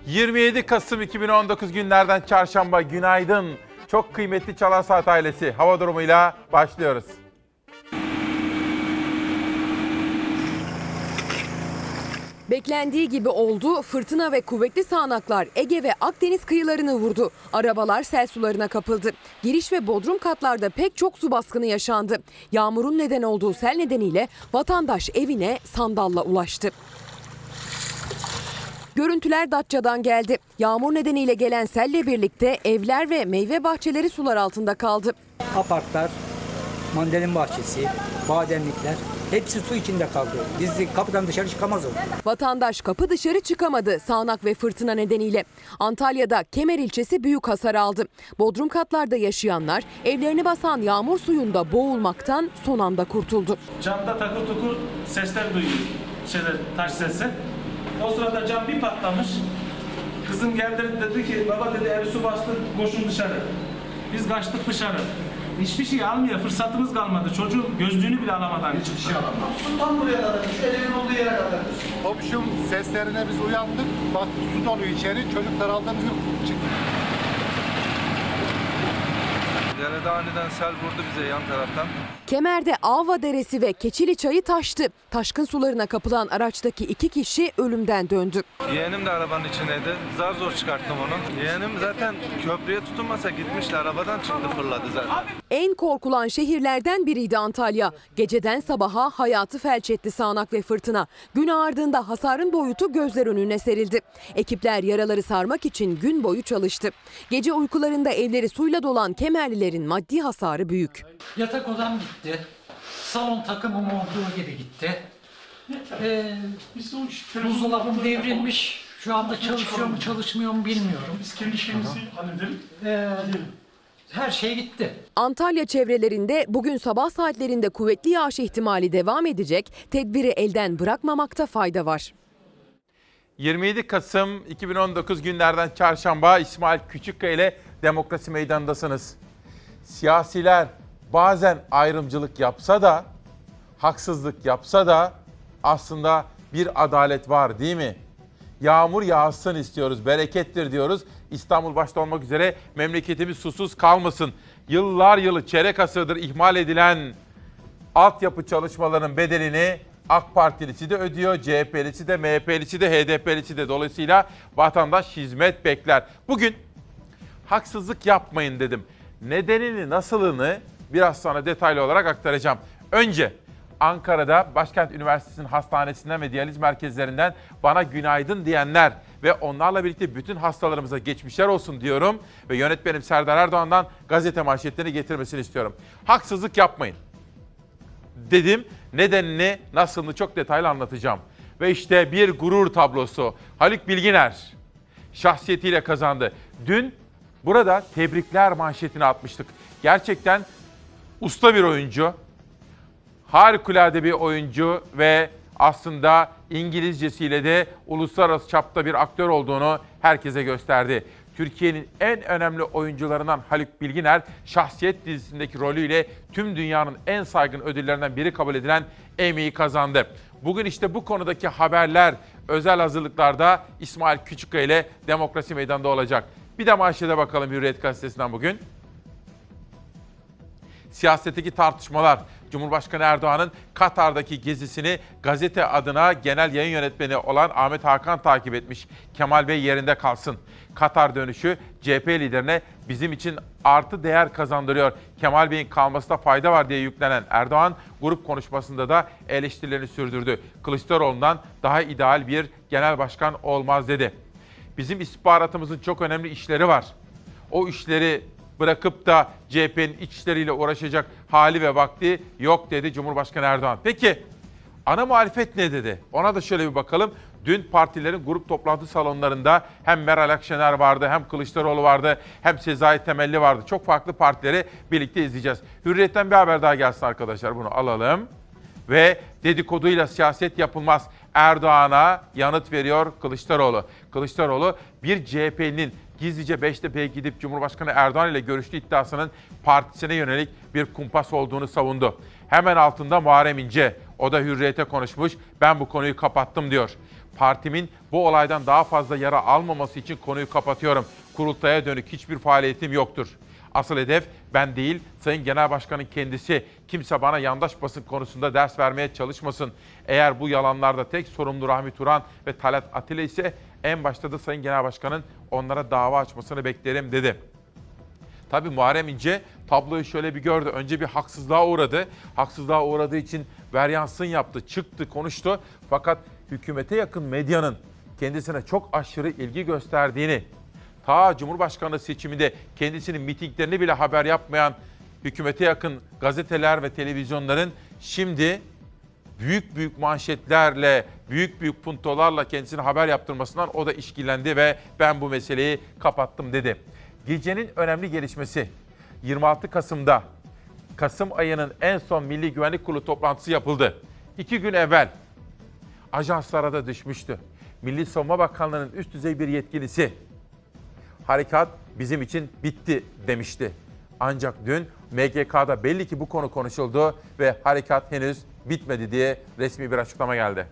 27 Kasım 2019 günlerden çarşamba, günaydın. Çok kıymetli Çalar Saat ailesi, hava durumuyla başlıyoruz. Beklendiği gibi oldu. Fırtına ve kuvvetli sağanaklar Ege ve Akdeniz kıyılarını vurdu. Arabalar sel sularına kapıldı. Giriş ve bodrum katlarda pek çok su baskını yaşandı. Yağmurun neden olduğu sel nedeniyle vatandaş evine sandalla ulaştı. Görüntüler Datça'dan geldi. Yağmur nedeniyle gelen selle birlikte evler ve meyve bahçeleri sular altında kaldı. Apartlar, mandalin bahçesi, bademlikler hepsi su içinde kaldı. Biz de kapıdan dışarı çıkamaz olduk. Vatandaş kapı dışarı çıkamadı sağanak ve fırtına nedeniyle. Antalya'da Kemer ilçesi büyük hasar aldı. Bodrum katlarda yaşayanlar evlerini basan yağmur suyunda boğulmaktan son anda kurtuldu. Camda takır tukur sesler duyuyor. Taş sesi. O sırada cam bir patlamış. Kızım geldi dedi ki baba dedi evi su bastı koşun dışarı. Biz kaçtık dışarı. Hiçbir şey almıyor. Fırsatımız kalmadı. Çocuğun gözlüğünü bile alamadan hiçbir şey alamadı. Su tam buraya kadar. Şu elimin olduğu yere kadar. Komşum seslerine biz uyandık. Bak su doluyor içeri. Çocuklar aldığımız gibi çıktı. Derede aniden sel vurdu bize yan taraftan. Kemer'de Avva Deresi ve Keçili Çayı taştı. Taşkın sularına kapılan araçtaki 2 kişi ölümden döndü. Yeğenim de arabanın içindeydi. Zar zor çıkarttım onu. Yeğenim zaten köprüye tutunmasa gitmişti. Arabadan çıktı fırladı zaten. En korkulan şehirlerden biriydi Antalya. Geceden sabaha hayatı felç etti sağanak ve fırtına. Gün ardında hasarın boyutu gözler önüne serildi. Ekipler yaraları sarmak için gün boyu çalıştı. Gece uykularında evleri suyla dolan Kemerlilerin maddi hasarı büyük. Yatak odam gitti. Salon takımım olduğu gibi gitti. Buzdolabım devrilmiş. Şu anda çalışıyor mu çalışmıyor mu bilmiyorum. Biz kendi işimizi halledelim. Her şey gitti. Antalya çevrelerinde bugün sabah saatlerinde kuvvetli yağış ihtimali devam edecek. Tedbiri elden bırakmamakta fayda var. 27 Kasım 2019 günlerden çarşamba, İsmail Küçükkaya ile Demokrasi Meydanı'ndasınız. Siyasiler bazen ayrımcılık yapsa da, haksızlık yapsa da aslında bir adalet var değil mi? Yağmur yağsın istiyoruz, berekettir diyoruz. İstanbul başta olmak üzere memleketimiz susuz kalmasın. Yıllar yılı, çeyrek asırdır ihmal edilen altyapı çalışmalarının bedelini AK Partilisi de ödüyor, CHP'lisi de, MHP'lisi de, HDP'lisi de. Dolayısıyla vatandaş hizmet bekler. Bugün haksızlık yapmayın dedim. Nedenini, nasılını biraz sonra detaylı olarak aktaracağım. Önce Ankara'da Başkent Üniversitesi'nin hastanesinden ve diyaliz merkezlerinden bana günaydın diyenler ve onlarla birlikte bütün hastalarımıza geçmişler olsun diyorum. Ve yönetmenim Serdar Erdoğan'dan gazete manşetlerini getirmesini istiyorum. Haksızlık yapmayın dedim. Nedenini, nasılını çok detaylı anlatacağım. Ve işte bir gurur tablosu. Haluk Bilginer şahsiyetiyle kazandı. Dün burada tebrikler manşetini atmıştık. Gerçekten usta bir oyuncu, harikulade bir oyuncu ve aslında İngilizcesiyle de uluslararası çapta bir aktör olduğunu herkese gösterdi. Türkiye'nin en önemli oyuncularından Haluk Bilginer, Şahsiyet dizisindeki rolüyle tüm dünyanın en saygın ödüllerinden biri kabul edilen Emmy'yi kazandı. Bugün işte bu konudaki haberler özel hazırlıklarda İsmail Küçükkaya ile Demokrasi Meydanı'nda olacak. Bir de manşete bakalım Hürriyet Gazetesi'nden bugün. Siyasetteki tartışmalar. Cumhurbaşkanı Erdoğan'ın Katar'daki gezisini gazete adına genel yayın yönetmeni olan Ahmet Hakan takip etmiş. Kemal Bey yerinde kalsın. Katar dönüşü CHP liderine bizim için artı değer kazandırıyor. Kemal Bey'in kalmasında fayda var diye yüklenen Erdoğan, grup konuşmasında da eleştirilerini sürdürdü. Kılıçdaroğlu'ndan daha ideal bir genel başkan olmaz dedi. Bizim istihbaratımızın çok önemli işleri var. O işleri bırakıp da CHP'nin iç işleriyle uğraşacak hali ve vakti yok dedi Cumhurbaşkanı Erdoğan. Peki ana muhalefet ne dedi? Ona da şöyle bir bakalım. Dün partilerin grup toplantı salonlarında hem Meral Akşener vardı, hem Kılıçdaroğlu vardı, hem Sezai Temelli vardı. Çok farklı partileri birlikte izleyeceğiz. Hürriyet'ten bir haber daha gelsin arkadaşlar, bunu alalım. Ve dedikoduyla siyaset yapılmaz. Erdoğan'a yanıt veriyor Kılıçdaroğlu. Kılıçdaroğlu bir CHP'nin gizlice Beştepe'ye gidip Cumhurbaşkanı Erdoğan ile görüştüğü iddiasının partisine yönelik bir kumpas olduğunu savundu. Hemen altında Muharrem İnce, o da Hürriyet'e konuşmuş, ben bu konuyu kapattım diyor. Partimin bu olaydan daha fazla yara almaması için konuyu kapatıyorum. Kurultaya dönük hiçbir faaliyetim yoktur. Asıl hedef ben değil, Sayın Genel Başkan'ın kendisi. Kimse bana yandaş basın konusunda ders vermeye çalışmasın. Eğer bu yalanlarda tek sorumlu Rahmi Turan ve Talat Atilla ise en başta da Sayın Genel Başkan'ın onlara dava açmasını beklerim dedi. Tabii Muharrem İnce tabloyu şöyle bir gördü. Önce bir haksızlığa uğradı. Haksızlığa uğradığı için varyansın yaptı, çıktı, konuştu. Fakat hükümete yakın medyanın kendisine çok aşırı ilgi gösterdiğini, ta Cumhurbaşkanlığı seçiminde kendisinin mitinglerini bile haber yapmayan hükümete yakın gazeteler ve televizyonların şimdi büyük büyük manşetlerle, büyük büyük puntolarla kendisine haber yaptırmasından o da işkillendi ve ben bu meseleyi kapattım dedi. Gecenin önemli gelişmesi 26 Kasım'da Kasım ayının en son Milli Güvenlik Kurulu toplantısı yapıldı. 2 gün evvel ajanslara da düşmüştü. Milli Savunma Bakanlığı'nın üst düzey bir yetkilisi harekat bizim için bitti demişti. Ancak dün MGK'da belli ki bu konu konuşuldu ve harekat henüz bitmedi diye resmi bir açıklama geldi.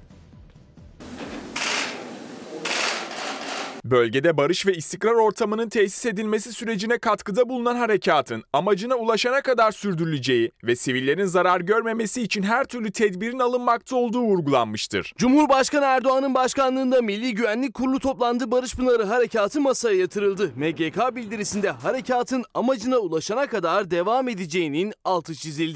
Bölgede barış ve istikrar ortamının tesis edilmesi sürecine katkıda bulunan harekatın amacına ulaşana kadar sürdürüleceği ve sivillerin zarar görmemesi için her türlü tedbirin alınmakta olduğu vurgulanmıştır. Cumhurbaşkanı Erdoğan'ın başkanlığında Milli Güvenlik Kurulu toplandı, Barış Pınarı Harekatı masaya yatırıldı. MGK bildirisinde harekatın amacına ulaşana kadar devam edeceğinin altı çizildi.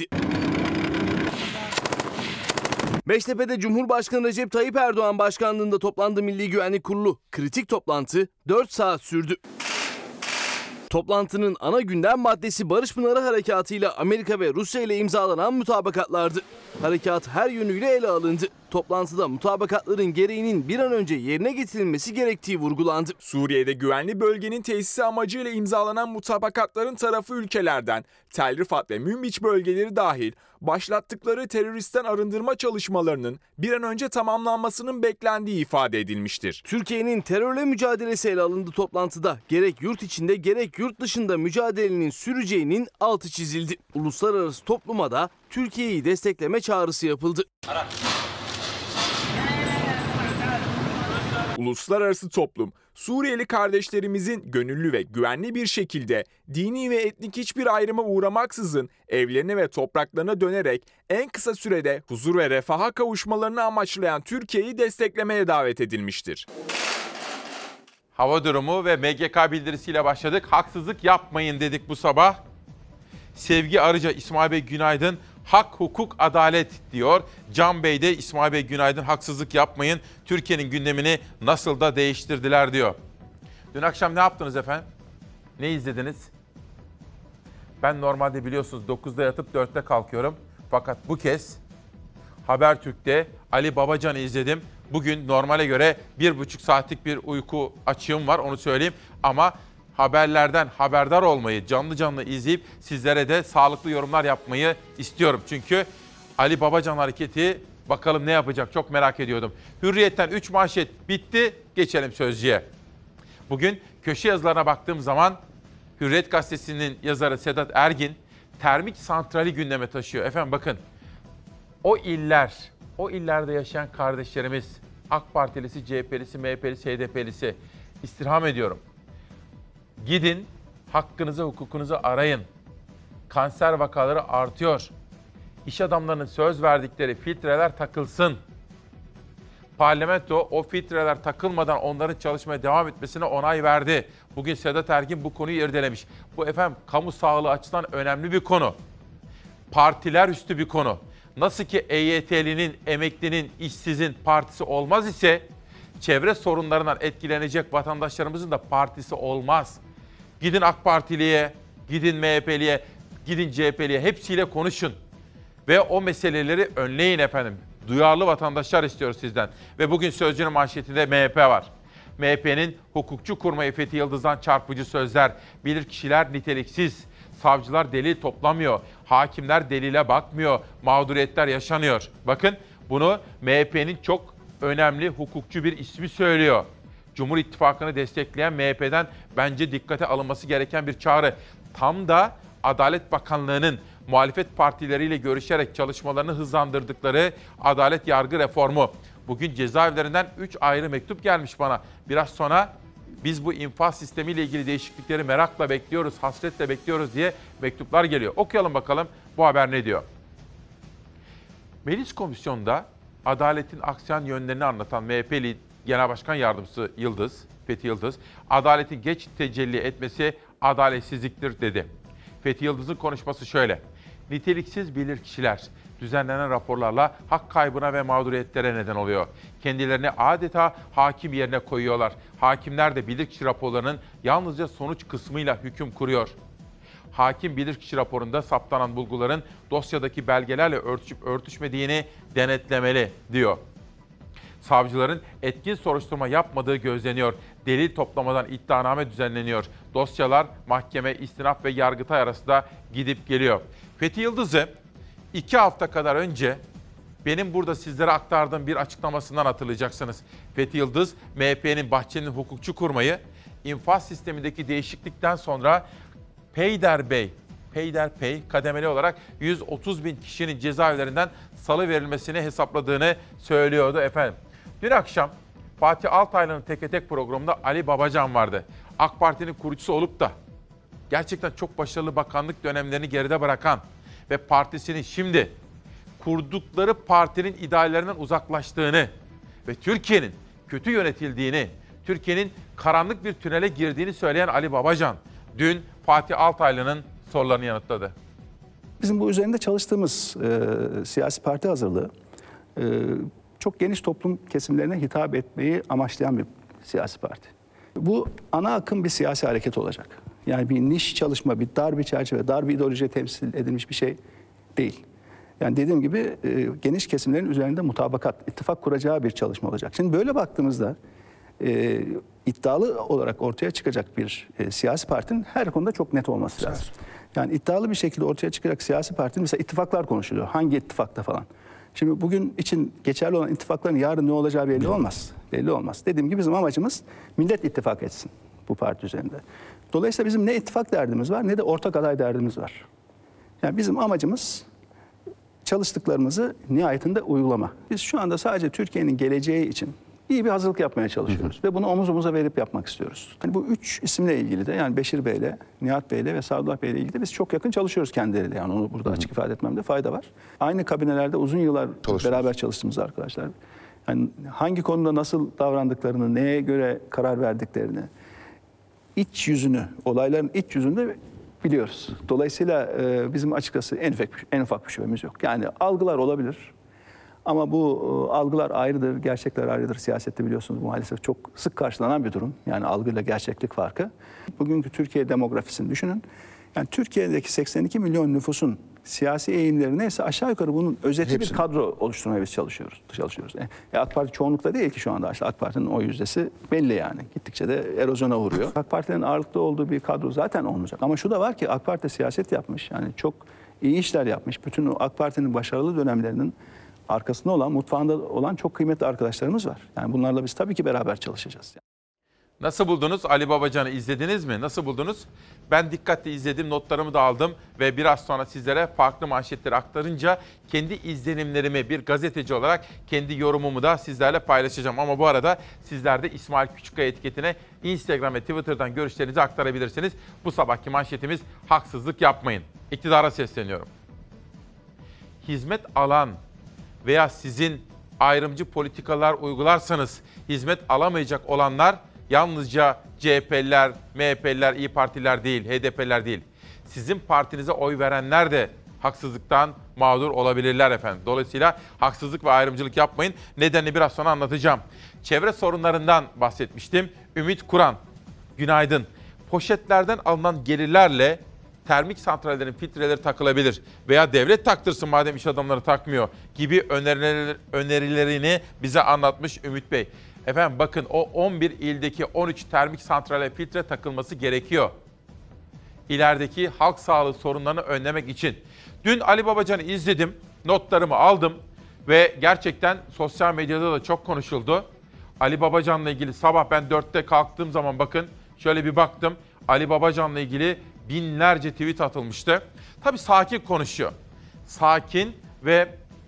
Beştepe'de Cumhurbaşkanı Recep Tayyip Erdoğan başkanlığında toplandı Milli Güvenlik Kurulu. Kritik toplantı 4 saat sürdü. Toplantının ana gündem maddesi Barış Pınarı Harekatı ile Amerika ve Rusya ile imzalanan mutabakatlardı. Harekat her yönüyle ele alındı. Toplantıda mutabakatların gereğinin bir an önce yerine getirilmesi gerektiği vurgulandı. Suriye'de güvenli bölgenin tesisi amacıyla imzalanan mutabakatların tarafı ülkelerden Tel Rifat ve Münbiç bölgeleri dahil başlattıkları teröristten arındırma çalışmalarının bir an önce tamamlanmasının beklendiği ifade edilmiştir. Türkiye'nin terörle mücadelesi ele alındı toplantıda. Gerek yurt içinde gerek yurt dışında mücadelenin süreceğinin altı çizildi. Uluslararası topluma da Türkiye'yi destekleme çağrısı yapıldı. Uluslararası toplum, Suriyeli kardeşlerimizin gönüllü ve güvenli bir şekilde dini ve etnik hiçbir ayrıma uğramaksızın evlerine ve topraklarına dönerek en kısa sürede huzur ve refaha kavuşmalarını amaçlayan Türkiye'yi desteklemeye davet edilmiştir. Hava durumu ve MGK bildirisiyle başladık. Haksızlık yapmayın dedik bu sabah. Sevgi Arıca, İsmail Bey günaydın. Hak, hukuk, adalet diyor. Can Bey de İsmail Bey günaydın, haksızlık yapmayın. Türkiye'nin gündemini nasıl da değiştirdiler diyor. Dün akşam ne yaptınız efendim? Ne izlediniz? Ben normalde biliyorsunuz 9'da yatıp 4'te kalkıyorum. Fakat bu kez Habertürk'te Ali Babacan'ı izledim. Bugün normale göre 1,5 saatlik bir uyku açığım var, onu söyleyeyim. Ama haberlerden haberdar olmayı, canlı canlı izleyip sizlere de sağlıklı yorumlar yapmayı istiyorum. Çünkü Ali Babacan hareketi bakalım ne yapacak, çok merak ediyordum. Hürriyet'ten 3 manşet bitti, geçelim Sözcü'ye. Bugün köşe yazılarına baktığım zaman Hürriyet Gazetesi'nin yazarı Sedat Ergin termik santrali gündeme taşıyor. Efendim bakın, o illerde yaşayan kardeşlerimiz, AK Partilisi, CHP'lisi, MHP'lisi, HDP'lisi istirham ediyorum. Gidin, hakkınızı, hukukunuzu arayın. Kanser vakaları artıyor. İş adamlarının söz verdikleri filtreler takılsın. Parlamento o filtreler takılmadan onların çalışmaya devam etmesine onay verdi. Bugün Sedat Ergin bu konuyu irdelemiş. Bu efendim kamu sağlığı açısından önemli bir konu. Partiler üstü bir konu. Nasıl ki EYT'linin, emeklinin, işsizin partisi olmaz ise çevre sorunlarından etkilenecek vatandaşlarımızın da partisi olmaz. Gidin AK Partiliye, gidin MHP'liye, gidin CHP'liye, hepsiyle konuşun. Ve o meseleleri önleyin efendim. Duyarlı vatandaşlar istiyoruz sizden. Ve bugün Sözcü'nün manşetinde MHP var. MHP'nin hukukçu kurmayı Fethi Yıldız'dan çarpıcı sözler. Bilirkişiler niteliksiz. Savcılar delil toplamıyor. Hakimler delile bakmıyor. Mağduriyetler yaşanıyor. Bakın bunu MHP'nin çok önemli hukukçu bir ismi söylüyor. Cumhur İttifakı'nı destekleyen MHP'den bence dikkate alınması gereken bir çağrı. Tam da Adalet Bakanlığı'nın muhalefet partileriyle görüşerek çalışmalarını hızlandırdıkları adalet yargı reformu. Bugün cezaevlerinden 3 ayrı mektup gelmiş bana. Biraz sonra biz bu infaz sistemiyle ilgili değişiklikleri merakla bekliyoruz, hasretle bekliyoruz diye mektuplar geliyor. Okuyalım bakalım bu haber ne diyor. Meclis Komisyonu'nda adaletin aksayan yönlerini anlatan MHP Genel Başkan Yardımcısı Fethi Yıldız, adaletin geç tecelli etmesi adaletsizliktir dedi. Fethi Yıldız'ın konuşması şöyle: niteliksiz bilirkişiler düzenlenen raporlarla hak kaybına ve mağduriyetlere neden oluyor. Kendilerini adeta hakim yerine koyuyorlar. Hakimler de bilirkişi raporlarının yalnızca sonuç kısmıyla hüküm kuruyor. Hakim bilirkişi raporunda saptanan bulguların dosyadaki belgelerle örtüşüp örtüşmediğini denetlemeli diyor. Savcıların etkin soruşturma yapmadığı gözleniyor. Delil toplamadan iddianame düzenleniyor. Dosyalar mahkeme, istinaf ve Yargıtay arasında gidip geliyor. Fethi Yıldız'ı 2 hafta kadar önce benim burada sizlere aktardığım bir açıklamasından hatırlayacaksınız. Fethi Yıldız, MHP'nin Bahçeli'nin hukukçu kurmayı, infaz sistemindeki değişiklikten sonra peyderpey kademeli olarak 130 bin kişinin cezaevlerinden salı verilmesini hesapladığını söylüyordu efendim. Dün akşam Fatih Altaylı'nın Teke Tek programında Ali Babacan vardı. AK Parti'nin kurucusu olup da gerçekten çok başarılı bakanlık dönemlerini geride bırakan ve partisinin şimdi kurdukları partinin ideallerinden uzaklaştığını ve Türkiye'nin kötü yönetildiğini, Türkiye'nin karanlık bir tünele girdiğini söyleyen Ali Babacan dün Fatih Altaylı'nın sorularını yanıtladı. Bizim bu üzerinde çalıştığımız siyasi parti hazırlığı çok geniş toplum kesimlerine hitap etmeyi amaçlayan bir siyasi parti. Bu ana akım bir siyasi hareket olacak. Yani bir niş çalışma, bir dar bir çerçeve, dar bir ideolojiye temsil edilmiş bir şey değil. Yani dediğim gibi geniş kesimlerin üzerinde mutabakat, ittifak kuracağı bir çalışma olacak. Şimdi böyle baktığımızda iddialı olarak ortaya çıkacak bir siyasi partinin her konuda çok net olması lazım. Yani iddialı bir şekilde ortaya çıkacak siyasi partinin mesela ittifaklar konuşuluyor. Hangi ittifakta falan. Şimdi bugün için geçerli olan ittifakların yarın ne olacağı belli olmaz. Belli olmaz. Dediğim gibi bizim amacımız millet ittifak etsin bu parti üzerinde. Dolayısıyla bizim ne ittifak derdimiz var ne de ortak aday derdimiz var. Yani bizim amacımız çalıştıklarımızı nihayetinde uygulama. Biz şu anda sadece Türkiye'nin geleceği için iyi bir hazırlık yapmaya çalışıyoruz. Ve bunu omuz omuza verip yapmak istiyoruz. Yani bu 3 isimle ilgili de yani Beşir Bey'le, Nihat Bey'le ve Sadullah Bey'le ilgili de biz çok yakın çalışıyoruz kendileriyle. Yani onu burada açık ifade etmemde fayda var. Aynı kabinelerde uzun yıllar beraber çalıştığımız arkadaşlar. Yani hangi konuda nasıl davrandıklarını, neye göre karar verdiklerini, iç yüzünü, olayların iç yüzünü de biliyoruz. Dolayısıyla bizim açıkçası en ufak bir şüphemiz yok. Yani algılar olabilir. Ama bu algılar ayrıdır, gerçekler ayrıdır. Siyasette biliyorsunuz bu maalesef çok sık karşılanan bir durum. Yani algıyla gerçeklik farkı. Bugünkü Türkiye demografisini düşünün. Yani Türkiye'deki 82 milyon nüfusun siyasi eğilimleri neyse aşağı yukarı bunun özeti bir kadro oluşturmaya biz çalışıyoruz. AK Parti çoğunlukta değil ki şu anda. İşte AK Parti'nin oy yüzdesi belli yani. Gittikçe de erozyona uğruyor. AK Parti'nin ağırlıklı olduğu bir kadro zaten olmayacak. Ama şu da var ki AK Parti siyaset yapmış. Yani çok iyi işler yapmış. Bütün o AK Parti'nin başarılı dönemlerinin arkasında olan, mutfağında olan çok kıymetli arkadaşlarımız var. Yani bunlarla biz tabii ki beraber çalışacağız. Nasıl buldunuz? Ali Babacan'ı izlediniz mi? Nasıl buldunuz? Ben dikkatle izledim, notlarımı da aldım ve biraz sonra sizlere farklı manşetleri aktarınca kendi izlenimlerimi bir gazeteci olarak kendi yorumumu da sizlerle paylaşacağım. Ama bu arada sizler de İsmail Küçükkaya etiketine Instagram ve Twitter'dan görüşlerinizi aktarabilirsiniz. Bu sabahki manşetimiz haksızlık yapmayın. İktidara sesleniyorum. Hizmet alan veya sizin ayrımcı politikalar uygularsanız hizmet alamayacak olanlar yalnızca CHP'liler, MHP'liler, İYİ Partililer değil, HDP'liler değil. Sizin partinize oy verenler de haksızlıktan mağdur olabilirler efendim. Dolayısıyla haksızlık ve ayrımcılık yapmayın. Nedenini biraz sonra anlatacağım. Çevre sorunlarından bahsetmiştim. Ümit Kuran, günaydın. Poşetlerden alınan gelirlerle termik santrallerin filtreleri takılabilir veya devlet taktırsın madem iş adamları takmıyor gibi önerilerini bize anlatmış Ümit Bey. Efendim bakın o 11 ildeki 13 termik santrale filtre takılması gerekiyor. İlerideki halk sağlığı sorunlarını önlemek için. Dün Ali Babacan'ı izledim, notlarımı aldım ve gerçekten sosyal medyada da çok konuşuldu. Ali Babacan'la ilgili sabah ben 4'te kalktığım zaman bakın şöyle bir baktım. Ali Babacan'la ilgili binlerce tweet atılmıştı. Tabii sakin konuşuyor. Sakin ve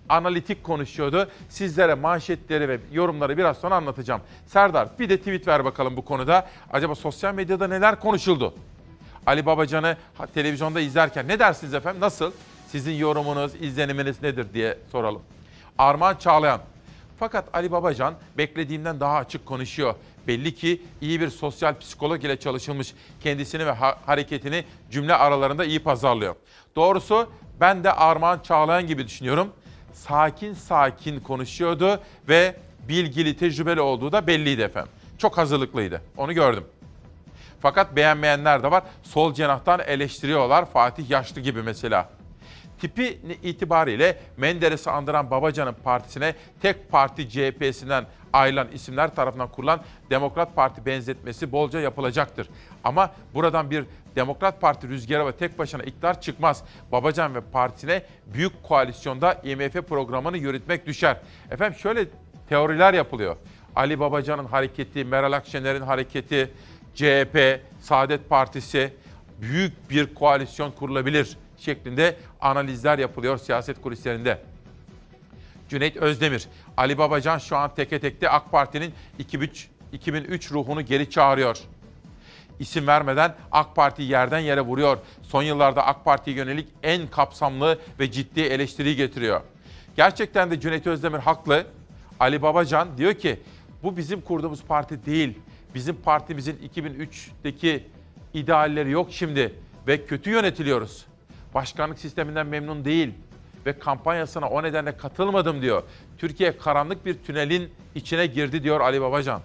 analitik konuşuyordu. Sizlere manşetleri ve yorumları biraz sonra anlatacağım. Serdar, bir de tweet ver bakalım bu konuda. Acaba sosyal medyada neler konuşuldu? Ali Babacan'ı televizyonda izlerken ne dersiniz efendim? Nasıl? Sizin yorumunuz, izleniminiz nedir diye soralım. Armağan Çağlayan. Fakat Ali Babacan beklediğimden daha açık konuşuyor. Belli ki iyi bir sosyal psikolog ile çalışılmış. Kendisini ve hareketini cümle aralarında iyi pazarlıyor. Doğrusu ben de Armağan Çağlayan gibi düşünüyorum. Sakin sakin konuşuyordu ve bilgili, tecrübeli olduğu da belliydi efendim. Çok hazırlıklıydı. Onu gördüm. Fakat beğenmeyenler de var. Sol cenahtan eleştiriyorlar. Fatih Yaşlı gibi mesela. Tipi itibariyle Menderes'i andıran Babacan'ın partisine tek parti CHP'sinden ayrılan isimler tarafından kurulan Demokrat Parti benzetmesi bolca yapılacaktır. Ama buradan bir Demokrat Parti rüzgarı ve tek başına iktidar çıkmaz. Babacan ve partisine büyük koalisyonda IMF programını yürütmek düşer. Efendim şöyle teoriler yapılıyor. Ali Babacan'ın hareketi, Meral Akşener'in hareketi, CHP, Saadet Partisi büyük bir koalisyon kurulabilir şeklinde analizler yapılıyor siyaset kulislerinde. Cüneyt Özdemir, Ali Babacan şu an teke tekte AK Parti'nin 2003 ruhunu geri çağırıyor. İsim vermeden AK Parti'yi yerden yere vuruyor. Son yıllarda AK Parti'ye yönelik en kapsamlı ve ciddi eleştiriyi getiriyor. Gerçekten de Cüneyt Özdemir haklı. Ali Babacan diyor ki bu bizim kurduğumuz parti değil. Bizim partimizin 2003'teki idealleri yok şimdi ve kötü yönetiliyoruz. Başkanlık sisteminden memnun değil ve kampanyasına o nedenle katılmadım diyor. Türkiye karanlık bir tünelin içine girdi diyor Ali Babacan.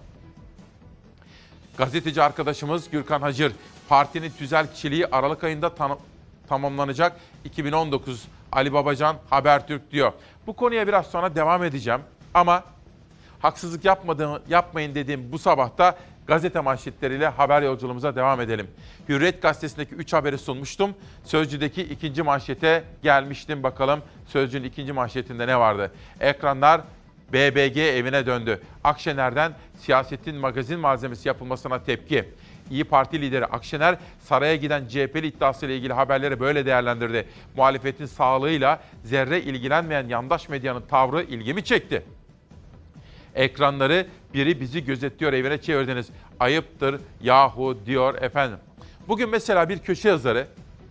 Gazeteci arkadaşımız Gürkan Hacır, partinin tüzel kişiliği Aralık ayında tamamlanacak 2019 Ali Babacan Habertürk diyor. Bu konuya biraz sonra devam edeceğim ama haksızlık yapmayın dediğim bu sabahta gazete manşetleriyle haber yolculuğumuza devam edelim. Hürriyet gazetesindeki 3 haberi sunmuştum. Sözcü'deki ikinci manşete gelmiştim. Bakalım Sözcü'nün ikinci manşetinde ne vardı? Ekranlar BBG evine döndü. Akşener'den siyasetin magazin malzemesi yapılmasına tepki. İYİ Parti lideri Akşener saraya giden CHP'li iddiasıyla ilgili haberleri böyle değerlendirdi. Muhalefetin sağlığıyla zerre ilgilenmeyen yandaş medyanın tavrı ilgimi çekti. Ekranları biri bizi gözetliyor evine çevirdiniz. Ayıptır yahu diyor efendim. Bugün mesela bir köşe yazarı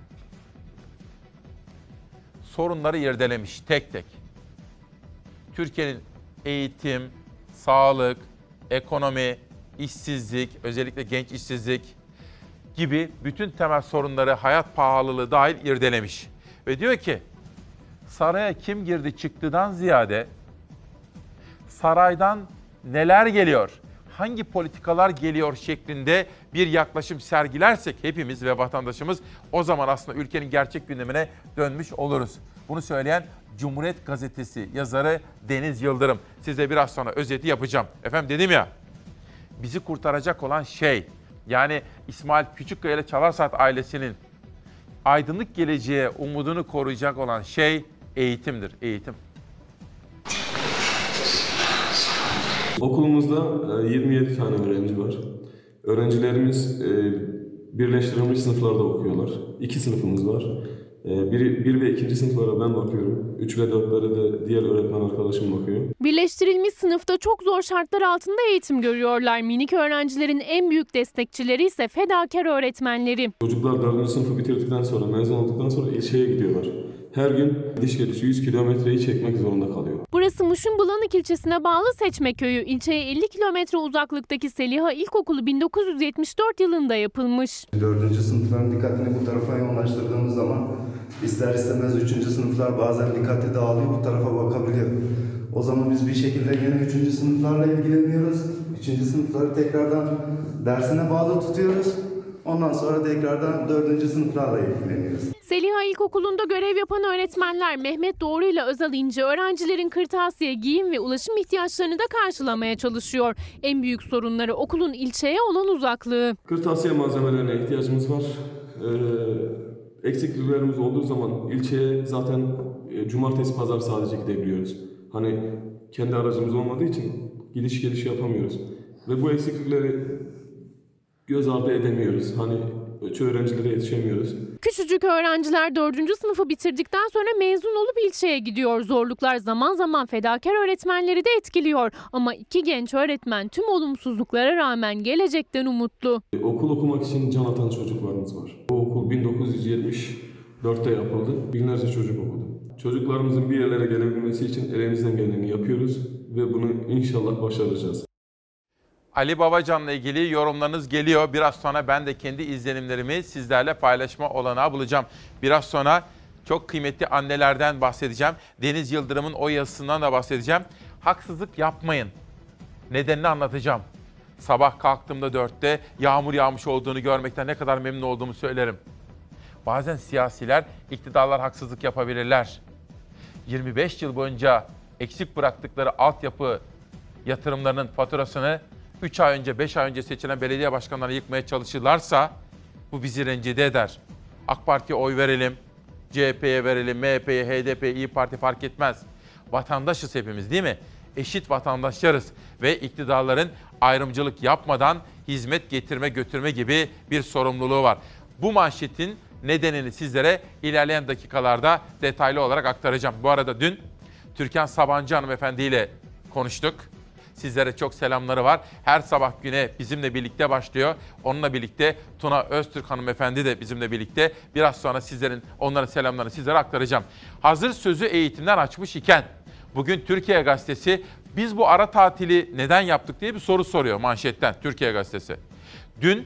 sorunları irdelemiş tek tek. Türkiye'nin eğitim, sağlık, ekonomi, işsizlik, özellikle genç işsizlik gibi bütün temel sorunları, hayat pahalılığı dahil irdelemiş. Ve diyor ki saraya kim girdi çıktıdan ziyade saraydan neler geliyor, hangi politikalar geliyor şeklinde bir yaklaşım sergilersek hepimiz ve vatandaşımız o zaman aslında ülkenin gerçek gündemine dönmüş oluruz. Bunu söyleyen Cumhuriyet Gazetesi yazarı Deniz Yıldırım. Size biraz sonra özeti yapacağım. Efendim dedim ya, bizi kurtaracak olan şey, yani İsmail Küçükkaya ile Çalar Saat ailesinin aydınlık geleceğe umudunu koruyacak olan şey eğitimdir, eğitim. Okulumuzda 27 tane öğrenci var. Öğrencilerimiz birleştirilmiş sınıflarda okuyorlar. 2 sınıfımız var. 1 ve 2. sınıflara ben bakıyorum. 3 ve 4'lere de diğer öğretmen arkadaşım bakıyor. Birleştirilmiş sınıfta çok zor şartlar altında eğitim görüyorlar. Minik öğrencilerin en büyük destekçileri ise fedakar öğretmenleri. Çocuklar 4. sınıfı bitirdikten sonra, mezun olduktan sonra ilçeye gidiyorlar. Her gün gidiş geliş 100 kilometreyi çekmek zorunda kalıyor. Burası Muş'un Bulanık ilçesine bağlı Seçme Köyü. İlçeye 50 kilometre uzaklıktaki Seliha İlkokulu 1974 yılında yapılmış. 4. sınıfların dikkatini bu tarafa yoğunlaştırdığımız zaman ister istemez 3. sınıflar bazen dikkati dağılıyor, bu tarafa bakabiliyor. O zaman biz bir şekilde yine 3. sınıflarla ilgileniyoruz. 3. sınıfları tekrardan dersine bağlı tutuyoruz. Ondan sonra tekrardan 4. sınıflarla ilgileniyoruz. Seliha İlkokulu'nda görev yapan öğretmenler Mehmet Doğru ile Özal İnce öğrencilerin kırtasiye, giyim ve ulaşım ihtiyaçlarını da karşılamaya çalışıyor. En büyük sorunları okulun ilçeye olan uzaklığı. Kırtasiye malzemelerine ihtiyacımız var. Eksikliklerimiz olduğu zaman ilçeye zaten cumartesi pazar sadece gidebiliyoruz. Hani kendi aracımız olmadığı için gidiş geliş yapamıyoruz. Ve bu eksiklikleri göz ardı edemiyoruz. Hani çoğu öğrencilere yetişemiyoruz. Küçücük öğrenciler 4. sınıfı bitirdikten sonra mezun olup ilçeye gidiyor. Zorluklar zaman zaman fedakar öğretmenleri de etkiliyor. Ama 2 genç öğretmen tüm olumsuzluklara rağmen gelecekten umutlu. Okul okumak için can atan çocuklarımız var. Bu okul 1974'te yapıldı. Binlerce çocuk okudu. Çocuklarımızın bir yerlere gelebilmesi için elimizden geleni yapıyoruz ve bunu inşallah başaracağız. Ali Babacan'la ilgili yorumlarınız geliyor. Biraz sonra ben de kendi izlenimlerimi sizlerle paylaşma olanağı bulacağım. Biraz sonra çok kıymetli annelerden bahsedeceğim. Deniz Yıldırım'ın o yazısından da bahsedeceğim. Haksızlık yapmayın. Nedenini anlatacağım. Sabah kalktığımda 4'te yağmur yağmış olduğunu görmekten ne kadar memnun olduğumu söylerim. Bazen siyasiler, iktidarlar haksızlık yapabilirler. 25 yıl boyunca eksik bıraktıkları altyapı yatırımlarının faturasını 3 ay önce, 5 ay önce seçilen belediye başkanlarına yıkmaya çalışırlarsa bu bizi rencide eder. AK Parti'ye oy verelim, CHP'ye verelim, MHP'ye, HDP'ye, İYİ Parti fark etmez. Vatandaşız hepimiz değil mi? Eşit vatandaşlarız ve iktidarların ayrımcılık yapmadan hizmet getirme götürme gibi bir sorumluluğu var. Bu manşetin nedenini sizlere ilerleyen dakikalarda detaylı olarak aktaracağım. Bu arada dün Türkan Sabancı hanımefendi ile konuştuk. Sizlere çok selamları var. Her sabah güne bizimle birlikte başlıyor. Onunla birlikte Tuna Öztürk hanımefendi de bizimle birlikte. Biraz sonra onların selamlarını sizlere aktaracağım. Hazır sözü eğitimden açmış iken bugün Türkiye Gazetesi biz bu ara tatili neden yaptık diye bir soru soruyor manşetten Türkiye Gazetesi. Dün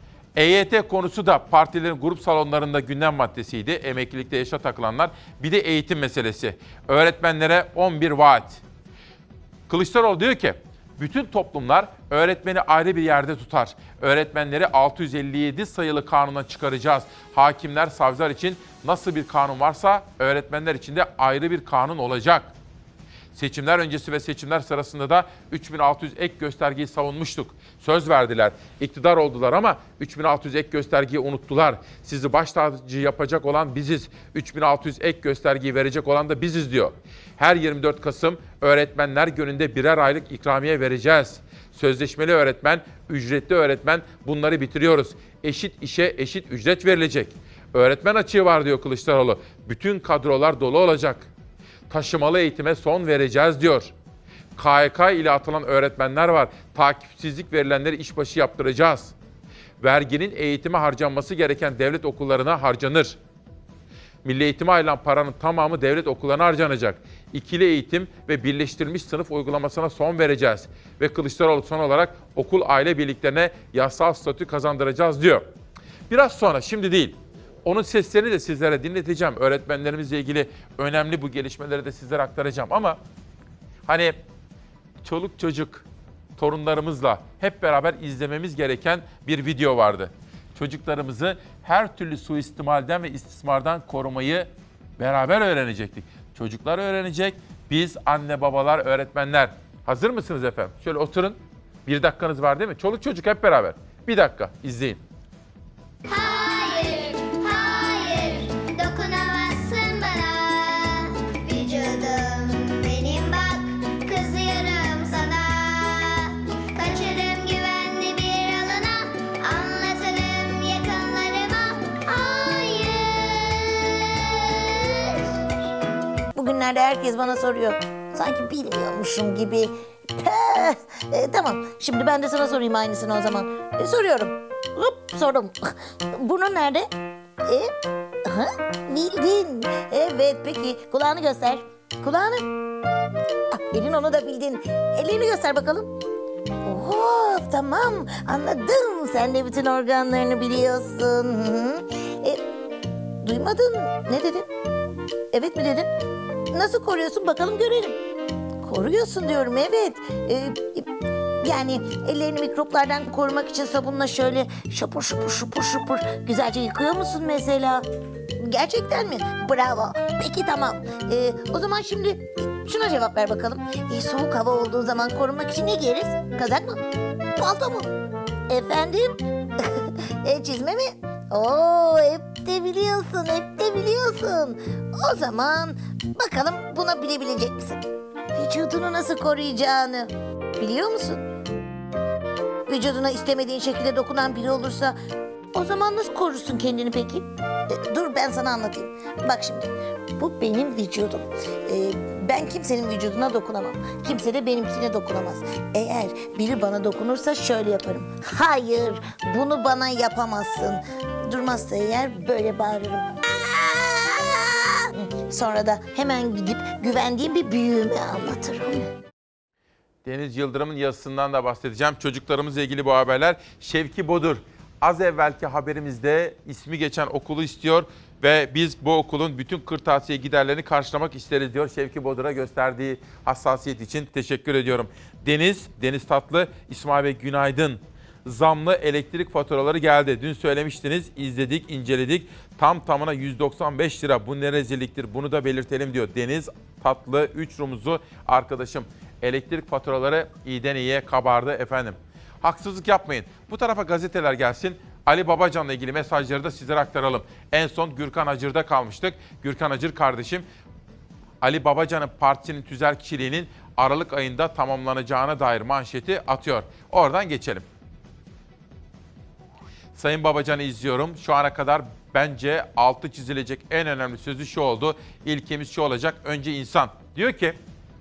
EYT konusu da partilerin grup salonlarında gündem maddesiydi. Emeklilikte yaşa takılanlar. Bir de eğitim meselesi. Öğretmenlere 11 vaat. Kılıçdaroğlu diyor ki bütün toplumlar öğretmeni ayrı bir yerde tutar. Öğretmenleri 657 sayılı kanuna çıkaracağız. Hakimler, savcılar için nasıl bir kanun varsa öğretmenler için de ayrı bir kanun olacak. Seçimler öncesi ve seçimler sırasında da 3600 ek göstergeyi savunmuştuk. Söz verdiler, iktidar oldular ama 3600 ek göstergeyi unuttular. Sizi baş tacı yapacak olan biziz. 3600 ek göstergeyi verecek olan da biziz diyor. Her 24 Kasım öğretmenler gününde birer aylık ikramiye vereceğiz. Sözleşmeli öğretmen, ücretli öğretmen bunları bitiriyoruz. Eşit işe eşit ücret verilecek. Öğretmen açığı var diyor Kılıçdaroğlu. Bütün kadrolar dolu olacak. Taşımalı eğitime son vereceğiz diyor. KYK ile atılan öğretmenler var. Takipsizlik verilenleri işbaşı yaptıracağız. Verginin eğitime harcanması gereken devlet okullarına harcanır. Milli eğitime ayrılan paranın tamamı devlet okullarına harcanacak. İkili eğitim ve birleştirilmiş sınıf uygulamasına son vereceğiz. Ve Kılıçdaroğlu son olarak okul aile birliklerine yasal statü kazandıracağız diyor. Biraz sonra, şimdi değil. Onun seslerini de sizlere dinleteceğim. Öğretmenlerimizle ilgili önemli bu gelişmeleri de sizlere aktaracağım. Ama hani çoluk çocuk torunlarımızla hep beraber izlememiz gereken bir video vardı. Çocuklarımızı her türlü suistimalden ve istismardan korumayı beraber öğrenecektik. Çocuklar öğrenecek, biz anne babalar, öğretmenler. Hazır mısınız efendim? Şöyle oturun. 1 dakikanız var değil mi? Çoluk çocuk hep beraber. 1 dakika izleyin. Hayır, hayır, dokunamazsın bana. Vücudum benim bak, kızıyorum sana. Kaçırım güvenli bir alana, anlatırım yakınlarıma. Hayır. Bugünlerde herkes bana soruyor. Sanki bilmiyormuşum gibi. Tamam, şimdi ben de sana sorayım aynısını o zaman. Soruyorum. Hop, sordum. Burnun nerede? Bildin. Evet, peki. Kulağını göster. Kulağını. Aferin, onu da bildin. Ellerini göster bakalım. Of, tamam. Anladım. Sen de bütün organlarını biliyorsun. Duymadın. Ne dedin? Evet mi dedin? Nasıl koruyorsun bakalım görelim. Koruyorsun diyorum, evet. Yani ellerini mikroplardan korumak için sabunla şöyle şapur şupur güzelce yıkıyor musun mesela? Gerçekten mi? Bravo. Peki tamam. O zaman şimdi şuna cevap ver bakalım. Soğuk hava olduğu zaman korunmak için ne giyeriz? Kazak mı? Palto mu? Efendim? Çizme mi? Oo, hep de biliyorsun. O zaman bakalım bunu bilebilecek misin? Vücudunu nasıl koruyacağını biliyor musun? Vücuduna istemediğin şekilde dokunan biri olursa O zaman nasıl korursun kendini peki? Dur ben sana anlatayım. Bak şimdi, bu benim vücudum. Ben kimsenin vücuduna dokunamam. Kimse de benimkine dokunamaz. Eğer biri bana dokunursa şöyle yaparım. Hayır, bunu bana yapamazsın. Durmazsa eğer böyle bağırırım. Sonra da hemen gidip güvendiğim bir büyüğüme anlatırım. Deniz Yıldırım'ın yazısından da bahsedeceğim. Çocuklarımızla ilgili bu haberler. Şevki Bodur az evvelki haberimizde ismi geçen okulu istiyor ve biz bu okulun bütün kırtasiye giderlerini karşılamak isteriz diyor. Şevki Bodur'a gösterdiği hassasiyet için teşekkür ediyorum. Deniz Tatlı, İsmail Bey günaydın. Zamlı elektrik faturaları geldi. Dün söylemiştiniz, izledik, inceledik. Tam tamına 195 lira. Bu ne rezilliktir, bunu da belirtelim diyor. Deniz Tatlı, 3 Rumuzlu arkadaşım. Elektrik faturaları iyiden iyiye kabardı efendim. Haksızlık yapmayın. Bu tarafa gazeteler gelsin. Ali Babacan'la ilgili mesajları da sizlere aktaralım. En son Gürkan Acır'da kalmıştık. Gürkan Acır kardeşim, Ali Babacan'ın partisinin tüzel kişiliğinin Aralık ayında tamamlanacağına dair manşeti atıyor. Oradan geçelim. Sayın Babacan'ı izliyorum. Şu ana kadar bence altı çizilecek en önemli sözü şu oldu. İlkemiz şu olacak. Önce insan. Diyor ki,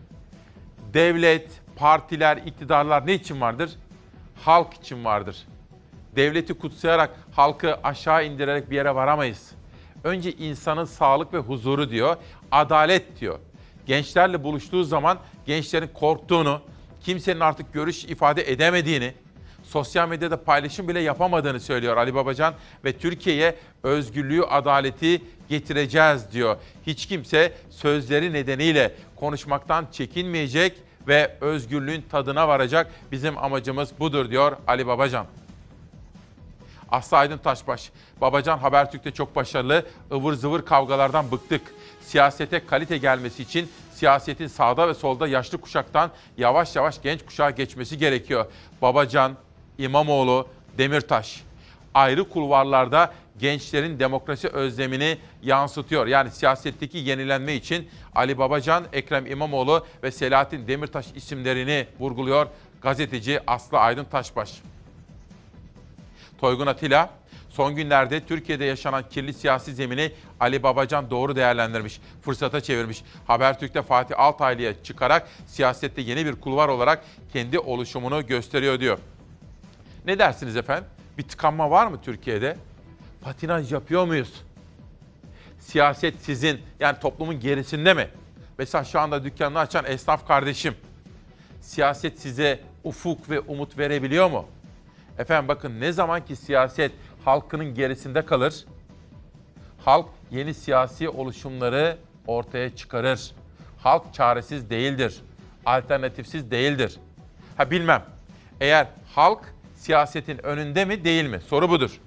devlet, partiler, iktidarlar ne için vardır? Halk için vardır. Devleti kutsayarak, halkı aşağı indirerek bir yere varamayız. Önce insanın sağlık ve huzuru diyor. Adalet diyor. Gençlerle buluştuğu zaman gençlerin korktuğunu, kimsenin artık görüş ifade edemediğini, sosyal medyada paylaşım bile yapamadığını söylüyor Ali Babacan ve Türkiye'ye özgürlüğü, adaleti getireceğiz diyor. Hiç kimse sözleri nedeniyle konuşmaktan çekinmeyecek ve özgürlüğün tadına varacak. Bizim amacımız budur diyor Ali Babacan. Aslı Aydın Taşbaş, Babacan Habertürk'te çok başarılı, ıvır zıvır kavgalardan bıktık. Siyasete kalite gelmesi için siyasetin sağda ve solda yaşlı kuşaktan yavaş yavaş genç kuşağa geçmesi gerekiyor. Babacan, İmamoğlu, Demirtaş ayrı kulvarlarda gençlerin demokrasi özlemini yansıtıyor. Yani siyasetteki yenilenme için Ali Babacan, Ekrem İmamoğlu ve Selahattin Demirtaş isimlerini vurguluyor gazeteci Aslı Aydın Taşbaş. Toygun Atilla, son günlerde Türkiye'de yaşanan kirli siyasi zemini Ali Babacan doğru değerlendirmiş, fırsata çevirmiş. Habertürk'te Fatih Altaylı'ya çıkarak siyasette yeni bir kulvar olarak kendi oluşumunu gösteriyor diyor. Ne dersiniz efendim? Bir tıkanma var mı Türkiye'de? Patinaj yapıyor muyuz? Siyaset sizin, yani toplumun gerisinde mi? Mesela şu anda dükkanını açan esnaf kardeşim, siyaset size ufuk ve umut verebiliyor mu? Efendim bakın, ne zaman ki siyaset halkının gerisinde kalır, halk yeni siyasi oluşumları ortaya çıkarır. Halk çaresiz değildir, alternatifsiz değildir. Bilmem, eğer halk siyasetin önünde mi değil mi? Soru budur.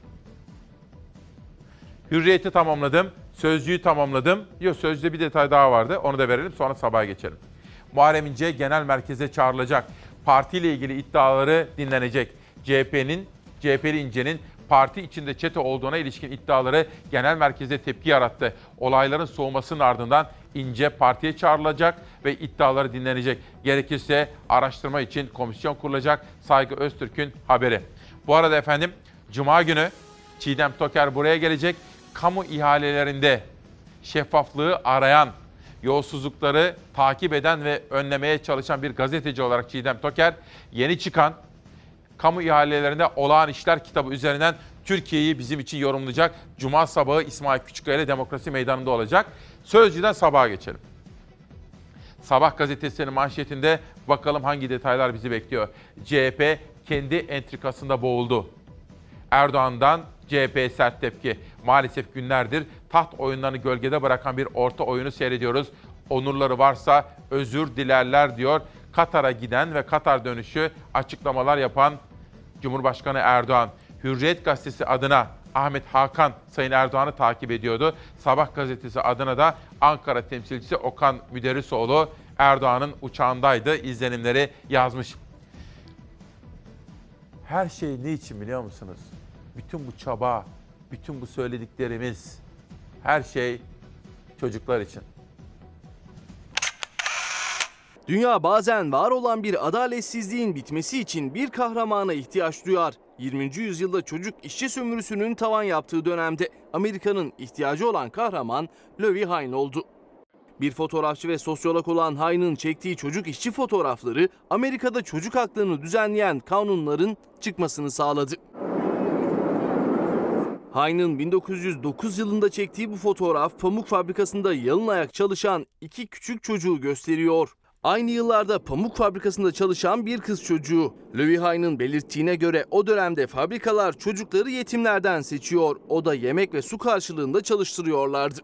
Hürriyeti tamamladım, Sözcü'yü tamamladım. Yok, Sözcü'de bir detay daha vardı, onu da verelim, sonra sabaha geçelim. Muharrem İnce genel merkeze çağrılacak. Partiyle ilgili iddiaları dinlenecek. CHP'li İnce'nin parti içinde çete olduğuna ilişkin iddiaları genel merkeze tepki yarattı. Olayların soğumasının ardından İnce partiye çağrılacak ve iddiaları dinlenecek. Gerekirse araştırma için komisyon kurulacak. Saygı Öztürk'ün haberi. Bu arada efendim, Cuma günü Çiğdem Toker buraya gelecek. Kamu ihalelerinde şeffaflığı arayan, yolsuzlukları takip eden ve önlemeye çalışan bir gazeteci olarak Çiğdem Toker, yeni çıkan Kamu ihalelerinde olağan işler kitabı üzerinden Türkiye'yi bizim için yorumlayacak. Cuma sabahı İsmail Küçükkaya ile Demokrasi Meydanı'nda olacak. Sözcü'den sabaha geçelim. Sabah gazetesinin manşetinde bakalım hangi detaylar bizi bekliyor. CHP kendi entrikasında boğuldu. Erdoğan'dan CHP'ye sert tepki. Maalesef günlerdir taht oyunlarını gölgede bırakan bir orta oyunu seyrediyoruz. Onurları varsa özür dilerler diyor. Katar'a giden ve Katar dönüşü açıklamalar yapan Cumhurbaşkanı Erdoğan. Hürriyet gazetesi adına Ahmet Hakan Sayın Erdoğan'ı takip ediyordu. Sabah gazetesi adına da Ankara temsilcisi Okan Müderrisoğlu Erdoğan'ın uçağındaydı. İzlenimleri yazmış. Her şey ne için biliyor musunuz? Bütün bu çaba, bütün bu söylediklerimiz, her şey çocuklar için. Dünya bazen var olan bir adaletsizliğin bitmesi için bir kahramana ihtiyaç duyar. 20. yüzyılda çocuk işçi sömürüsünün tavan yaptığı dönemde Amerika'nın ihtiyacı olan kahraman Levi Hine oldu. Bir fotoğrafçı ve sosyolog olan Hine'ın çektiği çocuk işçi fotoğrafları Amerika'da çocuk haklarını düzenleyen kanunların çıkmasını sağladı. Hine'ın 1909 yılında çektiği bu fotoğraf pamuk fabrikasında yalın ayak çalışan 2 küçük çocuğu gösteriyor. Aynı yıllarda pamuk fabrikasında çalışan bir kız çocuğu. Levi Hine'ın belirttiğine göre o dönemde fabrikalar çocukları yetimlerden seçiyor. O da yemek ve su karşılığında çalıştırıyorlardı.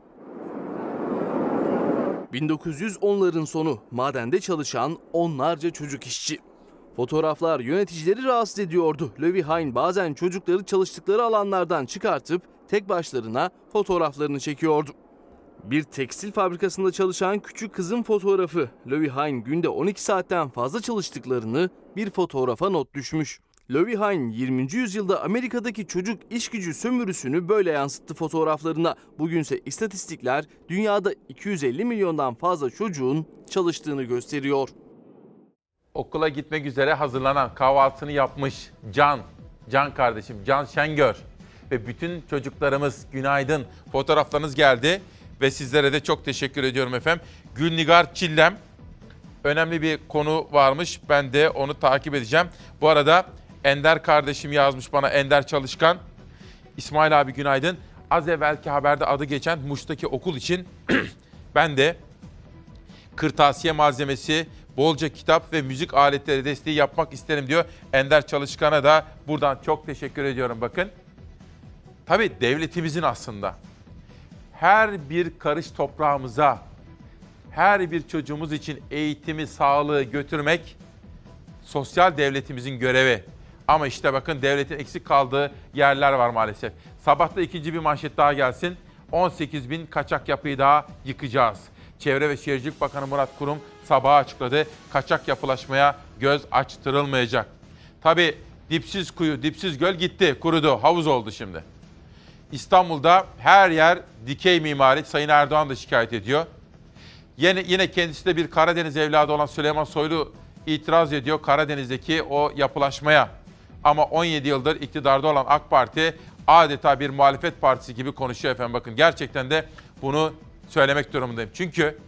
1910'ların sonu madende çalışan onlarca çocuk işçi. Fotoğraflar yöneticileri rahatsız ediyordu. Levi Hine bazen çocukları çalıştıkları alanlardan çıkartıp tek başlarına fotoğraflarını çekiyordu. Bir tekstil fabrikasında çalışan küçük kızın fotoğrafı. Levi Hine günde 12 saatten fazla çalıştıklarını bir fotoğrafa not düşmüş. Levi Hine 20. yüzyılda Amerika'daki çocuk iş gücü sömürüsünü böyle yansıttı fotoğraflarına. Bugünse istatistikler dünyada 250 milyondan fazla çocuğun çalıştığını gösteriyor. Okula gitmek üzere hazırlanan, kahvaltısını yapmış Can kardeşim, Can Şengör ve bütün çocuklarımız günaydın. Fotoğraflarınız geldi ve sizlere de çok teşekkür ediyorum efendim. Gülnigar Çillem, önemli bir konu varmış, ben de onu takip edeceğim. Bu arada Ender kardeşim yazmış bana, Ender Çalışkan. İsmail abi günaydın. Az evvelki haberde adı geçen Muş'taki okul için ben de kırtasiye malzemesi, bolca kitap ve müzik aletleri desteği yapmak isterim diyor. Ender Çalışkan'a da buradan çok teşekkür ediyorum bakın. Tabii devletimizin aslında her bir karış toprağımıza, her bir çocuğumuz için eğitimi, sağlığı götürmek sosyal devletimizin görevi. Ama işte bakın devletin eksik kaldığı yerler var maalesef. Sabahta ikinci bir manşet daha gelsin. 18.000 kaçak yapıyı daha yıkacağız. Çevre ve Şehircilik Bakanı Murat Kurum sabah açıkladı. Kaçak yapılaşmaya göz açtırılmayacak. Tabii dipsiz kuyu, dipsiz göl gitti, kurudu, havuz oldu şimdi. İstanbul'da her yer dikey mimari. Sayın Erdoğan da şikayet ediyor. Yine kendisi de bir Karadeniz evladı olan Süleyman Soylu itiraz ediyor Karadeniz'deki o yapılaşmaya. Ama 17 yıldır iktidarda olan AK Parti adeta bir muhalefet partisi gibi konuşuyor efendim. Bakın gerçekten de bunu söylemek durumundayım. Çünkü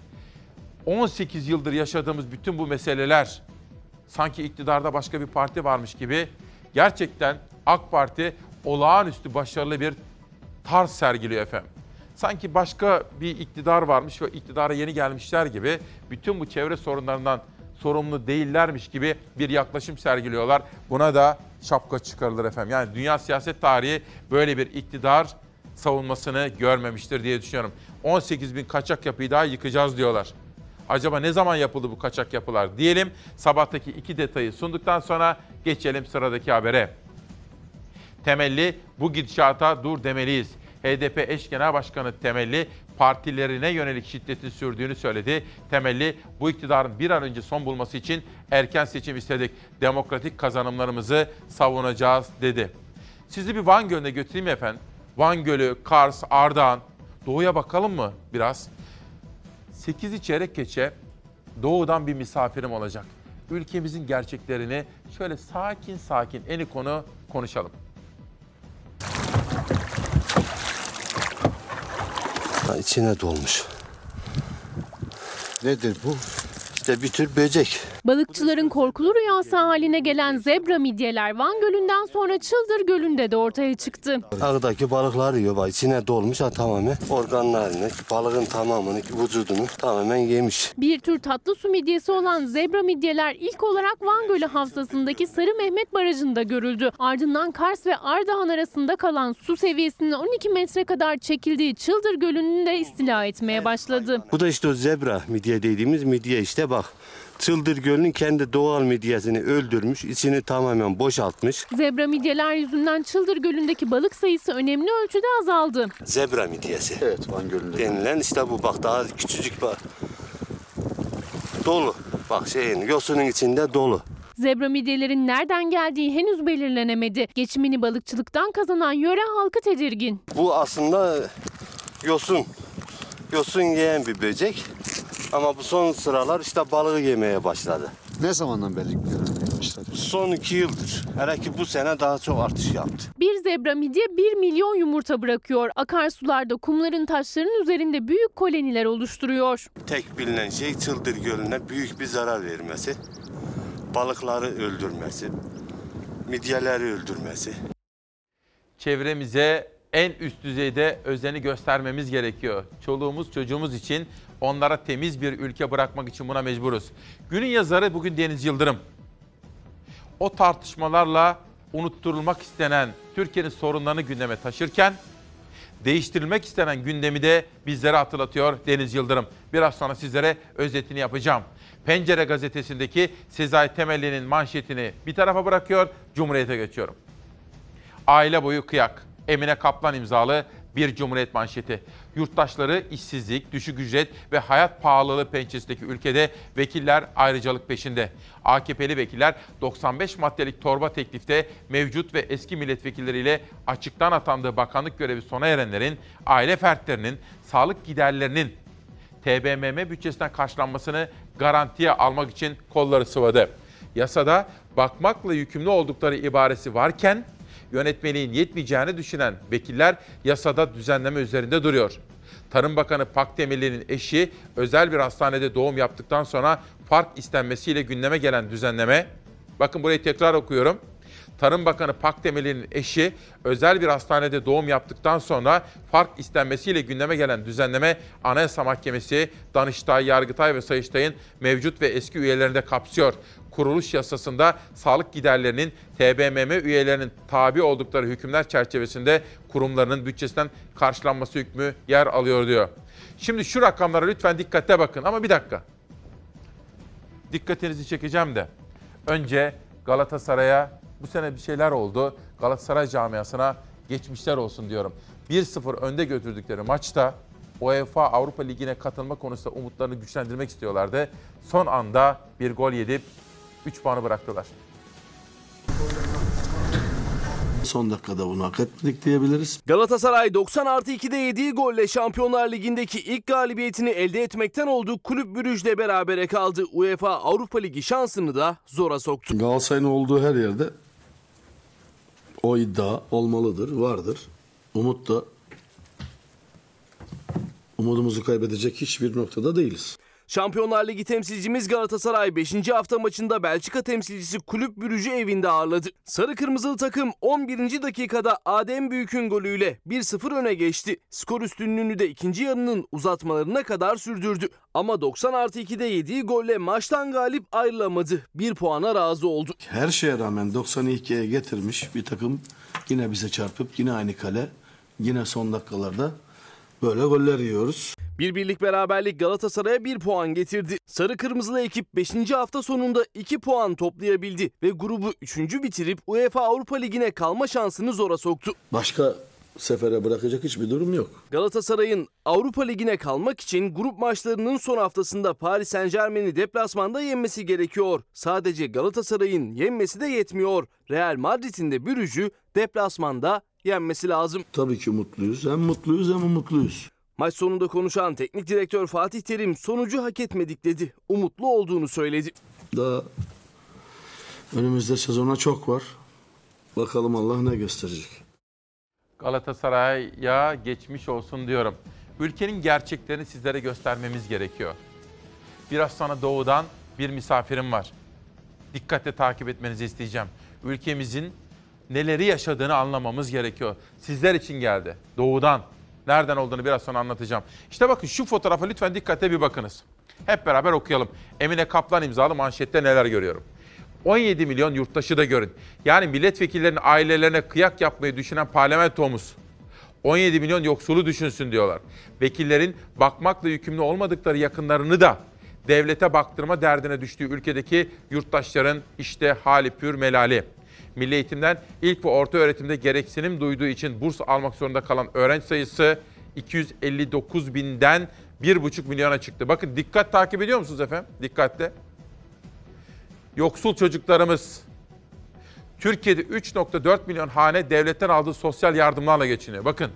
18 yıldır yaşadığımız bütün bu meseleler sanki iktidarda başka bir parti varmış gibi gerçekten AK Parti olağanüstü başarılı bir tarz sergiliyor efendim. Sanki başka bir iktidar varmış ve iktidara yeni gelmişler gibi bütün bu çevre sorunlarından sorumlu değillermiş gibi bir yaklaşım sergiliyorlar. Buna da şapka çıkarılır efendim. Yani dünya siyaset tarihi böyle bir iktidar savunmasını görmemiştir diye düşünüyorum. 18.000 kaçak yapıyı daha yıkacağız diyorlar. Acaba ne zaman yapıldı bu kaçak yapılar diyelim. Sabahtaki iki detayı sunduktan sonra geçelim sıradaki habere. Temelli bu gidişata dur demeliyiz. HDP eş genel başkanı Temelli partilerine yönelik şiddetin sürdüğünü söyledi. Temelli bu iktidarın bir an önce son bulması için erken seçim istedik. Demokratik kazanımlarımızı savunacağız dedi. Sizi bir Van Gölü'ne götüreyim mi efendim? Van Gölü, Kars, Ardahan. Doğuya bakalım mı biraz? 8'i çeyrek geçe doğudan bir misafirim olacak. Ülkemizin gerçeklerini şöyle sakin sakin eni konu konuşalım. İçine dolmuş. Nedir bu? İşte bir tür böcek. Balıkçıların korkulu rüyası haline gelen zebra midyeler Van Gölü'nden sonra Çıldır Gölü'nde de ortaya çıktı. Ağdaki balıklar yiyor. Bak içine dolmuş tamamen organlarını, balığın tamamını, vücudunu tamamen yemiş. Bir tür tatlı su midyesi olan zebra midyeler ilk olarak Van Gölü havzasındaki Sarı Mehmet Barajı'nda görüldü. Ardından Kars ve Ardahan arasında kalan su seviyesinin 12 metre kadar çekildiği Çıldır Gölü'nü de istila etmeye başladı. Bu da işte o zebra midye dediğimiz midye işte bak. Çıldır Gölü'nün kendi doğal midyesini öldürmüş, içini tamamen boşaltmış. Zebra midyeler yüzünden Çıldır Gölü'ndeki balık sayısı önemli ölçüde azaldı. Zebra midyesi. Evet, Van Gölü'nde. Denilen işte bu bak daha küçücük bak. Dolu. Bak yosunun içinde dolu. Zebra midyelerin nereden geldiği henüz belirlenemedi. Geçimini balıkçılıktan kazanan yöre halkı tedirgin. Bu aslında yosun yiyen bir böcek. Ama bu son sıralar işte balığı yemeye başladı. Ne zamandan beri başladı. Son 2 yıldır. Hele ki bu sene daha çok artış yaptı. Bir zebra midye 1 milyon yumurta bırakıyor. Akarsularda kumların taşların üzerinde büyük koloniler oluşturuyor. Tek bilinen şey Çıldır Gölü'ne büyük bir zarar vermesi. Balıkları öldürmesi. Midyeleri öldürmesi. Çevremize en üst düzeyde özeni göstermemiz gerekiyor. Çoluğumuz çocuğumuz için onlara temiz bir ülke bırakmak için buna mecburuz. Günün yazarı bugün Deniz Yıldırım. O tartışmalarla unutturulmak istenen Türkiye'nin sorunlarını gündeme taşırken değiştirilmek istenen gündemi de bizlere hatırlatıyor Deniz Yıldırım. Biraz sonra sizlere özetini yapacağım. Pencere gazetesindeki Sezai Temelli'nin manşetini bir tarafa bırakıyor, Cumhuriyet'e geçiyorum. Aile boyu kıyak. Emine Kaplan imzalı bir Cumhuriyet manşeti. Yurttaşları işsizlik, düşük ücret ve hayat pahalılığı pençesindeki ülkede vekiller ayrıcalık peşinde. AKP'li vekiller 95 maddelik torba teklifte mevcut ve eski milletvekilleriyle açıktan atandığı bakanlık görevi sona erenlerin, aile fertlerinin, sağlık giderlerinin TBMM bütçesinden karşılanmasını garantiye almak için kolları sıvadı. Yasada bakmakla yükümlü oldukları ibaresi varken yönetmeliğin yetmeyeceğini düşünen vekiller yasada düzenleme üzerinde duruyor. Tarım Bakanı Pakdemirli'nin eşi özel bir hastanede doğum yaptıktan sonra fark istenmesiyle gündeme gelen düzenleme, bakın burayı tekrar okuyorum. Tarım Bakanı Pakdemirli'nin eşi özel bir hastanede doğum yaptıktan sonra fark istenmesiyle gündeme gelen düzenleme Anayasa Mahkemesi, Danıştay, Yargıtay ve Sayıştay'ın mevcut ve eski üyelerini de kapsıyor. Kuruluş yasasında sağlık giderlerinin TBMM üyelerinin tabi oldukları hükümler çerçevesinde kurumlarının bütçesinden karşılanması hükmü yer alıyor diyor. Şimdi şu rakamlara lütfen dikkatle bakın ama bir dakika. Dikkatinizi çekeceğim de. Önce Galatasaray'a bu sene bir şeyler oldu. Galatasaray camiasına geçmişler olsun diyorum. 1-0 önde götürdükleri maçta UEFA Avrupa Ligi'ne katılma konusunda umutlarını güçlendirmek istiyorlardı. Son anda bir gol yedip 3 puanı bıraktılar. Son dakikada bunu hak etmedik diyebiliriz. Galatasaray 90+2'de yediği golle Şampiyonlar Ligi'ndeki ilk galibiyetini elde etmekten olduğu Kulüp Brugge'le berabere kaldı. UEFA Avrupa Ligi şansını da zora soktu. Galatasaray'ın olduğu her yerde o iddia olmalıdır, vardır. Umut da umudumuzu kaybedecek hiçbir noktada değiliz. Şampiyonlar Ligi temsilcimiz Galatasaray 5. hafta maçında Belçika temsilcisi Kulüp Brugge'ü evinde ağırladı. Sarı kırmızılı takım 11. dakikada Adem Büyük'ün golüyle 1-0 öne geçti. Skor üstünlüğünü de ikinci yarının uzatmalarına kadar sürdürdü. Ama 90+2'de yediği golle maçtan galip ayrılamadı. 1 puana razı oldu. Her şeye rağmen 92'ye getirmiş bir takım yine bize çarpıp yine aynı kale, yine son dakikalarda böyle goller yiyoruz. Bir birlik beraberlik Galatasaray'a 1 puan getirdi. Sarı kırmızılı ekip 5. hafta sonunda 2 puan toplayabildi ve grubu 3. bitirip UEFA Avrupa Ligi'ne kalma şansını zora soktu. Başka sefere bırakacak hiçbir durum yok. Galatasaray'ın Avrupa Ligi'ne kalmak için grup maçlarının son haftasında Paris Saint-Germain'i deplasmanda yenmesi gerekiyor. Sadece Galatasaray'ın yenmesi de yetmiyor. Real Madrid'in de Brugge'ü deplasmanda yenmesi lazım. Tabii ki mutluyuz. Hem mutluyuz hem umutluyuz. Maç sonunda konuşan teknik direktör Fatih Terim sonucu hak etmedik dedi. Umutlu olduğunu söyledi. Daha önümüzde sezona çok var. Bakalım Allah ne gösterecek. Galatasaray'a geçmiş olsun diyorum. Ülkenin gerçeklerini sizlere göstermemiz gerekiyor. Biraz sonra doğudan bir misafirim var. Dikkatle takip etmenizi isteyeceğim. Ülkemizin neleri yaşadığını anlamamız gerekiyor. Sizler için geldi. Doğudan. Nereden olduğunu biraz sonra anlatacağım. İşte bakın şu fotoğrafa lütfen dikkatle bir bakınız. Hep beraber okuyalım. Emine Kaplan imzalı manşette neler görüyorum. 17 milyon yurttaşı da görün. Yani milletvekillerinin ailelerine kıyak yapmayı düşünen parlamentomuz. 17 milyon yoksulu düşünsün diyorlar. Vekillerin bakmakla yükümlü olmadıkları yakınlarını da devlete baktırma derdine düştüğü ülkedeki yurttaşların işte hali pür melali. Milli Eğitim'den ilk ve orta öğretimde gereksinim duyduğu için burs almak zorunda kalan öğrenci sayısı 259 binden 1,5 milyona çıktı. Bakın dikkat takip ediyor musunuz efendim? Dikkatle. Yoksul çocuklarımız. Türkiye'de 3,4 milyon hane devletten aldığı sosyal yardımlarla geçiniyor. Bakın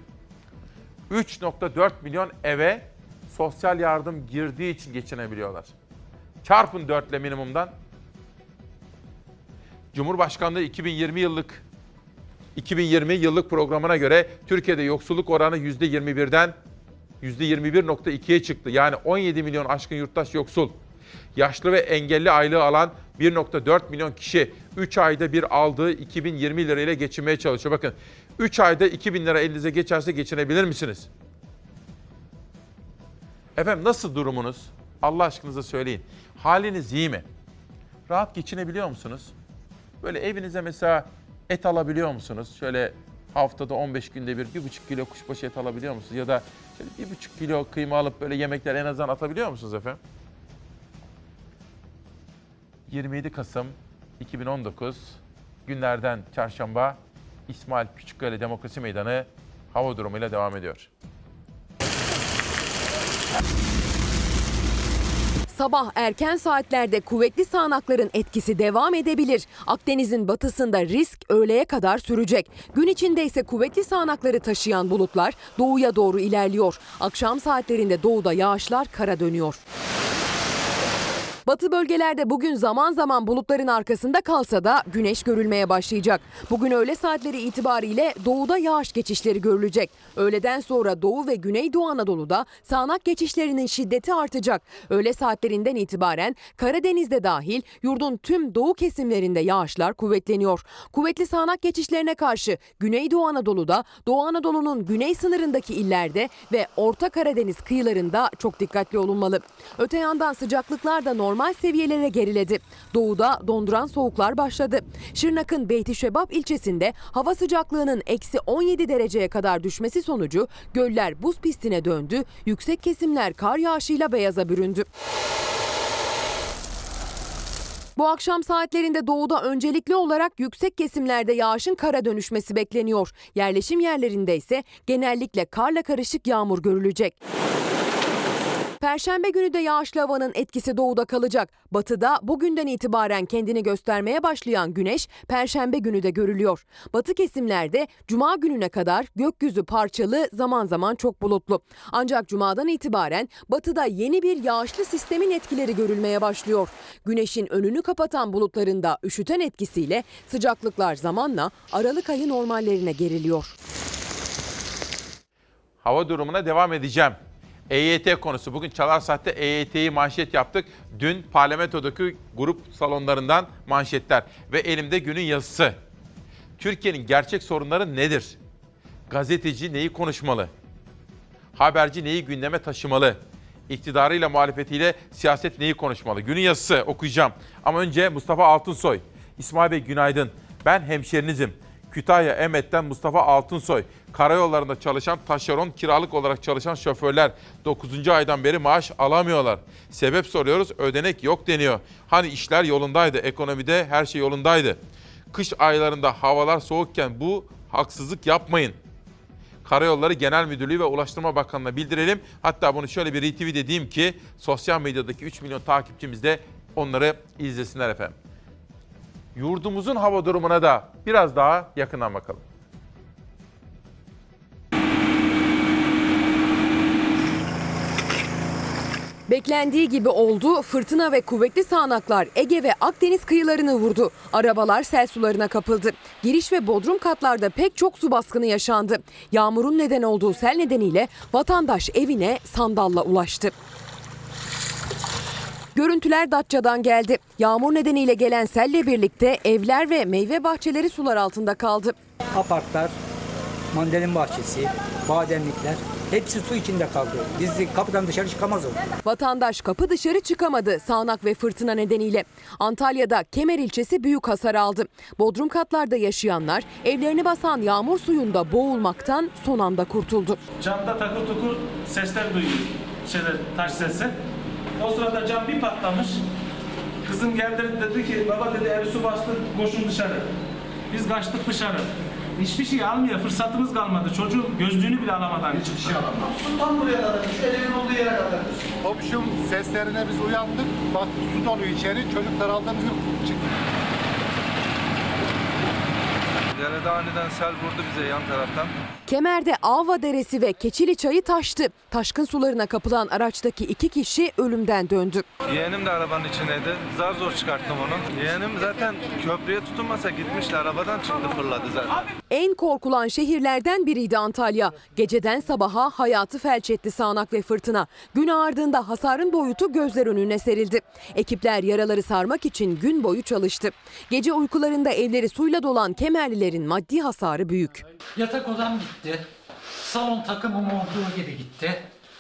3,4 milyon eve sosyal yardım girdiği için geçinebiliyorlar. Çarpın 4 ile minimumdan. Cumhurbaşkanlığı 2020 yıllık programına göre Türkiye'de yoksulluk oranı %21'den %21.2'ye çıktı. Yani 17 milyon aşkın yurttaş yoksul. Yaşlı ve engelli aylığı alan 1.4 milyon kişi 3 ayda bir aldığı 2020 lirayla geçinmeye çalışıyor. Bakın 3 ayda 2000 lira elinize geçerse geçinebilir misiniz? Efendim nasıl durumunuz? Allah aşkınıza söyleyin. Haliniz iyi mi? Rahat geçinebiliyor musunuz? Böyle evinize mesela et alabiliyor musunuz? Şöyle haftada 15 günde bir 1,5 kilo kuşbaşı et alabiliyor musunuz? Ya da şöyle 1,5 kilo kıyma alıp böyle yemekler en azından atabiliyor musunuz efendim? 27 Kasım 2019 günlerden çarşamba İsmail Küçükkaya Demokrasi Meydanı hava durumuyla devam ediyor. Sabah erken saatlerde kuvvetli sağanakların etkisi devam edebilir. Akdeniz'in batısında risk öğleye kadar sürecek. Gün içinde ise kuvvetli sağanakları taşıyan bulutlar doğuya doğru ilerliyor. Akşam saatlerinde doğuda yağışlar kara dönüyor. Batı bölgelerde bugün zaman zaman bulutların arkasında kalsa da güneş görülmeye başlayacak. Bugün öğle saatleri itibariyle doğuda yağış geçişleri görülecek. Öğleden sonra Doğu ve Güneydoğu Anadolu'da sağanak geçişlerinin şiddeti artacak. Öğle saatlerinden itibaren Karadeniz'de dahil yurdun tüm doğu kesimlerinde yağışlar kuvvetleniyor. Kuvvetli sağanak geçişlerine karşı Güneydoğu Anadolu'da, Doğu Anadolu'nun güney sınırındaki illerde ve Orta Karadeniz kıyılarında çok dikkatli olunmalı. Öte yandan sıcaklıklar da normal seviyelere geriledi. Doğuda donduran soğuklar başladı. Şırnak'ın Beytişebap ilçesinde hava sıcaklığının -17 dereceye kadar düşmesi sonucu göller buz pistine döndü, yüksek kesimler kar yağışıyla beyaza büründü. Bu akşam saatlerinde doğuda öncelikli olarak yüksek kesimlerde yağışın kara dönüşmesi bekleniyor. Yerleşim yerlerinde ise genellikle karla karışık yağmur görülecek. Perşembe günü de yağışlı havanın etkisi doğuda kalacak. Batıda bugünden itibaren kendini göstermeye başlayan güneş Perşembe günü de görülüyor. Batı kesimlerde Cuma gününe kadar gökyüzü parçalı, zaman zaman çok bulutlu. Ancak Cuma'dan itibaren batıda yeni bir yağışlı sistemin etkileri görülmeye başlıyor. Güneşin önünü kapatan bulutların da üşüten etkisiyle sıcaklıklar zamanla Aralık ayı normallerine geriliyor. Hava durumuna devam edeceğim. EYT konusu. Bugün Çalar Saat'te EYT'yi manşet yaptık. Dün parlamentodaki grup salonlarından manşetler. Ve elimde günün yazısı. Türkiye'nin gerçek sorunları nedir? Gazeteci neyi konuşmalı? Haberci neyi gündeme taşımalı? İktidarıyla, muhalefetiyle siyaset neyi konuşmalı? Günün yazısı okuyacağım. Ama önce Mustafa Altınsoy. İsmail Bey günaydın. Ben hemşerinizim. Kütahya Emet'ten Mustafa Altınsoy. Karayollarında çalışan taşeron, kiralık olarak çalışan şoförler 9. aydan beri maaş alamıyorlar. Sebep soruyoruz, ödenek yok deniyor. Hani işler yolundaydı, ekonomide her şey yolundaydı. Kış aylarında havalar soğukken bu haksızlık yapmayın. Karayolları Genel Müdürlüğü ve Ulaştırma Bakanlığı'na bildirelim. Hatta bunu şöyle bir retweet edeyim ki sosyal medyadaki 3 milyon takipçimiz de onları izlesinler efendim. Yurdumuzun hava durumuna da biraz daha yakından bakalım. Beklendiği gibi oldu. Fırtına ve kuvvetli sağanaklar Ege ve Akdeniz kıyılarını vurdu. Arabalar sel sularına kapıldı. Giriş ve bodrum katlarda pek çok su baskını yaşandı. Yağmurun neden olduğu sel nedeniyle vatandaş evine sandalla ulaştı. Görüntüler Datça'dan geldi. Yağmur nedeniyle gelen selle birlikte evler ve meyve bahçeleri sular altında kaldı. Apartlar, mandalin bahçesi, bademlikler hepsi su içinde kaldı. Biz kapıdan dışarı çıkamaz olduk. Vatandaş kapı dışarı çıkamadı sağanak ve fırtına nedeniyle. Antalya'da Kemer ilçesi büyük hasar aldı. Bodrum katlarda yaşayanlar evlerini basan yağmur suyunda boğulmaktan son anda kurtuldu. Camda takır tukur sesler duyuyor. Taş sesi. O sırada cam bir patlamış. Kızım geldi dedi ki baba dedi evi su bastı koşun dışarı. Biz kaçtık dışarı. Hiçbir şey almıyor. Fırsatımız kalmadı. Çocuğun gözlüğünü bile alamadan hiçbir şey alamadı. Su tam buraya kadar. Şu elimin olduğu yere kadar. Komşum seslerine biz uyandık. Bak su dolu içeri. Çocuklar aldığımız gibi çıktı. Derede aniden sel vurdu bize yan taraftan. Kemer'de Avva Deresi ve Keçili Çayı taştı. Taşkın sularına kapılan araçtaki 2 kişi ölümden döndü. Yeğenim de arabanın içindeydi. Zar zor çıkarttım onu. Yeğenim zaten köprüye tutunmasa gitmişti. Arabadan çıktı, fırladı zaten. En korkulan şehirlerden biriydi Antalya. Geceden sabaha hayatı felç etti sağanak ve fırtına. Gün ardında hasarın boyutu gözler önüne serildi. Ekipler yaraları sarmak için gün boyu çalıştı. Gece uykularında evleri suyla dolan Kemerlilerin maddi hasarı büyük. Yatak odam gitti. Salon takımım olduğu gibi gitti.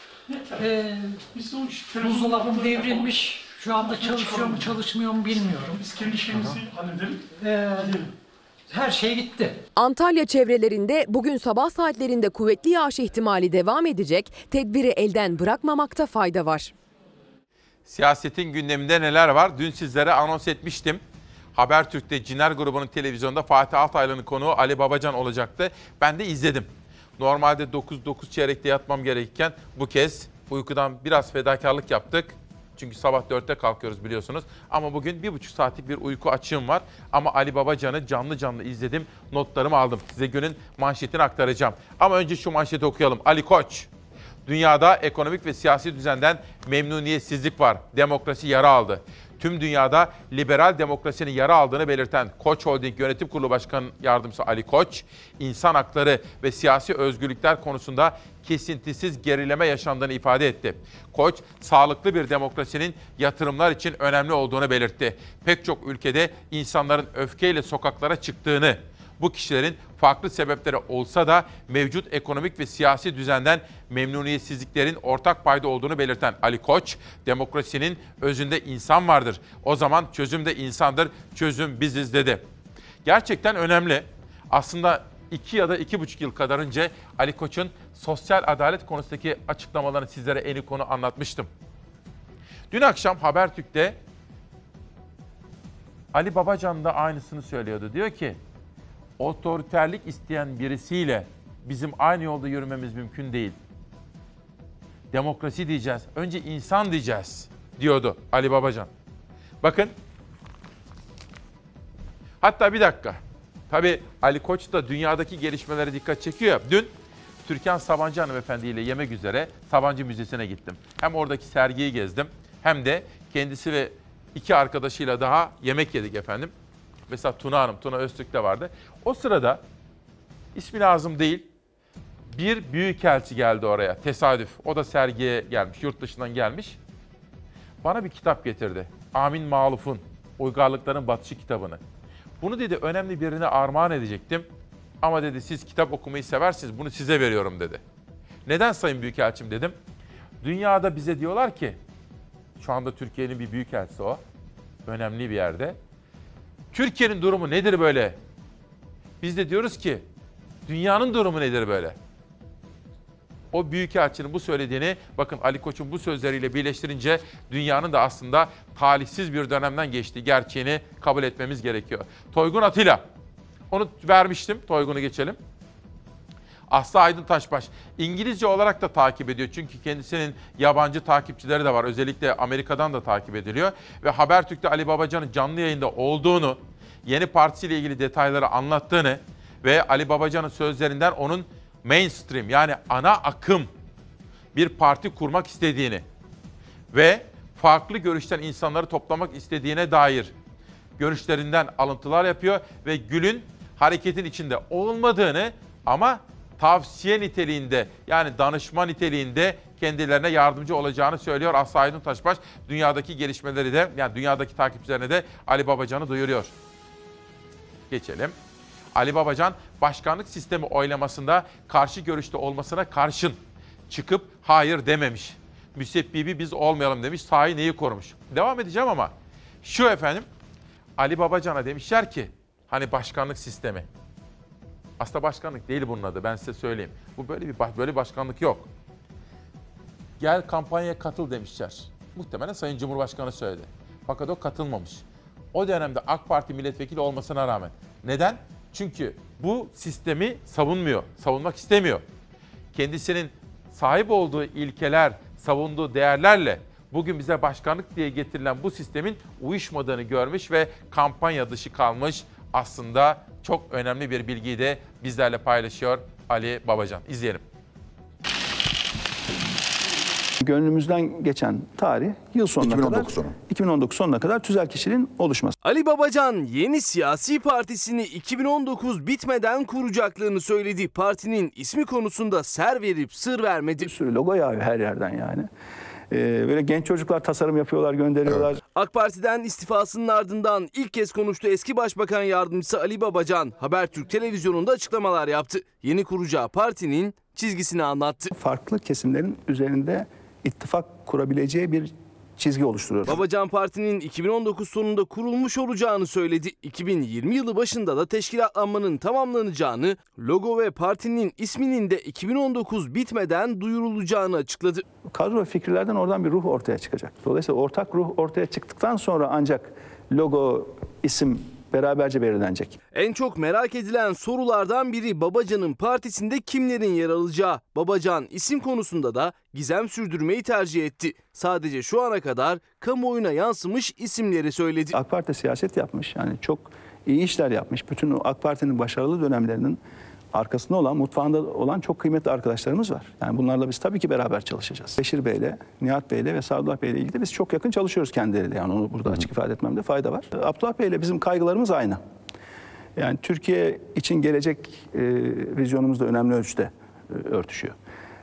Buzdolabım devrilmiş. Şu anda çalışıyor mu çalışmıyor mu bilmiyorum. Biz kendi işimizi halledelim. Her şey gitti. Antalya çevrelerinde bugün sabah saatlerinde kuvvetli yağış ihtimali devam edecek. Tedbiri elden bırakmamakta fayda var. Siyasetin gündeminde neler var? Dün sizlere anons etmiştim. Habertürk'te Ciner grubunun televizyonda Fatih Altaylı'nın konuğu Ali Babacan olacaktı. Ben de izledim. Normalde 9 çeyrekte yatmam gerekirken bu kez uykudan biraz fedakarlık yaptık. Çünkü sabah 4'te kalkıyoruz biliyorsunuz. Ama bugün 1,5 saatlik bir uyku açığım var. Ama Ali Babacan'ı canlı izledim. Notlarımı aldım. Size günün manşetini aktaracağım. Ama önce şu manşeti okuyalım. Ali Koç. Dünyada ekonomik ve siyasi düzenden memnuniyetsizlik var. Demokrasi yara aldı. Tüm dünyada liberal demokrasinin yara aldığını belirten Koç Holding Yönetim Kurulu Başkanı Yardımcısı Ali Koç, insan hakları ve siyasi özgürlükler konusunda kesintisiz gerileme yaşandığını ifade etti. Koç, sağlıklı bir demokrasinin yatırımlar için önemli olduğunu belirtti. Pek çok ülkede insanların öfkeyle sokaklara çıktığını, bu kişilerin farklı sebepleri olsa da mevcut ekonomik ve siyasi düzenden memnuniyetsizliklerin ortak payda olduğunu belirten Ali Koç, demokrasinin özünde insan vardır. O zaman çözüm de insandır, çözüm biziz dedi. Gerçekten önemli. Aslında 2 ya da 2,5 yıl kadar önce Ali Koç'un sosyal adalet konusundaki açıklamalarını sizlere en iyi konu anlatmıştım. Dün akşam Habertürk'te Ali Babacan da aynısını söylüyordu. Diyor ki, otoriterlik isteyen birisiyle bizim aynı yolda yürümemiz mümkün değil. Demokrasi diyeceğiz, önce insan diyeceğiz diyordu Ali Babacan. Bakın, hatta bir dakika. Tabii Ali Koç da dünyadaki gelişmelere dikkat çekiyor. Dün Türkan Sabancı hanımefendi ile yemek üzere Sabancı Müzesi'ne gittim. Hem oradaki sergiyi gezdim hem de kendisi ve 2 arkadaşıyla daha yemek yedik efendim. Mesela Tuna Hanım, Tuna Öztürk de vardı. O sırada ismi lazım değil, bir büyükelçi geldi oraya, tesadüf. O da sergiye gelmiş, yurt dışından gelmiş. Bana bir kitap getirdi. Amin Maluf'un Uygarlıkların Batışı kitabını. Bunu dedi önemli birine armağan edecektim. Ama dedi siz kitap okumayı seversiniz, bunu size veriyorum dedi. Neden Sayın Büyükelçim dedim. Dünyada bize diyorlar ki, şu anda Türkiye'nin bir büyükelçisi o, önemli bir yerde. Türkiye'nin durumu nedir böyle? Biz de diyoruz ki dünyanın durumu nedir böyle? O büyükelçinin bu söylediğini bakın Ali Koç'un bu sözleriyle birleştirince dünyanın da aslında talihsiz bir dönemden geçtiği gerçeğini kabul etmemiz gerekiyor. Toygun Atilla. Onu vermiştim. Toygun'u geçelim. Aslı Aydın Taşbaş. İngilizce olarak da takip ediyor. Çünkü kendisinin yabancı takipçileri de var. Özellikle Amerika'dan da takip ediliyor. Ve Habertürk'te Ali Babacan'ın canlı yayında olduğunu, yeni partisiyle ilgili detayları anlattığını ve Ali Babacan'ın sözlerinden onun mainstream yani ana akım bir parti kurmak istediğini ve farklı görüşten insanları toplamak istediğine dair görüşlerinden alıntılar yapıyor ve Gül'ün hareketin içinde olmadığını ama tavsiye niteliğinde yani danışma niteliğinde kendilerine yardımcı olacağını söylüyor Aslı Aydın Taşbaş. Dünyadaki gelişmeleri de yani dünyadaki takipçilerine de Ali Babacan'ı duyuruyor. Geçelim. Ali Babacan başkanlık sistemi oylamasında karşı görüşte olmasına karşın çıkıp hayır dememiş. Müsebbibi biz olmayalım demiş. Sahi neyi korumuş. Devam edeceğim ama şu efendim Ali Babacan'a demişler ki hani başkanlık sistemi. Aslında başkanlık değil bunun adı ben size söyleyeyim. Bu böyle başkanlık yok. Gel kampanyaya katıl demişler. Muhtemelen Sayın Cumhurbaşkanı söyledi. Fakat o katılmamış. O dönemde AK Parti milletvekili olmasına rağmen. Neden? Çünkü bu sistemi savunmuyor, savunmak istemiyor. Kendisinin sahip olduğu ilkeler, savunduğu değerlerle bugün bize başkanlık diye getirilen bu sistemin uyuşmadığını görmüş ve kampanya dışı kalmış. Aslında Çok önemli bir bilgiyi de bizlerle paylaşıyor Ali Babacan. İzleyelim. Gönlümüzden geçen tarih yıl sonuna 2019 kadar, 2019 sonuna kadar tüzel kişiliğin oluşması. Ali Babacan yeni siyasi partisini 2019 bitmeden kuracaklarını söyledi. Partinin ismi konusunda ser verip sır vermedi. Bir sürü logo yağıyor her yerden yani. Böyle genç çocuklar tasarım yapıyorlar, gönderiyorlar. Evet. AK Parti'den istifasının ardından ilk kez konuştu eski Başbakan Yardımcısı Ali Babacan. Habertürk televizyonunda açıklamalar yaptı. Yeni kuracağı partinin çizgisini anlattı. Farklı kesimlerin üzerinde ittifak kurabileceği bir çizgi oluşturuyor. Babacan Parti'nin 2019 sonunda kurulmuş olacağını söyledi. 2020 yılı başında da teşkilatlanmanın tamamlanacağını, logo ve partinin isminin de 2019 bitmeden duyurulacağını açıkladı. Kadro ve fikirlerden oradan bir ruh ortaya çıkacak. Dolayısıyla ortak ruh ortaya çıktıktan sonra ancak logo, isim beraberce belirlenecek. En çok merak edilen sorulardan biri Babacan'ın partisinde kimlerin yer alacağı. Babacan isim konusunda da gizem sürdürmeyi tercih etti. Sadece şu ana kadar kamuoyuna yansımış isimleri söyledi. AK Parti siyaset yapmış. Yani çok iyi işler yapmış. Bütün o AK Parti'nin başarılı dönemlerinin arkasında olan, mutfağında olan çok kıymetli arkadaşlarımız var. Yani bunlarla biz tabii ki beraber çalışacağız. Beşir Bey'le, Nihat Bey'le ve Sadullah Bey'le ilgili biz çok yakın çalışıyoruz kendileriyle. Yani onu burada açık ifade etmemde fayda var. Abdullah Bey'le bizim kaygılarımız aynı. Yani Türkiye için gelecek vizyonumuz da önemli ölçüde örtüşüyor.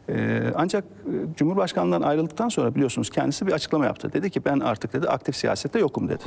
Ancak Cumhurbaşkanlığından ayrıldıktan sonra biliyorsunuz kendisi bir açıklama yaptı. Dedi ki ben artık dedi aktif siyasette yokum dedi.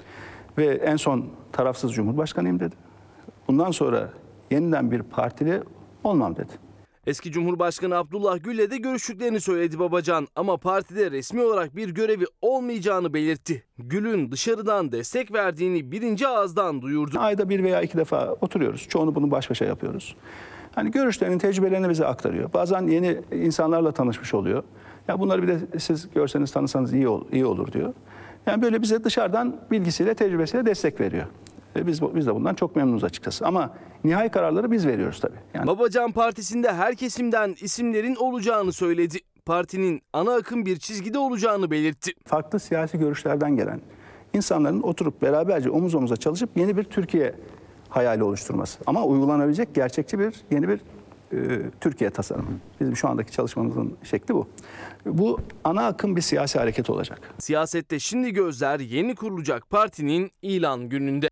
Ve en son tarafsız Cumhurbaşkanıyım dedi. Bundan sonra yeniden bir partili olmam dedi. Eski Cumhurbaşkanı Abdullah Gül'le de görüştüklerini söyledi Babacan ama partide resmi olarak bir görevi olmayacağını belirtti. Gül'ün dışarıdan destek verdiğini birinci ağızdan duyurdu. Ayda 1 veya 2 defa oturuyoruz. Çoğunu bunu baş başa yapıyoruz. Hani görüşlerini, tecrübelerini bize aktarıyor. Bazen yeni insanlarla tanışmış oluyor. Ya bunları bir de siz görseniz, tanısanız iyi olur diyor. Yani böyle bize dışarıdan bilgisiyle, tecrübesiyle destek veriyor. Biz de bundan çok memnunuz açıkçası. Ama nihai kararları biz veriyoruz tabii. Yani Babacan Partisi'nde her kesimden isimlerin olacağını söyledi. Partinin ana akım bir çizgide olacağını belirtti. Farklı siyasi görüşlerden gelen insanların oturup beraberce omuz omuza çalışıp yeni bir Türkiye hayali oluşturması. Ama uygulanabilecek gerçekçi yeni bir Türkiye tasarımı. Bizim şu andaki çalışmamızın şekli bu. Bu ana akım bir siyasi hareket olacak. Siyasette şimdi gözler yeni kurulacak partinin ilan gününde.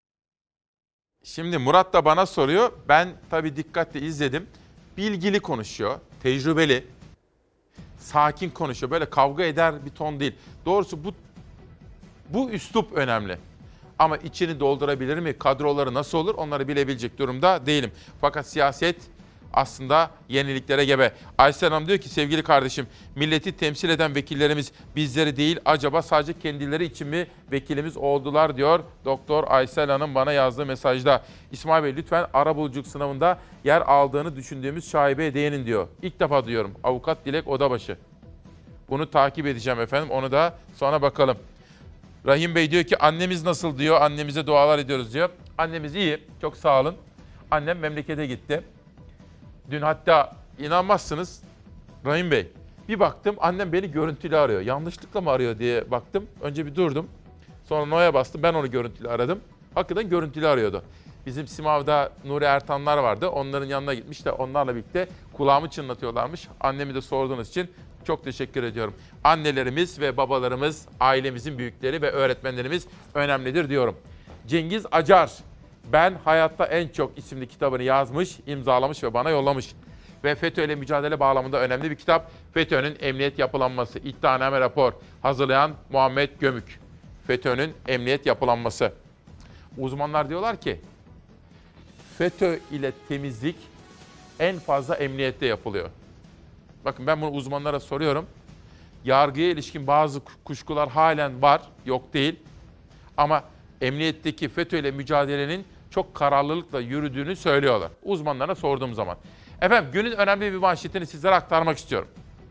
Şimdi Murat da bana soruyor. Ben tabii dikkatle izledim. Bilgili konuşuyor, tecrübeli, sakin konuşuyor. Böyle kavga eder bir ton değil. Doğrusu bu üslup önemli. Ama içini doldurabilir mi? Kadroları nasıl olur? Onları bilebilecek durumda değilim. Fakat siyaset aslında yeniliklere gebe. Aysel Hanım diyor ki sevgili kardeşim, milleti temsil eden vekillerimiz bizleri değil acaba sadece kendileri için mi vekilimiz oldular diyor Doktor Aysel Hanım bana yazdığı mesajda. İsmail Bey lütfen arabuluculuk sınavında yer aldığını düşündüğümüz şaibeye değinin diyor. İlk defa duyuyorum. Avukat Dilek Odabaşı. Bunu takip edeceğim efendim. Onu da sonra bakalım. Rahim Bey diyor ki annemiz nasıl diyor. Annemize dualar ediyoruz diyor. Annemiz iyi. Çok sağ olun. Annem memlekete gitti. Dün hatta inanmazsınız Rahim Bey. Bir baktım annem beni görüntülü arıyor. Yanlışlıkla mı arıyor diye baktım. Önce bir durdum. Sonra no'ya bastım. Ben onu görüntülü aradım. Hakikaten görüntülü arıyordu. Bizim Simav'da Nuri Ertanlar vardı. Onların yanına gitmiş de onlarla birlikte kulağımı çınlatıyorlarmış. Annemi de sorduğunuz için çok teşekkür ediyorum. Annelerimiz ve babalarımız, ailemizin büyükleri ve öğretmenlerimiz önemlidir diyorum. Cengiz Acar, Ben Hayatta En Çok isimli kitabını yazmış, imzalamış ve bana yollamış. Ve FETÖ ile mücadele bağlamında önemli bir kitap. FETÖ'nün emniyet yapılanması, iddianame rapor hazırlayan Muhammed Gömük. FETÖ'nün emniyet yapılanması. Uzmanlar diyorlar ki, FETÖ ile temizlik en fazla emniyette yapılıyor. Bakın ben bunu uzmanlara soruyorum. Yargıya ilişkin bazı kuşkular halen var, yok değil. Ama emniyetteki FETÖ ile mücadelenin çok kararlılıkla yürüdüğünü söylüyorlar. Uzmanlara sorduğum zaman. Efendim günün önemli bir manşetini sizlere aktarmak istiyorum.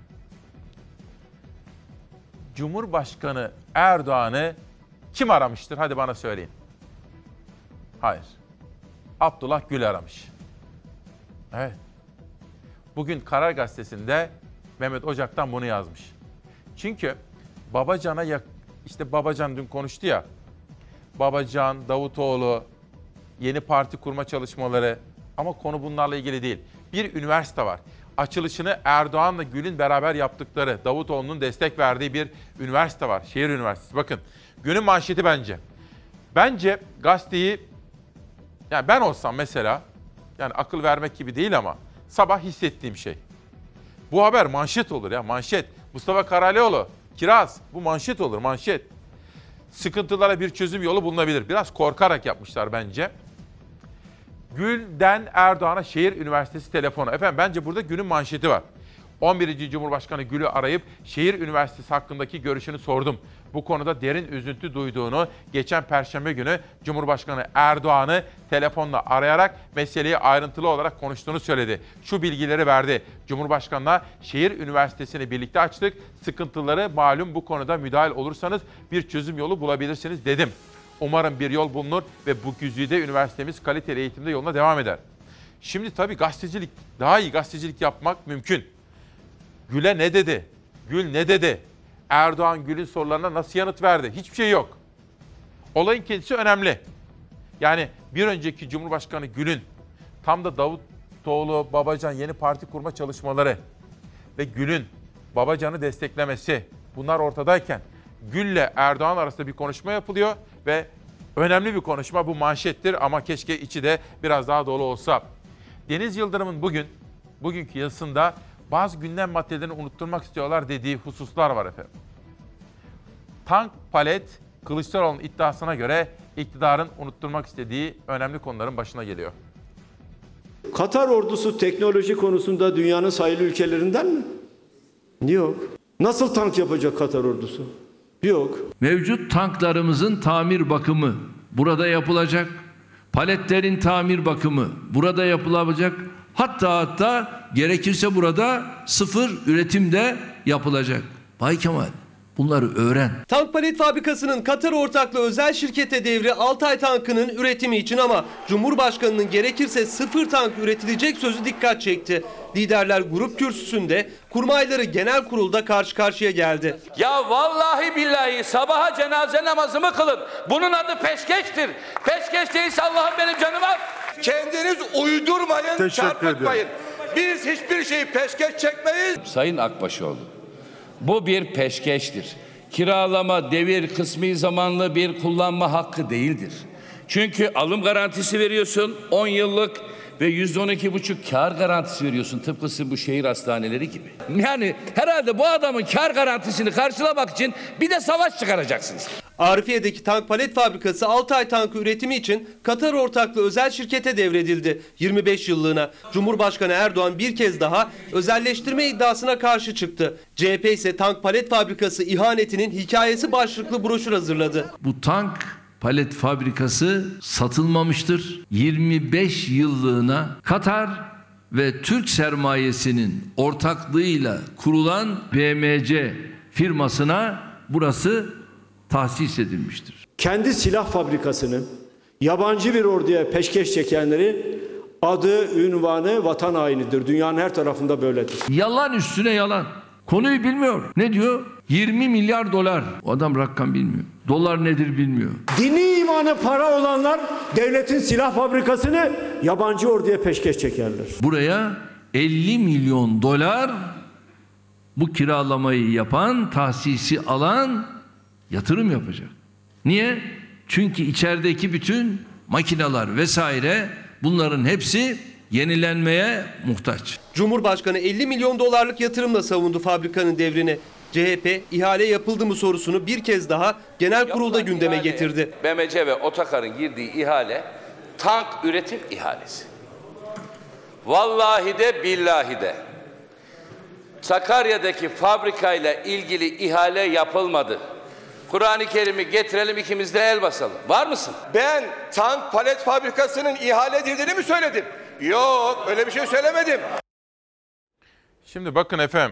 Cumhurbaşkanı Erdoğan'ı kim aramıştır? Hadi bana söyleyin. Hayır. Abdullah Gül aramış. Evet. Bugün Karar Gazetesi'nde Mehmet Ocak'tan bunu yazmış. Çünkü Babacan'a işte Babacan dün konuştu ya. Babacan, Davutoğlu, yeni parti kurma çalışmaları, ama konu bunlarla ilgili değil. Bir üniversite var. Açılışını Erdoğan'la Gül'ün beraber yaptıkları, Davutoğlu'nun destek verdiği bir üniversite var. Şehir Üniversitesi. Bakın, günün manşeti bence. Bence gazeteyi, yani ben olsam mesela, yani akıl vermek gibi değil ama sabah hissettiğim şey. Bu haber manşet olur ya, manşet. Mustafa Karalioğlu, Kiraz, bu manşet olur, manşet. Sıkıntılara bir çözüm yolu bulunabilir. Biraz korkarak yapmışlar bence. Gül'den Erdoğan'a Şehir Üniversitesi telefonu. Efendim bence burada günün manşeti var. 11. Cumhurbaşkanı Gül'ü arayıp Şehir Üniversitesi hakkındaki görüşünü sordum. Bu konuda derin üzüntü duyduğunu, geçen Perşembe günü Cumhurbaşkanı Erdoğan'ı telefonla arayarak meseleyi ayrıntılı olarak konuştuğunu söyledi. Şu bilgileri verdi. Cumhurbaşkanı'na Şehir Üniversitesi'ni birlikte açtık. Sıkıntıları malum, bu konuda müdahil olursanız bir çözüm yolu bulabilirsiniz dedim. Umarım bir yol bulunur ve bu güzide üniversitemiz kaliteli eğitimde yoluna devam eder. Şimdi tabii gazetecilik, daha iyi gazetecilik yapmak mümkün. Gül'e ne dedi? Gül ne dedi? Erdoğan Gül'ün sorularına nasıl yanıt verdi? Hiçbir şey yok. Olayın kendisi önemli. Yani bir önceki Cumhurbaşkanı Gül'ün tam da Davutoğlu, Babacan yeni parti kurma çalışmaları ve Gül'ün Babacan'ı desteklemesi, bunlar ortadayken Gül'le Erdoğan arasında bir konuşma yapılıyor ve önemli bir konuşma, bu manşettir ama keşke içi de biraz daha dolu olsa. Deniz Yıldırım'ın bugünkü yazısında bazı gündem maddelerini unutturmak istiyorlar dediği hususlar var efendim. Tank palet, Kılıçdaroğlu'nun iddiasına göre iktidarın unutturmak istediği önemli konuların başına geliyor. Katar ordusu teknoloji konusunda dünyanın sayılı ülkelerinden mi? Yok. Nasıl tank yapacak Katar ordusu? Yok. Mevcut tanklarımızın tamir bakımı burada yapılacak. Paletlerin tamir bakımı burada yapılacak. Hatta gerekirse burada sıfır üretim de yapılacak. Bay Kemal, bunları öğren. Tank palet fabrikasının Katar ortaklı özel şirkete devri Altay tankının üretimi için ama Cumhurbaşkanı'nın gerekirse sıfır tank üretilecek sözü dikkat çekti. Liderler grup kürsüsünde, kurmayları genel kurulda karşı karşıya geldi. Ya vallahi billahi sabaha cenaze namazımı kılın. Bunun adı peşkeştir. Peşkeş değilse Allah'ım benim canım al. Kendiniz uydurmayın, çarpıtmayın. Biz hiçbir şeyi peşkeş çekmeyiz. Sayın Akbaşoğlu, bu bir peşkeştir. Kiralama, devir, kısmi zamanlı bir kullanma hakkı değildir. Çünkü alım garantisi veriyorsun 10 yıllık ve %12,5 kar garantisi veriyorsun. Tıpkısı bu şehir hastaneleri gibi. Yani herhalde bu adamın kar garantisini karşılamak için bir de savaş çıkaracaksınız. Arifiye'deki tank palet fabrikası Altay tankı üretimi için Katar ortaklı özel şirkete devredildi 25 yıllığına. Cumhurbaşkanı Erdoğan bir kez daha özelleştirme iddiasına karşı çıktı. CHP ise tank palet fabrikası ihanetinin hikayesi başlıklı broşür hazırladı. Bu tank palet fabrikası satılmamıştır. 25 yıllığına Katar ve Türk sermayesinin ortaklığıyla kurulan BMC firmasına burası tahsis edilmiştir. Kendi silah fabrikasını yabancı bir orduya peşkeş çekenleri adı, ünvanı vatan hainidir. Dünyanın her tarafında böyledir. Yalan üstüne yalan. Konuyu bilmiyor. Ne diyor? 20 milyar dolar. O adam rakam bilmiyor. Dolar nedir bilmiyor. Dini imanı para olanlar devletin silah fabrikasını yabancı orduya peşkeş çekerler. Buraya 50 milyon dolar bu kiralamayı yapan, tahsisi alan yatırım yapacak. Niye? Çünkü içerideki bütün makineler vesaire, bunların hepsi yenilenmeye muhtaç. Cumhurbaşkanı 50 milyon dolarlık yatırımla savundu fabrikanın devrini. CHP ihale yapıldı mı sorusunu bir kez daha genel kurulda gündeme getirdi. BMC ve Otokar'ın girdiği ihale tank üretim ihalesi. Vallahi de billahi de Sakarya'daki fabrikayla ilgili ihale yapılmadı. Kur'an-ı Kerim'i getirelim, ikimiz de el basalım. Var mısın? Ben tank palet fabrikasının ihale edildiğini mi söyledim? Yok, öyle bir şey söylemedim. Şimdi bakın efendim,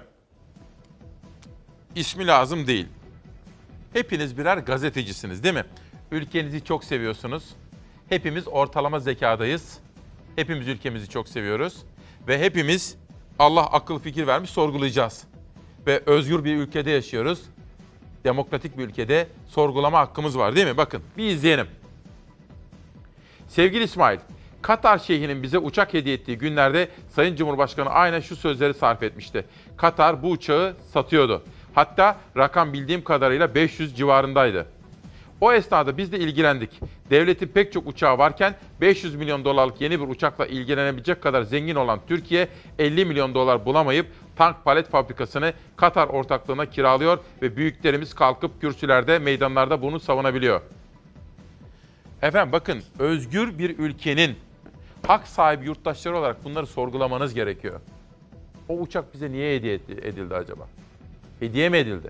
ismi lazım değil. Hepiniz birer gazetecisiniz değil mi? Ülkenizi çok seviyorsunuz. Hepimiz ortalama zekadayız. Hepimiz ülkemizi çok seviyoruz. Ve hepimiz Allah akıl fikir vermiş sorgulayacağız. Ve özgür bir ülkede yaşıyoruz. Demokratik bir ülkede sorgulama hakkımız var değil mi? Bakın bir izleyelim. Sevgili İsmail, Katar şeyhinin bize uçak hediye ettiği günlerde Sayın Cumhurbaşkanı aynen şu sözleri sarf etmişti. Katar bu uçağı satıyordu. Hatta rakam bildiğim kadarıyla 500 civarındaydı. O esnada biz de ilgilendik. Devletin pek çok uçağı varken 500 milyon dolarlık yeni bir uçakla ilgilenebilecek kadar zengin olan Türkiye 50 milyon dolar bulamayıp tank palet fabrikasını Katar ortaklığına kiralıyor ve büyüklerimiz kalkıp kürsülerde, meydanlarda bunu savunabiliyor. Efendim bakın, özgür bir ülkenin hak sahibi yurttaşları olarak bunları sorgulamanız gerekiyor. O uçak bize niye hediye edildi acaba? Hediye mi edildi?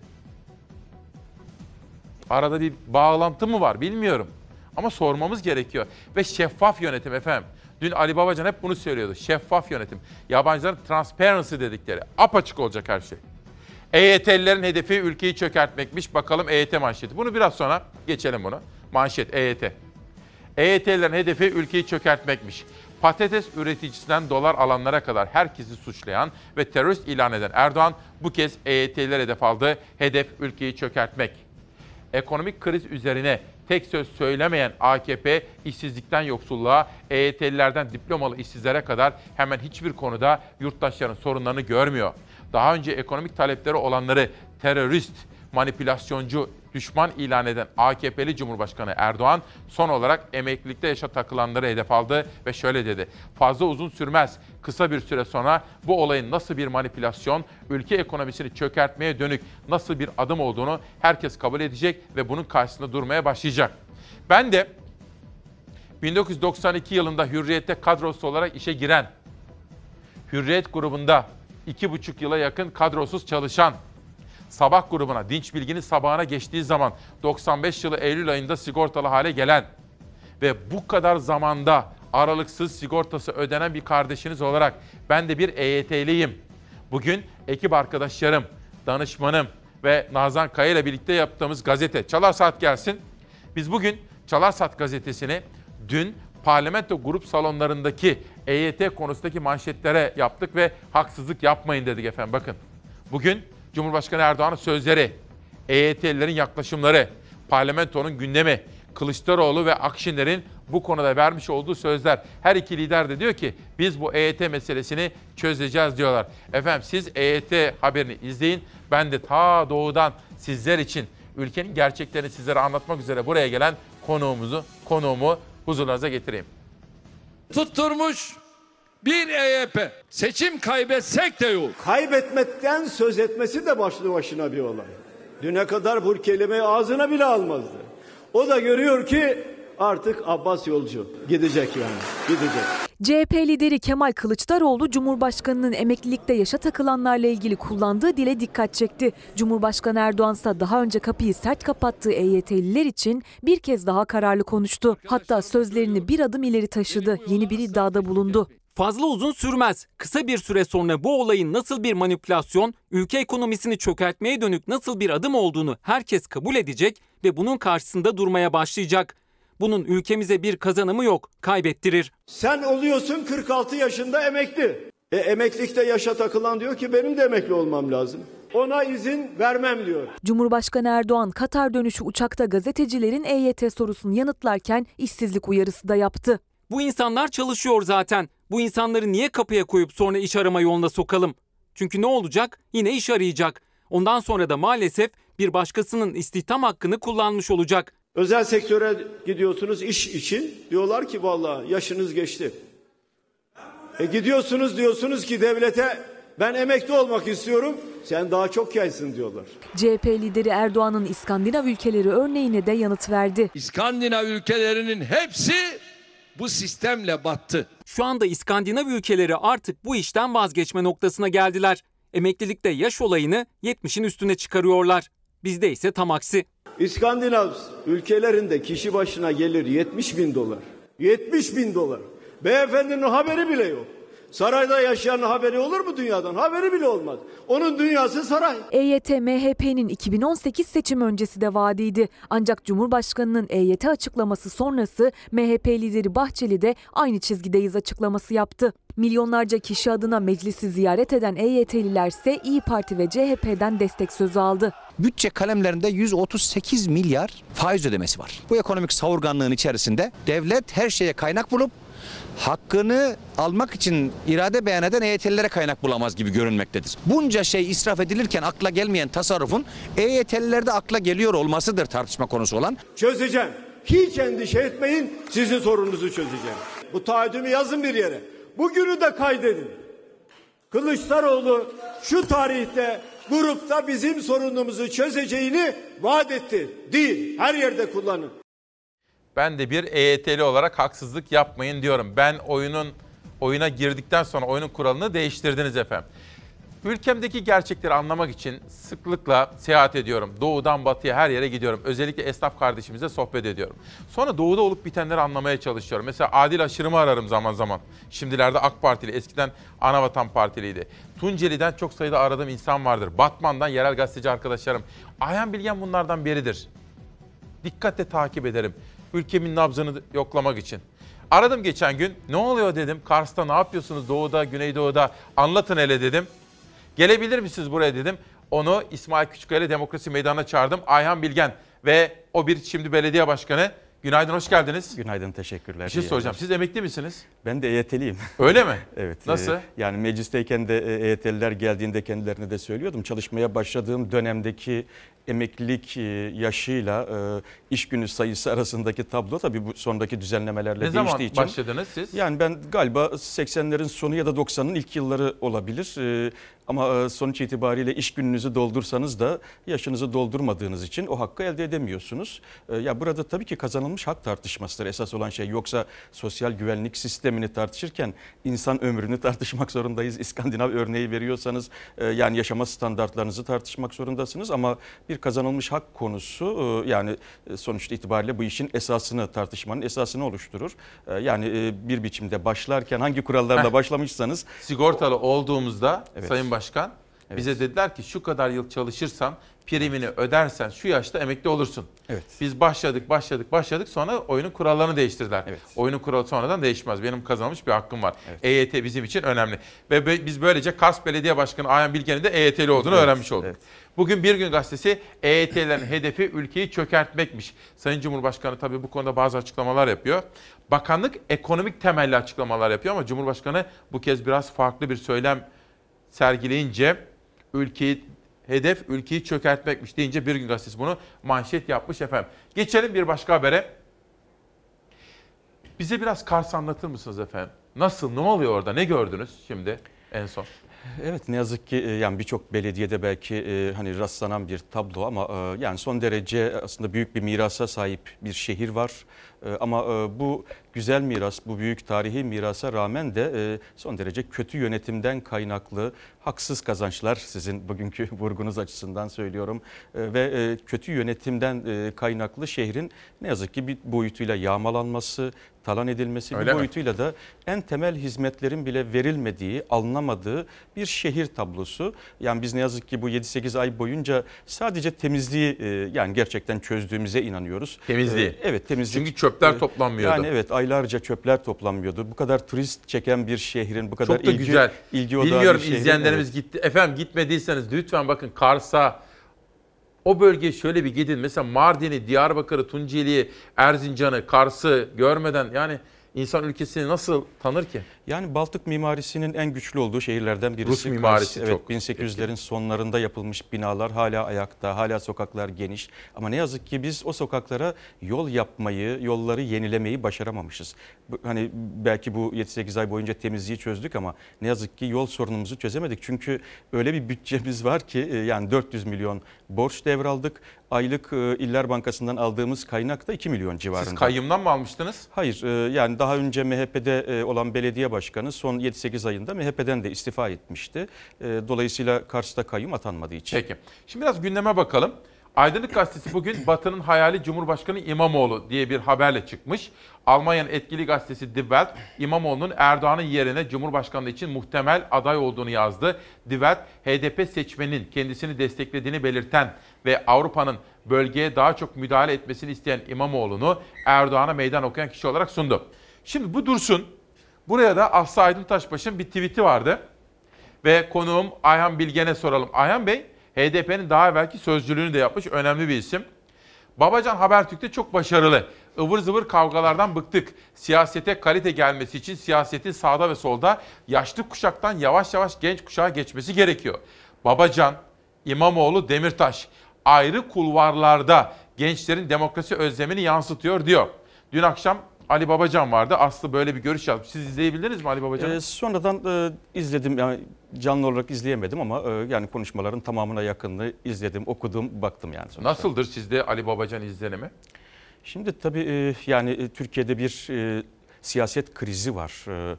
Arada bir bağlantı mı var bilmiyorum. Ama sormamız gerekiyor. Ve şeffaf yönetim efendim. Dün Ali Babacan hep bunu söylüyordu. Şeffaf yönetim. Yabancıların transparency dedikleri. Apaçık olacak her şey. EYT'lilerin hedefi ülkeyi çökertmekmiş. Bakalım EYT manşeti. Bunu biraz sonra geçelim bunu. Manşet EYT. EYT'lilerin hedefi ülkeyi çökertmekmiş. Patates üreticisinden dolar alanlara kadar herkesi suçlayan ve terörist ilan eden Erdoğan bu kez EYT'liler hedef aldı. Hedef ülkeyi çökertmek. Ekonomik kriz üzerine tek söz söylemeyen AKP, işsizlikten yoksulluğa, EYT'lilerden diplomalı işsizlere kadar hemen hiçbir konuda yurttaşların sorunlarını görmüyor. Daha önce ekonomik talepleri olanları terörist, manipülasyoncu, düşman ilan eden AKP'li Cumhurbaşkanı Erdoğan son olarak emeklilikte yaşa takılanları hedef aldı ve şöyle dedi. Fazla uzun sürmez. Kısa bir süre sonra bu olayın nasıl bir manipülasyon, ülke ekonomisini çökertmeye dönük nasıl bir adım olduğunu herkes kabul edecek ve bunun karşısında durmaya başlayacak. Ben de 1992 yılında Hürriyet'te kadrosu olarak işe giren, Hürriyet grubunda 2,5 yıla yakın kadrosuz çalışan, Sabah grubuna, Dinç Bilgin'in sabahına geçtiği zaman 95 yılı Eylül ayında sigortalı hale gelen ve bu kadar zamanda aralıksız sigortası ödenen bir kardeşiniz olarak ben de bir EYT'liyim. Bugün ekip arkadaşlarım, danışmanım ve Nazan Kaya ile birlikte yaptığımız gazete Çalar Saat gelsin. Biz bugün Çalar Saat gazetesini dün parlamento grup salonlarındaki EYT konusundaki manşetlere yaptık ve haksızlık yapmayın dedik efendim. Bakın bugün Cumhurbaşkanı Erdoğan'ın sözleri, EYT'lilerin yaklaşımları, parlamentonun gündemi, Kılıçdaroğlu ve Akşener'in bu konuda vermiş olduğu sözler. Her iki lider de diyor ki biz bu EYT meselesini çözeceğiz diyorlar. Efendim siz EYT haberini izleyin. Ben de ta doğudan sizler için ülkenin gerçeklerini sizlere anlatmak üzere buraya gelen konuğumu huzurlarınıza getireyim. Tutturmuş bir EYP. Seçim kaybetsek de yok. Kaybetmekten söz etmesi de başlı başına bir olay. Düne kadar bu kelimeyi ağzına bile almazdı. O da görüyor ki artık Abbas yolcu. Gidecek yani, gidecek. CHP lideri Kemal Kılıçdaroğlu, Cumhurbaşkanı'nın emeklilikte yaşa takılanlarla ilgili kullandığı dile dikkat çekti. Cumhurbaşkanı Erdoğan ise daha önce kapıyı sert kapattığı EYT'liler için bir kez daha kararlı konuştu. Hatta sözlerini bir adım ileri taşıdı, yeni bir iddiada bulundu. Fazla uzun sürmez. Kısa bir süre sonra bu olayın nasıl bir manipülasyon, ülke ekonomisini çökertmeye dönük nasıl bir adım olduğunu herkes kabul edecek ve bunun karşısında durmaya başlayacak. Bunun ülkemize bir kazanımı yok, kaybettirir. Sen oluyorsun 46 yaşında emekli. Emeklilikte yaşa takılan diyor ki benim de emekli olmam lazım. Ona izin vermem diyor. Cumhurbaşkanı Erdoğan Katar dönüşü uçakta gazetecilerin EYT sorusunu yanıtlarken işsizlik uyarısı da yaptı. Bu insanlar çalışıyor zaten. Bu insanları niye kapıya koyup sonra iş arama yoluna sokalım? Çünkü ne olacak? Yine iş arayacak. Ondan sonra da maalesef bir başkasının istihdam hakkını kullanmış olacak. Özel sektöre gidiyorsunuz iş için. Diyorlar ki vallahi yaşınız geçti. Gidiyorsunuz diyorsunuz ki devlete ben emekli olmak istiyorum. Sen daha çok yaysın diyorlar. CHP lideri Erdoğan'ın İskandinav ülkeleri örneğine de yanıt verdi. İskandinav ülkelerinin hepsi bu sistemle battı. Şu anda İskandinav ülkeleri artık bu işten vazgeçme noktasına geldiler. Emeklilikte yaş olayını 70'in üstüne çıkarıyorlar. Bizde ise tam aksi. İskandinav ülkelerinde kişi başına gelir 70 bin dolar. 70 bin dolar. Beyefendinin haberi bile yok. Sarayda yaşayanın haberi olur mu dünyadan? Haberi bile olmaz. Onun dünyası saray. EYT MHP'nin 2018 seçim öncesi de vaadiydi. Ancak Cumhurbaşkanı'nın EYT açıklaması sonrası MHP lideri Bahçeli de aynı çizgideyiz açıklaması yaptı. Milyonlarca kişi adına meclisi ziyaret eden EYT'liler ise İYİ Parti ve CHP'den destek sözü aldı. Bütçe kalemlerinde 138 milyar faiz ödemesi var. Bu ekonomik savurganlığın içerisinde devlet her şeye kaynak bulup hakkını almak için irade beyan eden EYT'lilere kaynak bulamaz gibi görünmektedir. Bunca şey israf edilirken akla gelmeyen tasarrufun EYT'lilerde akla geliyor olmasıdır tartışma konusu olan. Çözeceğim. Hiç endişe etmeyin. Sizin sorununuzu çözeceğim. Bu taahhüdümü yazın bir yere. Bugünü de kaydedin. Kılıçdaroğlu şu tarihte grupta bizim sorunumuzu çözeceğini vaat etti. Değil. Her yerde kullanın. Ben de bir EYT'li olarak haksızlık yapmayın diyorum. Ben oyuna girdikten sonra oyunun kuralını değiştirdiniz efendim. Ülkemdeki gerçekleri anlamak için sıklıkla seyahat ediyorum. Doğudan batıya her yere gidiyorum. Özellikle esnaf kardeşimizle sohbet ediyorum. Sonra doğuda olup bitenleri anlamaya çalışıyorum. Mesela Adil Aşırım'ı ararım zaman zaman. Şimdilerde AK Partili, eskiden Anavatan Partiliydi. Tunceli'den çok sayıda aradığım insan vardır. Batman'dan yerel gazeteci arkadaşlarım. Ayhan Bilgen bunlardan biridir. Dikkatle takip ederim. Ülkemin nabzını yoklamak için. Aradım geçen gün. Ne oluyor dedim. Kars'ta ne yapıyorsunuz? Doğuda, Güneydoğu'da anlatın hele dedim. Gelebilir misiniz buraya dedim. Onu İsmail Küçükkaya Demokrasi Meydanı'na çağırdım. Ayhan Bilgen ve o bir şimdi belediye başkanı. Günaydın, hoş geldiniz. Günaydın, teşekkürler. Bir şey soracağım. Siz emekli misiniz? Ben de EYT'liyim. Öyle mi? Evet. Nasıl? Yani meclisteyken de EYT'liler geldiğinde kendilerine de söylüyordum. Çalışmaya başladığım dönemdeki emeklilik yaşıyla iş günü sayısı arasındaki tablo tabii bu sondaki düzenlemelerle değiştiği için. Ne zaman başladınız siz? Yani ben galiba 80'lerin sonu ya da 90'ın ilk yılları olabilir. Ama sonuç itibariyle iş gününüzü doldursanız da yaşınızı doldurmadığınız için o hakkı elde edemiyorsunuz. Ya burada tabii ki kazanılmış hak tartışmasıdır esas olan şey. Yoksa sosyal güvenlik sistemini tartışırken insan ömrünü tartışmak zorundayız. İskandinav örneği veriyorsanız yani yaşama standartlarınızı tartışmak zorundasınız. Ama bir kazanılmış hak konusu yani sonuç itibariyle bu işin esasını, tartışmanın esasını oluşturur. Yani bir biçimde başlarken hangi kurallarla başlamışsanız. Sigortalı olduğumuzda evet. Sayın Başkan bize dediler ki şu kadar yıl çalışırsan primini ödersen şu yaşta emekli olursun. Evet. Biz başladık sonra oyunun kurallarını değiştirdiler. Evet. Oyunun kuralı sonradan değişmez. Benim kazanılmış bir hakkım var. Evet. EYT bizim için önemli. Ve biz böylece Kars Belediye Başkanı Ayhan Bilgen'in de EYT'li olduğunu öğrenmiş olduk. Evet. Bugün Bir Gün Gazetesi EYT'lerin hedefi ülkeyi çökertmekmiş. Sayın Cumhurbaşkanı tabii bu konuda bazı açıklamalar yapıyor. Bakanlık ekonomik temelli açıklamalar yapıyor ama Cumhurbaşkanı bu kez biraz farklı bir söylem sergileyince hedef ülkeyi çökertmekmiş deyince Bir Gün Gazetesi bunu manşet yapmış efendim. Geçelim bir başka habere. Bize biraz Kars anlatır mısınız efendim? Nasıl, ne oluyor orada, ne gördünüz şimdi en son? Evet, ne yazık ki yani birçok belediyede belki hani rastlanan bir tablo ama yani son derece aslında büyük bir mirasa sahip bir şehir var. Ama bu güzel miras, bu büyük tarihi mirasa rağmen de son derece kötü yönetimden kaynaklı haksız kazançlar, sizin bugünkü vurgunuz açısından söylüyorum, ve kötü yönetimden kaynaklı şehrin ne yazık ki bir boyutuyla yağmalanması, talan edilmesi, bir boyutuyla da en temel hizmetlerin bile verilmediği, alınamadığı bir şehir tablosu. Yani biz ne yazık ki bu 7-8 ay boyunca sadece temizliği yani gerçekten çözdüğümüze inanıyoruz. Temizliği. Evet, temizlik. Çünkü çöpler toplanmıyordu. Yani evet, aylarca çöpler toplanmıyordu. Bu kadar turist çeken bir şehrin, bu kadar çok da güzel. ilgi odağı Bilmiyorum bir şehrin. izleyenlerimiz gitti. Efendim gitmediyseniz lütfen bakın Kars'a, o bölgeye şöyle bir gidin. Mesela Mardin'i, Diyarbakır'ı, Tunceli'yi, Erzincan'ı, Kars'ı görmeden yani insan ülkesini nasıl tanır ki? Yani Baltık mimarisinin en güçlü olduğu şehirlerden birisi. Rus mimarisi Kars. çok. Evet, 1800'lerin sonlarında yapılmış binalar hala ayakta, hala sokaklar geniş. Ama ne yazık ki biz o sokaklara yol yapmayı, yolları yenilemeyi başaramamışız. Hani belki bu 7-8 ay boyunca temizliği çözdük ama ne yazık ki yol sorunumuzu çözemedik. Çünkü öyle bir bütçemiz var ki yani 400 milyon borç devraldık. Aylık İller Bankası'ndan aldığımız kaynak da 2 milyon civarında. Siz kayyumdan mı almıştınız? Hayır, yani daha önce MHP'de olan belediye başkanı son 7-8 ayında MHP'den de istifa etmişti. Dolayısıyla Kars'ta kayyum atanmadığı için. Peki. Şimdi biraz gündeme bakalım. Aydınlık Gazetesi bugün Batı'nın hayali Cumhurbaşkanı İmamoğlu diye bir haberle çıkmış. Almanya'nın etkili gazetesi Die Welt, İmamoğlu'nun Erdoğan'ın yerine Cumhurbaşkanlığı için muhtemel aday olduğunu yazdı. Die Welt, HDP seçmenin kendisini desteklediğini belirten ve Avrupa'nın bölgeye daha çok müdahale etmesini isteyen İmamoğlu'nu Erdoğan'a meydan okuyan kişi olarak sundu. Şimdi bu dursun. Buraya da Aslı Aydın Taşbaş'ın bir tweet'i vardı. Ve konuğum Ayhan Bilgen'e soralım. Ayhan Bey, HDP'nin daha evvelki sözcülüğünü de yapmış, önemli bir isim. Babacan Habertürk'te çok başarılı. Ivır zıvır kavgalardan bıktık. Siyasete kalite gelmesi için siyasetin sağda ve solda yaşlı kuşaktan yavaş yavaş genç kuşağa geçmesi gerekiyor. Babacan, İmamoğlu, Demirtaş ayrı kulvarlarda gençlerin demokrasi özlemini yansıtıyor diyor. Dün akşam Ali Babacan vardı. Aslı böyle bir görüş yazmış. Siz izleyebildiniz mi Ali Babacan'ı? Sonradan izledim. Yani canlı olarak izleyemedim ama yani konuşmaların tamamına yakınını izledim, okudum, baktım yani. Sonuçta. Nasıldır sizde Ali Babacan izlenimi? Şimdi tabii yani Türkiye'de bir siyaset krizi var.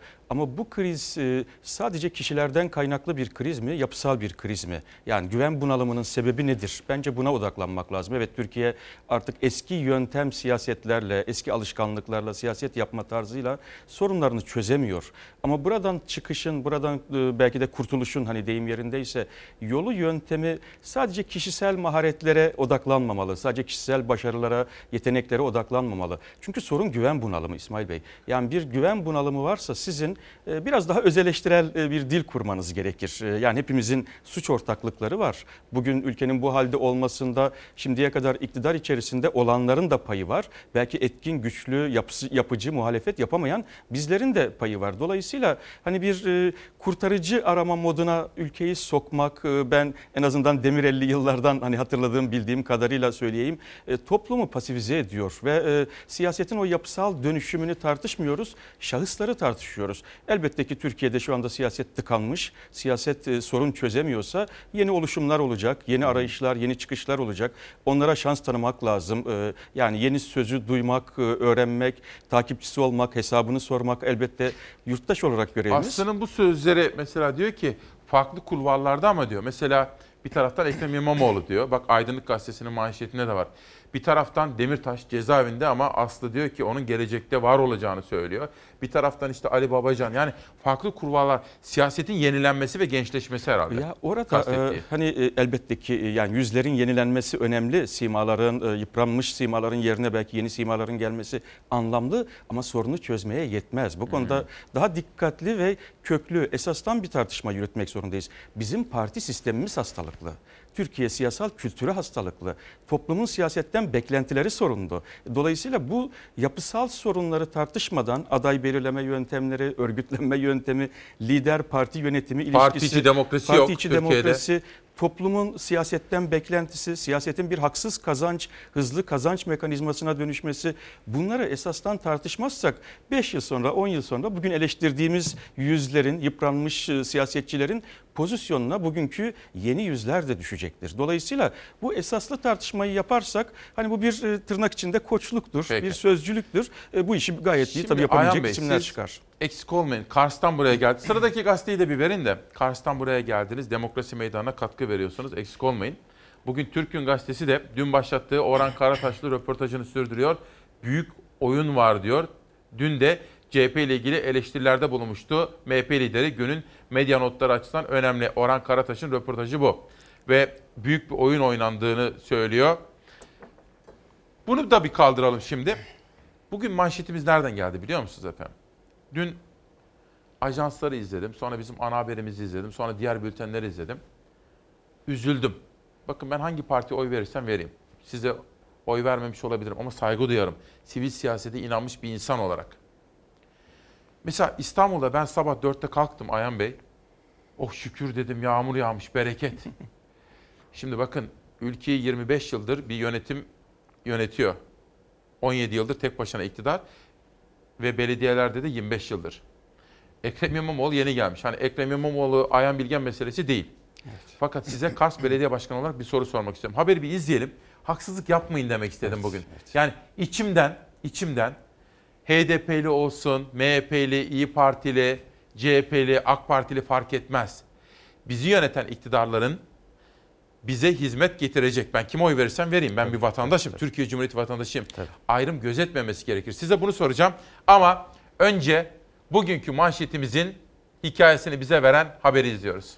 Ama bu kriz sadece kişilerden kaynaklı bir kriz mi, yapısal bir kriz mi? Yani güven bunalımının sebebi nedir? Bence buna odaklanmak lazım. Evet, Türkiye artık eski yöntem siyasetlerle, eski alışkanlıklarla, siyaset yapma tarzıyla sorunlarını çözemiyor. Ama buradan çıkışın, buradan belki de kurtuluşun, hani deyim yerindeyse, yolu, yöntemi sadece kişisel maharetlere odaklanmamalı. Sadece kişisel başarılara, yeteneklere odaklanmamalı. Çünkü sorun güven bunalımı İsmail Bey. Yani bir güven bunalımı varsa sizin biraz daha öz eleştirel bir dil kurmanız gerekir. Yani hepimizin suç ortaklıkları var. Bugün ülkenin bu halde olmasında şimdiye kadar iktidar içerisinde olanların da payı var. Belki etkin, güçlü, yapıcı muhalefet yapamayan bizlerin de payı var. Dolayısıyla hani bir kurtarıcı arama moduna ülkeyi sokmak, ben en azından Demirel'li yıllardan hani hatırladığım, bildiğim kadarıyla söyleyeyim, toplumu pasifize ediyor ve siyasetin o yapısal dönüşümünü tartışmıyoruz, şahısları tartışıyoruz. Elbette ki Türkiye'de şu anda siyaset tıkanmış, siyaset sorun çözemiyorsa yeni oluşumlar olacak, yeni arayışlar, yeni çıkışlar olacak. Onlara şans tanımak lazım. Yani yeni sözü duymak, öğrenmek, takipçisi olmak, hesabını sormak elbette yurttaş olarak görevimiz. Aslı'nın bu sözleri mesela diyor ki farklı kulvarlarda ama diyor. Mesela bir taraftan Ekrem İmamoğlu diyor. Bak Aydınlık Gazetesi'nin manşetinde de var. Bir taraftan Demirtaş cezaevinde ama Aslı diyor ki onun gelecekte var olacağını söylüyor. Bir taraftan işte Ali Babacan, yani farklı kulvarlar, siyasetin yenilenmesi ve gençleşmesi herhalde. Ya orada hani elbette ki yani yüzlerin yenilenmesi önemli. Simaların, yıpranmış simaların yerine belki yeni simaların gelmesi anlamlı ama sorunu çözmeye yetmez. Bu konuda daha dikkatli ve köklü, esastan bir tartışma yürütmek zorundayız. Bizim parti sistemimiz hastalıklı. Türkiye siyasal kültürü hastalıklı. Toplumun siyasetten beklentileri sorunlu. Dolayısıyla bu yapısal sorunları tartışmadan aday belirleme yöntemleri, örgütlenme yöntemi, lider parti yönetimi ilişkisi, parti içi demokrasi yok Türkiye'de. Toplumun siyasetten beklentisi, siyasetin bir haksız kazanç, hızlı kazanç mekanizmasına dönüşmesi, bunları esasdan tartışmazsak 5 yıl sonra, 10 yıl sonra bugün eleştirdiğimiz yüzlerin, yıpranmış siyasetçilerin pozisyonuna bugünkü yeni yüzler de düşecektir. Dolayısıyla bu esaslı tartışmayı yaparsak hani bu bir tırnak içinde koçluktur, bir sözcülüktür. Bu işi gayet iyi tabii yapabilecek isimler çıkar. Eksik olmayın. Kars'tan buraya geldi. Sıradaki gazeteyi de bir verin de. Kars'tan buraya geldiniz. Demokrasi Meydanı'na katkı veriyorsunuz. Eksik olmayın. Bugün Türk'ün gazetesi de dün başlattığı Orhan Karataşlı röportajını sürdürüyor. Büyük oyun var diyor. Dün de CHP ile ilgili eleştirilerde bulunmuştu. MHP lideri günün medya notları açısından önemli. Orhan Karataş'ın röportajı bu. Ve büyük bir oyun oynandığını söylüyor. Bunu da bir kaldıralım şimdi. Bugün manşetimiz nereden geldi biliyor musunuz efendim? Dün ajansları izledim, sonra bizim ana haberimizi izledim, sonra diğer bültenleri izledim. Üzüldüm. Bakın ben hangi partiye oy verirsem vereyim. Size oy vermemiş olabilirim ama saygı duyarım. Sivil siyasete inanmış bir insan olarak. Mesela İstanbul'da ben sabah 4'te kalktım Ayhan Bey. Oh şükür dedim, yağmur yağmış, bereket. Şimdi bakın ülkeyi 25 yıldır bir yönetim yönetiyor. 17 yıldır tek başına iktidar. Ve belediyelerde de 25 yıldır. Ekrem İmamoğlu yeni gelmiş. Hani Ekrem İmamoğlu, Ayhan Bilgen meselesi değil. Evet. Fakat size Kars Belediye Başkanı olarak bir soru sormak istiyorum. Haberi bir izleyelim. Haksızlık yapmayın demek istedim bugün. Evet. Yani içimden HDP'li olsun, MHP'li, İYİ bize hizmet getirecek. Ben kime oy verirsem vereyim. Ben bir vatandaşım. Türkiye Cumhuriyeti vatandaşıyım. Ayrım gözetmemesi gerekir. Size bunu soracağım. Ama önce bugünkü manşetimizin hikayesini bize veren haberi izliyoruz.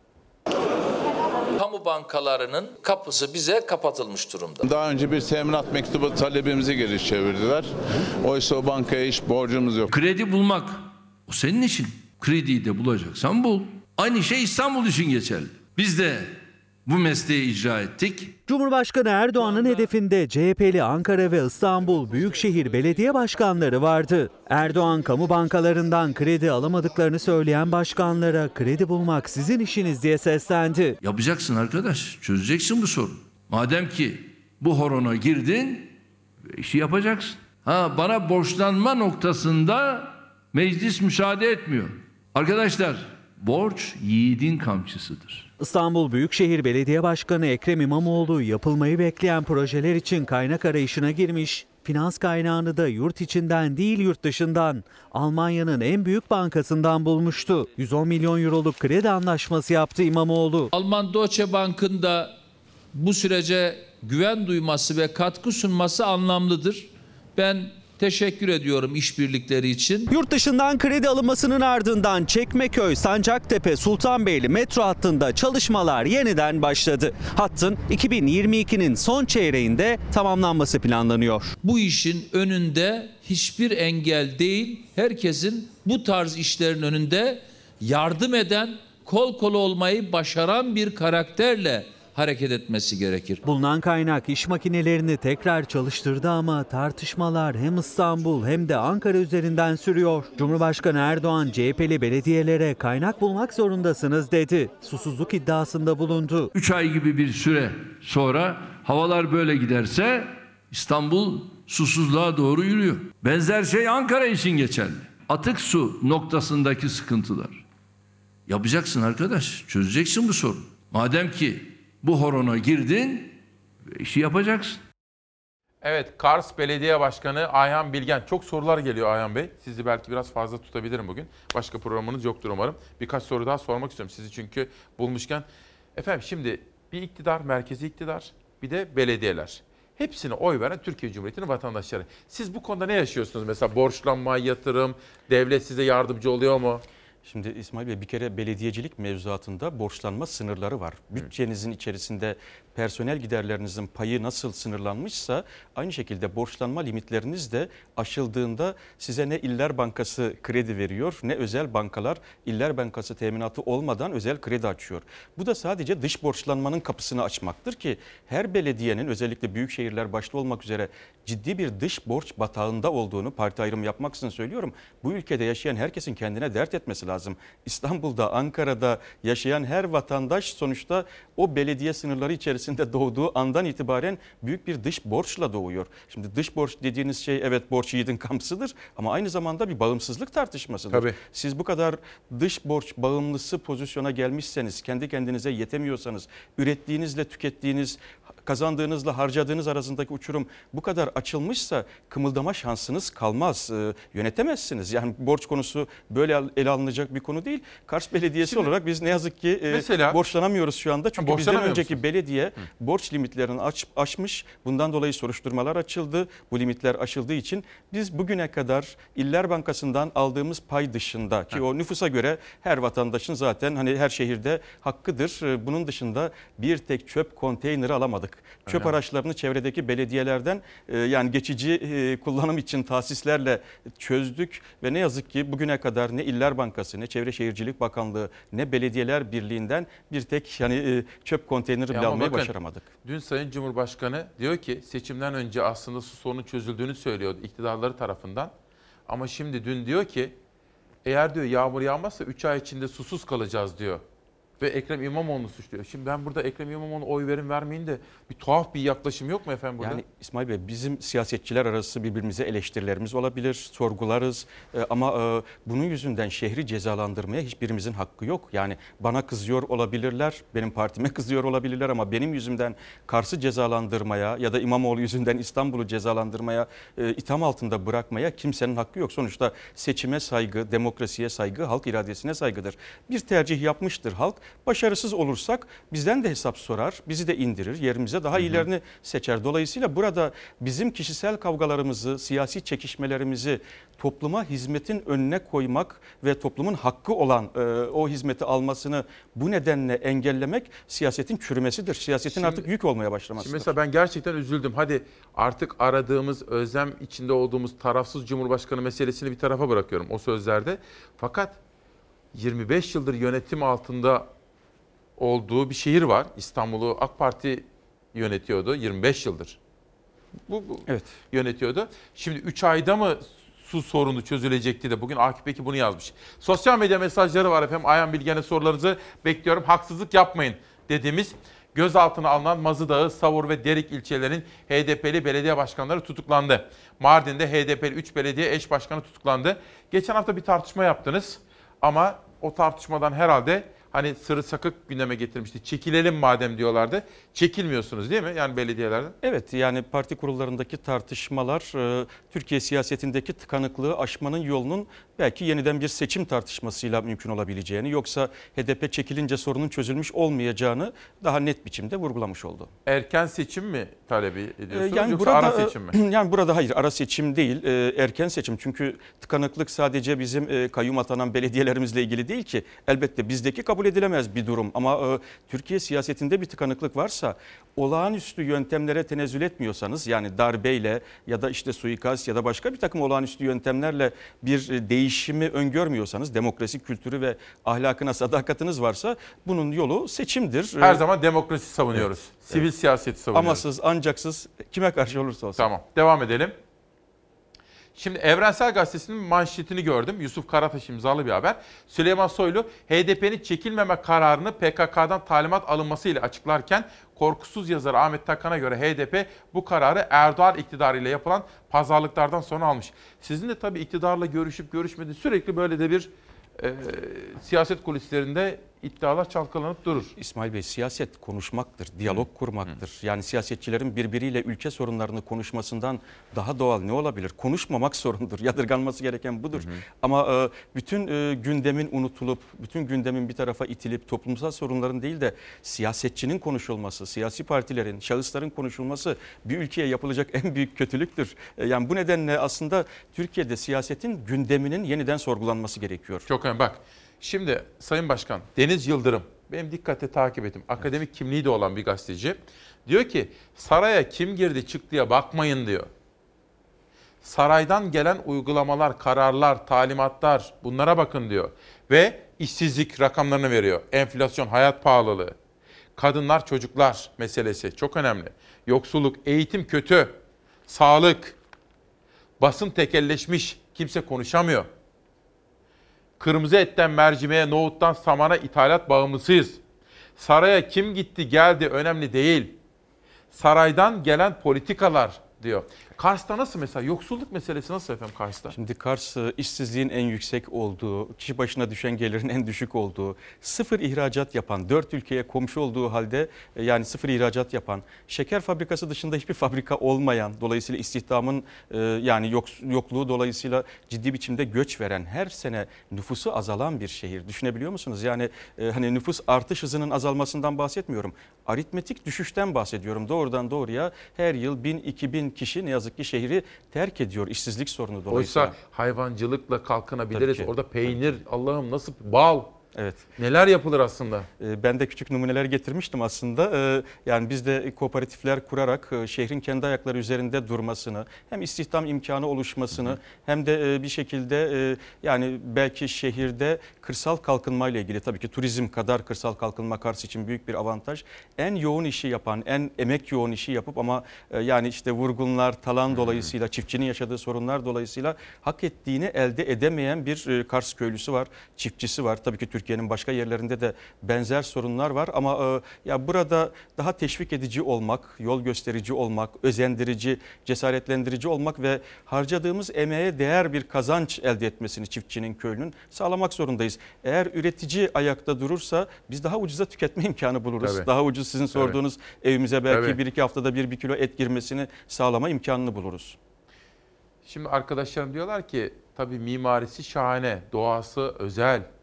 Kamu bankalarının kapısı bize kapatılmış durumda. Daha önce bir teminat mektubu talebimizi geri çevirdiler. Oysa o bankaya hiç borcumuz yok. Kredi bulmak o senin için. Krediyi de bulacaksan bul. Aynı şey İstanbul için geçerli. Biz de bu mesleği icra ettik. Cumhurbaşkanı Erdoğan'ın hedefinde CHP'li Ankara ve İstanbul Büyükşehir Belediye Başkanları vardı. Erdoğan kamu bankalarından kredi alamadıklarını söyleyen başkanlara kredi bulmak sizin işiniz diye seslendi. Yapacaksın arkadaş, çözeceksin bu sorunu. Madem ki bu horona girdin, işi yapacaksın. Bana borçlanma noktasında meclis müsaade etmiyor. Arkadaşlar, borç yiğidin kamçısıdır. İstanbul Büyükşehir Belediye Başkanı Ekrem İmamoğlu yapılmayı bekleyen projeler için kaynak arayışına girmiş. Finans kaynağını da yurt içinden değil yurt dışından Almanya'nın en büyük bankasından bulmuştu. 110 milyon euroluk kredi anlaşması yaptı İmamoğlu. Alman Deutsche Bank'ın da bu sürece güven duyması ve katkı sunması anlamlıdır. Ben teşekkür ediyorum işbirlikleri için. Yurt dışından kredi alınmasının ardından Çekmeköy, Sancaktepe, Sultanbeyli metro hattında çalışmalar yeniden başladı. Hattın 2022'nin son çeyreğinde tamamlanması planlanıyor. Bu işin önünde hiçbir engel değil, herkesin bu tarz işlerin önünde yardım eden, kol kola olmayı başaran bir karakterle hareket etmesi gerekir. Bulunan kaynak iş makinelerini tekrar çalıştırdı ama tartışmalar hem İstanbul hem de Ankara üzerinden sürüyor. Cumhurbaşkanı Erdoğan CHP'li belediyelere kaynak bulmak zorundasınız dedi. Susuzluk iddiasında bulundu. 3 ay gibi bir süre sonra havalar böyle giderse İstanbul susuzluğa doğru yürüyor. Benzer şey Ankara için geçerli. Atık su noktasındaki sıkıntılar. Yapacaksın arkadaş, çözeceksin bu sorunu. Madem ki bu horona girdin, işi yapacaksın. Evet, Kars Belediye Başkanı Ayhan Bilgen. Çok sorular geliyor Ayhan Bey. Sizi belki biraz fazla tutabilirim bugün. Başka programınız yoktur umarım. Birkaç soru daha sormak istiyorum sizi çünkü bulmuşken. Efendim şimdi bir iktidar, merkezi iktidar, bir de belediyeler. Hepsine oy veren Türkiye Cumhuriyeti'nin vatandaşları. Siz bu konuda ne yaşıyorsunuz? Mesela borçlanma, yatırım, devlet size yardımcı oluyor mu? Şimdi İsmail Bey, bir kere belediyecilik mevzuatında borçlanma sınırları var. Bütçenizin içerisinde personel giderlerinizin payı nasıl sınırlanmışsa aynı şekilde borçlanma limitleriniz de aşıldığında size ne İller Bankası kredi veriyor ne özel bankalar İller Bankası teminatı olmadan özel kredi açıyor. Bu da sadece dış borçlanmanın kapısını açmaktır ki her belediyenin özellikle büyük şehirler başta olmak üzere ciddi bir dış borç batağında olduğunu parti ayrımı yapmaksızın söylüyorum. Bu ülkede yaşayan herkesin kendine dert etmesi lazım. İstanbul'da, Ankara'da yaşayan her vatandaş sonuçta o belediye sınırları içerisinde doğduğu andan itibaren büyük bir dış borçla doğuyor. Şimdi dış borç dediğiniz şey evet borç yiğidin kamçısıdır ama aynı zamanda bir bağımsızlık tartışmasıdır. Tabii. Siz bu kadar dış borç bağımlısı pozisyona gelmişseniz, kendi kendinize yetemiyorsanız, ürettiğinizle tükettiğiniz, kazandığınızla harcadığınız arasındaki uçurum bu kadar açılmışsa kımıldama şansınız kalmaz. Yönetemezsiniz. Yani borç konusu böyle ele alınacak bir konu değil. Kars Belediyesi olarak biz ne yazık ki mesela, borçlanamıyoruz şu anda. Çünkü bizden önceki belediye borç limitlerini aşmış. Bundan dolayı soruşturmalar açıldı. Bu limitler aşıldığı için biz bugüne kadar İller Bankası'ndan aldığımız pay dışında ki o nüfusa göre her vatandaşın zaten hani her şehirde hakkıdır. Bunun dışında bir tek çöp konteyneri alamadık. Çöp araçlarını çevredeki belediyelerden yani geçici kullanım için tahsislerle çözdük ve ne yazık ki bugüne kadar ne İller Bankası ne Çevre Şehircilik Bakanlığı ne Belediyeler Birliği'nden bir tek yani çöp konteyneri bile almayı başaramadık. Dün Sayın Cumhurbaşkanı diyor ki seçimden önce aslında su sorunun çözüldüğünü söylüyordu iktidarları tarafından. Ama şimdi dün diyor ki eğer diyor yağmur yağmazsa 3 ay içinde susuz kalacağız diyor. Ve Ekrem İmamoğlu'nu suçluyor. Şimdi ben burada Ekrem İmamoğlu'na oy verin vermeyin de bir tuhaf bir yaklaşım yok mu efendim burada? Yani İsmail Bey bizim siyasetçiler arası birbirimize eleştirilerimiz olabilir, sorgularız ama bunun yüzünden şehri cezalandırmaya hiçbirimizin hakkı yok. Yani bana kızıyor olabilirler, benim partime kızıyor olabilirler ama benim yüzümden Kars'ı cezalandırmaya ya da İmamoğlu yüzünden İstanbul'u cezalandırmaya, itham altında bırakmaya kimsenin hakkı yok. Sonuçta seçime saygı, demokrasiye saygı, halk iradesine saygıdır. Bir tercih yapmıştır halk. Başarısız olursak bizden de hesap sorar, bizi de indirir, yerimize daha iyilerini seçer. Dolayısıyla burada bizim kişisel kavgalarımızı, siyasi çekişmelerimizi topluma hizmetin önüne koymak ve toplumun hakkı olan o hizmeti almasını bu nedenle engellemek siyasetin çürümesidir. Siyasetin artık yük olmaya başlamasıdır. Şimdi mesela ben gerçekten üzüldüm. Hadi artık aradığımız, özlem içinde olduğumuz tarafsız Cumhurbaşkanı meselesini bir tarafa bırakıyorum o sözlerde. Fakat 25 yıldır yönetim altında olduğu bir şehir var. İstanbul'u AK Parti yönetiyordu 25 yıldır. Bu evet. Yönetiyordu. Şimdi 3 ayda mı su sorunu çözülecekti de bugün Akif Beki bunu yazmış. Sosyal medya mesajları var efendim. Ayhan Bilgen'e sorularınızı bekliyorum. Haksızlık yapmayın dediğimiz gözaltına alınan Mazıdağı, Savur ve Derik ilçelerinin HDP'li belediye başkanları tutuklandı. Mardin'de HDP'li 3 belediye eş başkanı tutuklandı. Geçen hafta bir tartışma yaptınız ama o tartışmadan herhalde hani sırrı sakık gündeme getirmişti. Çekilelim madem diyorlardı. Çekilmiyorsunuz değil mi yani belediyelerden? Evet, yani parti kurullarındaki tartışmalar Türkiye siyasetindeki tıkanıklığı aşmanın yolunun belki yeniden bir seçim tartışmasıyla mümkün olabileceğini, yoksa HDP çekilince sorunun çözülmüş olmayacağını daha net biçimde vurgulamış oldu. Erken seçim mi talebi ediyorsunuz yani yoksa burada, ara seçim mi? Yani burada hayır, ara seçim değil, erken seçim. Çünkü tıkanıklık sadece bizim kayyum atanan belediyelerimizle ilgili değil ki. Elbette bizdeki kabul edilemez bir durum ama Türkiye siyasetinde bir tıkanıklık varsa, olağanüstü yöntemlere tenezzül etmiyorsanız, yani darbeyle ya da işte suikast ya da başka bir takım olağanüstü yöntemlerle bir değişimi öngörmüyorsanız, demokrasi kültürü ve ahlakına sadakatiniz varsa bunun yolu seçimdir. Her zaman demokrasi savunuyoruz. Evet. Sivil siyaseti savunuyoruz. Amasız, ancaksız, kime karşı olursa olsun. Tamam, devam edelim. Şimdi Evrensel Gazetesi'nin manşetini gördüm. Yusuf Karataş imzalı bir haber. Süleyman Soylu HDP'nin çekilmeme kararını PKK'dan talimat alınmasıyla açıklarken korkusuz yazarı Ahmet Takan'a göre HDP bu kararı Erdoğan iktidarıyla yapılan pazarlıklardan sonra almış. Sizin de tabii iktidarla görüşüp görüşmediğiniz sürekli böyle de bir siyaset kulislerinde iddialar çalkalanıp durur. İsmail Bey, siyaset konuşmaktır, diyalog kurmaktır. Yani siyasetçilerin birbiriyle ülke sorunlarını konuşmasından daha doğal ne olabilir? Konuşmamak sorundur. Yadırganması gereken budur. Ama bütün gündemin unutulup, bütün gündemin bir tarafa itilip toplumsal sorunların değil de siyasetçinin konuşulması, siyasi partilerin, şahısların konuşulması bir ülkeye yapılacak en büyük kötülüktür. Yani bu nedenle aslında Türkiye'de siyasetin gündeminin yeniden sorgulanması gerekiyor. Çok önemli. Bak, şimdi Sayın Başkan Deniz Yıldırım, benim dikkatle takip ettim. Akademik kimliği de olan bir gazeteci. Diyor ki saraya kim girdi çıktıya bakmayın diyor. Saraydan gelen uygulamalar, kararlar, talimatlar, bunlara bakın diyor. Ve işsizlik rakamlarını veriyor. Enflasyon, hayat pahalılığı, kadınlar, çocuklar meselesi çok önemli. Yoksulluk, eğitim kötü, sağlık, basın tekelleşmiş, kimse konuşamıyor. Kırmızı etten mercimeğe, nohuttan samana ithalat bağımlısıyız. Saraya kim gitti geldi önemli değil. Saraydan gelen politikalar diyor. Kars'ta nasıl mesela? Yoksulluk meselesi nasıl efendim Kars'ta? Şimdi Kars işsizliğin en yüksek olduğu, kişi başına düşen gelirin en düşük olduğu, sıfır ihracat yapan, 4 ülkeye komşu olduğu halde yani sıfır ihracat yapan, şeker fabrikası dışında hiçbir fabrika olmayan, dolayısıyla istihdamın yani yokluğu dolayısıyla ciddi biçimde göç veren, her sene nüfusu azalan bir şehir. Düşünebiliyor musunuz? Yani hani nüfus artış hızının azalmasından bahsetmiyorum. Aritmetik düşüşten bahsediyorum. Doğrudan doğruya her yıl 1000-2000 kişi ne yazık ki şehri terk ediyor işsizlik sorunu dolayısıyla. Oysa hayvancılıkla kalkınabiliriz. Orada peynir, Allah'ım nasıl bal. Evet. Neler yapılır aslında? Ben de küçük numuneler getirmiştim aslında. Yani biz de kooperatifler kurarak şehrin kendi ayakları üzerinde durmasını, hem istihdam imkanı oluşmasını hem de bir şekilde yani belki şehirde kırsal kalkınmayla ilgili, tabii ki turizm kadar kırsal kalkınma Kars için büyük bir avantaj. En yoğun işi yapan, en emek yoğun işi yapıp ama yani işte vurgunlar, talan dolayısıyla, çiftçinin yaşadığı sorunlar dolayısıyla hak ettiğini elde edemeyen bir Kars köylüsü var, çiftçisi var. Tabii ki Türkiye'nin başka yerlerinde de benzer sorunlar var ama ya burada daha teşvik edici olmak, yol gösterici olmak, özendirici, cesaretlendirici olmak ve harcadığımız emeğe değer bir kazanç elde etmesini çiftçinin, köylünün sağlamak zorundayız. Eğer üretici ayakta durursa biz daha ucuza tüketme imkanı buluruz. Tabii. Daha ucuz sizin sorduğunuz evimize belki 1-2 haftada bir kilo et girmesini sağlama imkanını buluruz. Şimdi arkadaşlarım diyorlar ki tabii mimarisi şahane, doğası özel.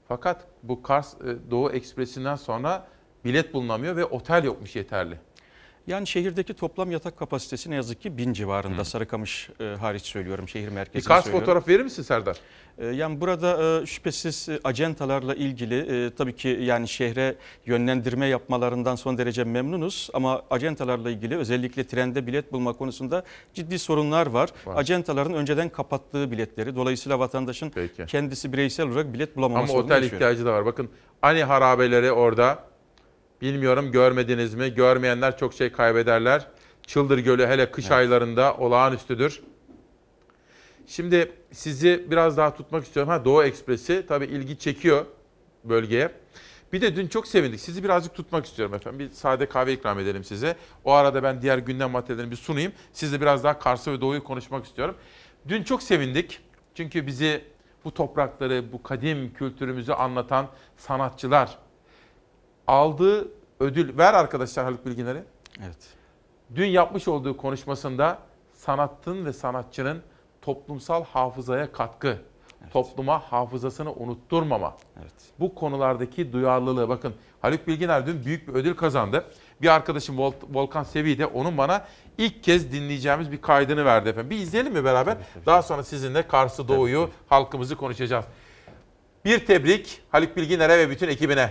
Fakat bu Kars Doğu Ekspresi'nden sonra bilet bulunamıyor ve otel yokmuş yeterli. Yani şehirdeki toplam yatak kapasitesi ne yazık ki 1000 civarında. Sarıkamış hariç söylüyorum, şehir merkezini Bir Kars söylüyorum. fotoğraf verir misin Serdar? Yani burada şüphesiz acentalarla ilgili tabii ki yani şehre yönlendirme yapmalarından son derece memnunuz. Ama acentalarla ilgili özellikle trende bilet bulma konusunda ciddi sorunlar var. Acentaların önceden kapattığı biletleri, dolayısıyla vatandaşın kendisi bireysel olarak bilet bulamama Ama sorunu otel yaşıyor. ihtiyacı da var. Bakın Ani harabeleri orada. Bilmiyorum görmediniz mi? Görmeyenler çok şey kaybederler. Çıldır Gölü hele kış aylarında olağanüstüdür. Şimdi sizi biraz daha tutmak istiyorum. Doğu Ekspresi tabii ilgi çekiyor bölgeye. Bir de dün çok sevindik. Sizi birazcık tutmak istiyorum efendim. Bir sade kahve ikram edelim size. O arada ben diğer gündem maddelerini bir sunayım. Sizle biraz daha Kars'ı ve Doğu'yu konuşmak istiyorum. Dün çok sevindik. Çünkü bizi bu toprakları, bu kadim kültürümüzü anlatan sanatçılar aldığı ödül. Ver arkadaşlar Haluk Bilginer'i. Evet. Dün yapmış olduğu konuşmasında sanatın ve sanatçının toplumsal hafızaya katkı, topluma hafızasını unutturmama, bu konulardaki duyarlılığı. Bakın Haluk Bilginer dün büyük bir ödül kazandı. Bir arkadaşım Volkan Sevi de onun bana ilk kez dinleyeceğimiz bir kaydını verdi efendim. Bir izleyelim mi beraber? Daha sonra sizinle Kars'ı, Doğu'yu, halkımızı konuşacağız. Bir tebrik Haluk Bilginer'e ve bütün ekibine.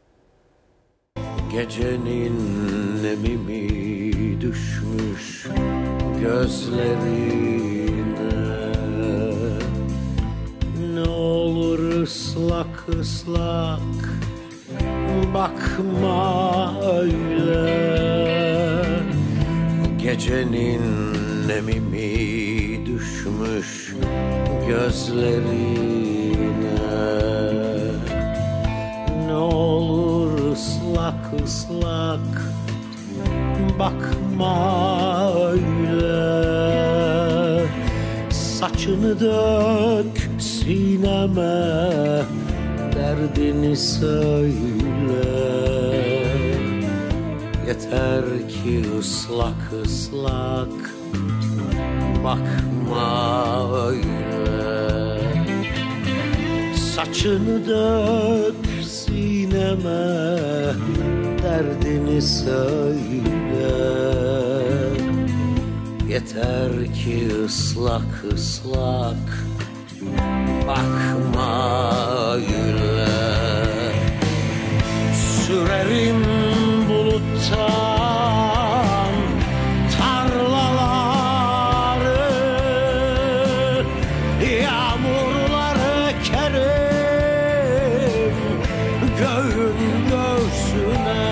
Gecenin nemimi düşmüş gözlerine, ne olur ıslak ıslak bakma öyle. Gecenin nemimi düşmüş gözlerine, ne olur ıslak ıslak bakma öyle. Saçını dök sineme, derdini söyle. Yeter ki ıslak ıslak bakma öyle. Saçını dök sineme, derdini söyle. Yeter ki ıslak ıslak bakma öyle. Sürerim buluttan tarlaları, yağmurları kerim göğün göğsüne.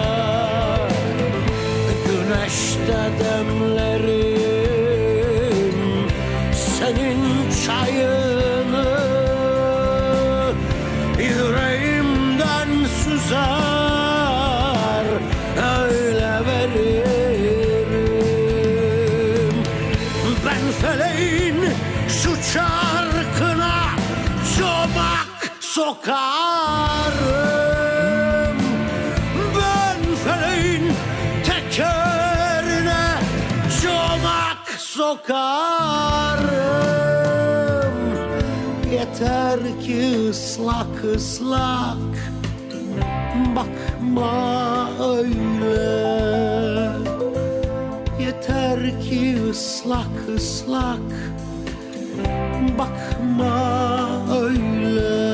Güneşte demlerim senin çayını, yüreğimden süzer öyle veririm. Ben feleğin şu çarkına çomak sokarım. Ben feleğin tekerine çomak sokarım. Yeter ki ıslak ıslak bakma öyle. Yeter ki ıslak ıslak bakma öyle.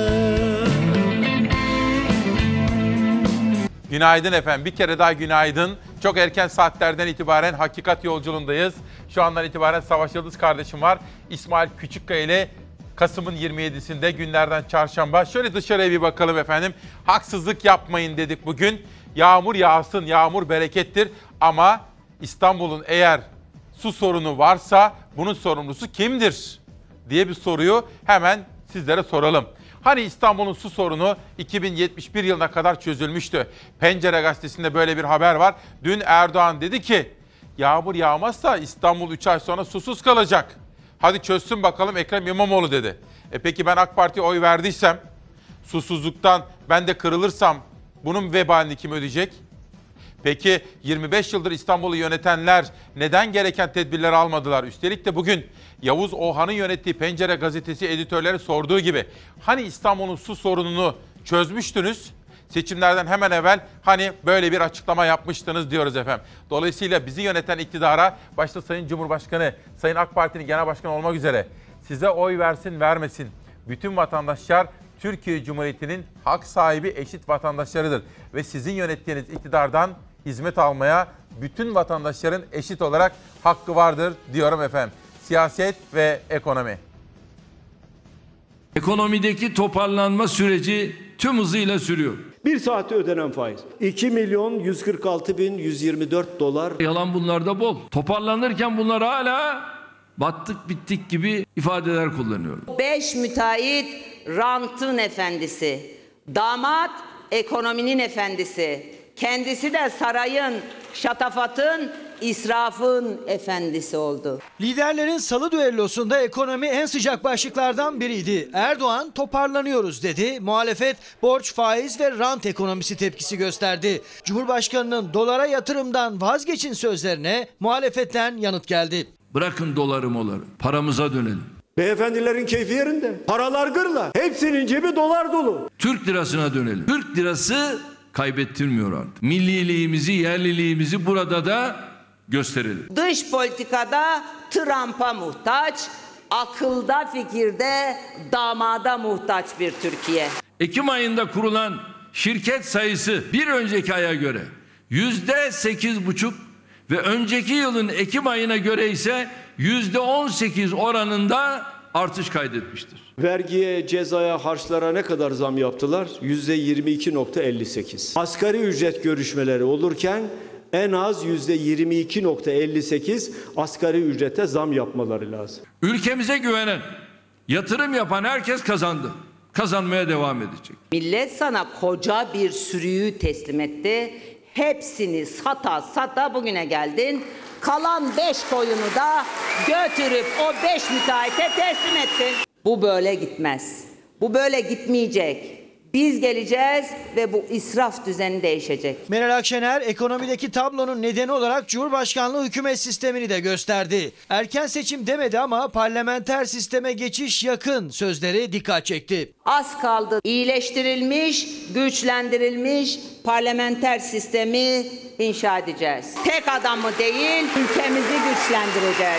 Günaydın efendim. Bir kere daha günaydın. Çok erken saatlerden itibaren Hakikat Yolculuğundayız. Şu andan itibaren Savaş Yıldız kardeşim var. İsmail Küçükkaya ile Kasım'ın 27'sinde günlerden çarşamba. Şöyle dışarıya bir bakalım efendim. Haksızlık yapmayın dedik bugün. Yağmur yağsın, yağmur berekettir. Ama İstanbul'un eğer su sorunu varsa bunun sorumlusu kimdir diye bir soruyu hemen sizlere soralım. Hani İstanbul'un su sorunu 2071 yılına kadar çözülmüştü. Pencere gazetesinde böyle bir haber var. Dün Erdoğan dedi ki yağmur yağmazsa İstanbul 3 ay sonra susuz kalacak. Hadi çözsün bakalım Ekrem İmamoğlu dedi. Peki ben AK Parti'ye oy verdiysem, susuzluktan ben de kırılırsam bunun vebalini kim ödeyecek? Peki 25 yıldır İstanbul'u yönetenler neden gereken tedbirleri almadılar? Üstelik de bugün Yavuz Oğan'ın yönettiği Pencere gazetesi editörleri sorduğu gibi hani İstanbul'un su sorununu çözmüştünüz? Seçimlerden hemen evvel hani böyle bir açıklama yapmıştınız diyoruz efendim. Dolayısıyla bizi yöneten iktidara başta Sayın Cumhurbaşkanı, Sayın AK Parti'nin genel başkanı olmak üzere size oy versin vermesin. Bütün vatandaşlar Türkiye Cumhuriyeti'nin hak sahibi eşit vatandaşlarıdır. Ve sizin yönettiğiniz iktidardan hizmet almaya bütün vatandaşların eşit olarak hakkı vardır diyorum efendim. Siyaset ve ekonomi. Ekonomideki toparlanma süreci tüm hızıyla sürüyor. Bir saatte ödenen faiz. 2.146.124 dolar. Yalan bunlarda bol. Toparlanırken bunlar hala battık bittik gibi ifadeler kullanıyorum. 5 müteahhit rantın efendisi. Damat ekonominin efendisi. Kendisi de sarayın, şatafatın, israfın efendisi oldu. Liderlerin salı düellosunda ekonomi en sıcak başlıklardan biriydi. Erdoğan toparlanıyoruz dedi. Muhalefet borç, faiz ve rant ekonomisi tepkisi gösterdi. Cumhurbaşkanının dolara yatırımdan vazgeçin sözlerine muhalefetten yanıt geldi. Bırakın doları moları, paramıza dönelim. Beyefendilerin keyfi yerinde. Paralar gırla. Hepsinin cebi dolar dolu. Türk lirasına dönelim. Türk lirası kaybettirmiyor artık. Milliliğimizi, yerliliğimizi burada da gösterelim. Dış politikada Trump'a muhtaç, akılda fikirde damada muhtaç bir Türkiye. Ekim ayında kurulan şirket sayısı bir önceki aya göre %8,5 ve önceki yılın Ekim ayına göre ise %18 oranında artış kaydetmiştir. Vergiye, cezaya, harçlara ne kadar zam yaptılar? %22.58. Asgari ücret görüşmeleri olurken en az %22.58 asgari ücrete zam yapmaları lazım. Ülkemize güvenen, yatırım yapan herkes kazandı. Kazanmaya devam edecek. Millet sana koca bir sürüyü teslim etti. Hepsini sata sata bugüne geldin. Kalan 5 koyunu da götürüp o 5 müteahhite teslim ettin. Bu böyle gitmez. Bu böyle gitmeyecek. Biz geleceğiz ve bu israf düzeni değişecek. Meral Akşener ekonomideki tablonun nedeni olarak Cumhurbaşkanlığı hükümet sistemini de gösterdi. Erken seçim demedi ama parlamenter sisteme geçiş yakın sözleri dikkat çekti. Az kaldı. İyileştirilmiş, güçlendirilmiş parlamenter sistemi inşa edeceğiz. Tek adamı değil, ülkemizi güçlendireceğiz.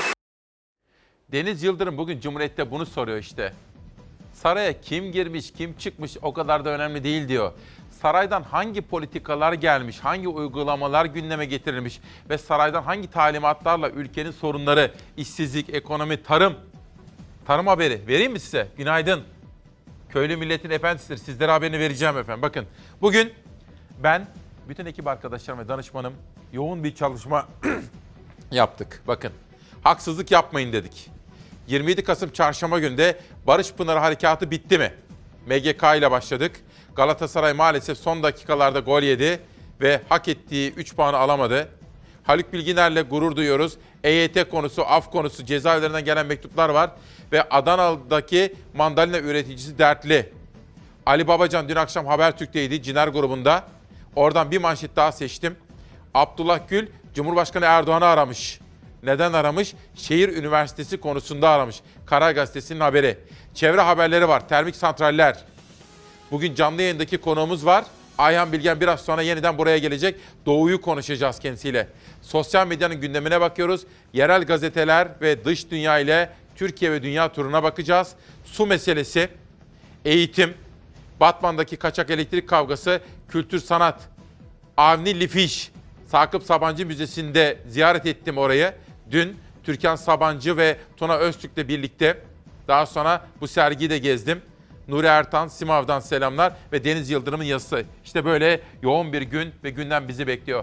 Deniz Yıldırım bugün Cumhuriyet'te bunu soruyor işte. Saraya kim girmiş, kim çıkmış o kadar da önemli değil diyor. Saraydan hangi politikalar gelmiş, hangi uygulamalar gündeme getirilmiş ve saraydan hangi talimatlarla ülkenin sorunları, işsizlik, ekonomi, tarım haberi vereyim mi size? Günaydın. Köylü milletin efendisidir. Sizlere haberini vereceğim efendim. Bakın bugün ben, bütün ekip arkadaşlarım ve danışmanım yoğun bir çalışma yaptık. Bakın haksızlık yapmayın dedik. 27 Kasım Çarşamba günü de Barış Pınarı Harekatı bitti mi? MGK ile başladık. Galatasaray maalesef son dakikalarda gol yedi ve hak ettiği 3 puanı alamadı. Haluk Bilginer'le gurur duyuyoruz. EYT konusu, af konusu, cezaevlerinden gelen mektuplar var. Ve Adana'daki mandalina üreticisi dertli. Ali Babacan dün akşam Habertürk'teydi, Ciner grubunda. Oradan bir manşet daha seçtim. Abdullah Gül, Cumhurbaşkanı Erdoğan'ı aramış. Neden aramış? Şehir Üniversitesi konusunda aramış. Karar Gazetesi'nin haberi. Çevre haberleri var. Termik santraller. Bugün canlı yayındaki konuğumuz var. Ayhan Bilgen biraz sonra yeniden buraya gelecek. Doğu'yu konuşacağız kendisiyle. Sosyal medyanın gündemine bakıyoruz. Yerel gazeteler ve dış dünya ile Türkiye ve dünya turuna bakacağız. Su meselesi, eğitim, Batman'daki kaçak elektrik kavgası, kültür sanat, Avni Lifiş, Sakıp Sabancı Müzesi'nde ziyaret ettim orayı. Dün Türkan Sabancı ve Tuna Öztürk'le birlikte. Daha sonra bu sergiyi de gezdim. Nuri Ertan, Simav'dan selamlar ve Deniz Yıldırım'ın yazısı. İşte böyle yoğun bir gün ve gündem bizi bekliyor.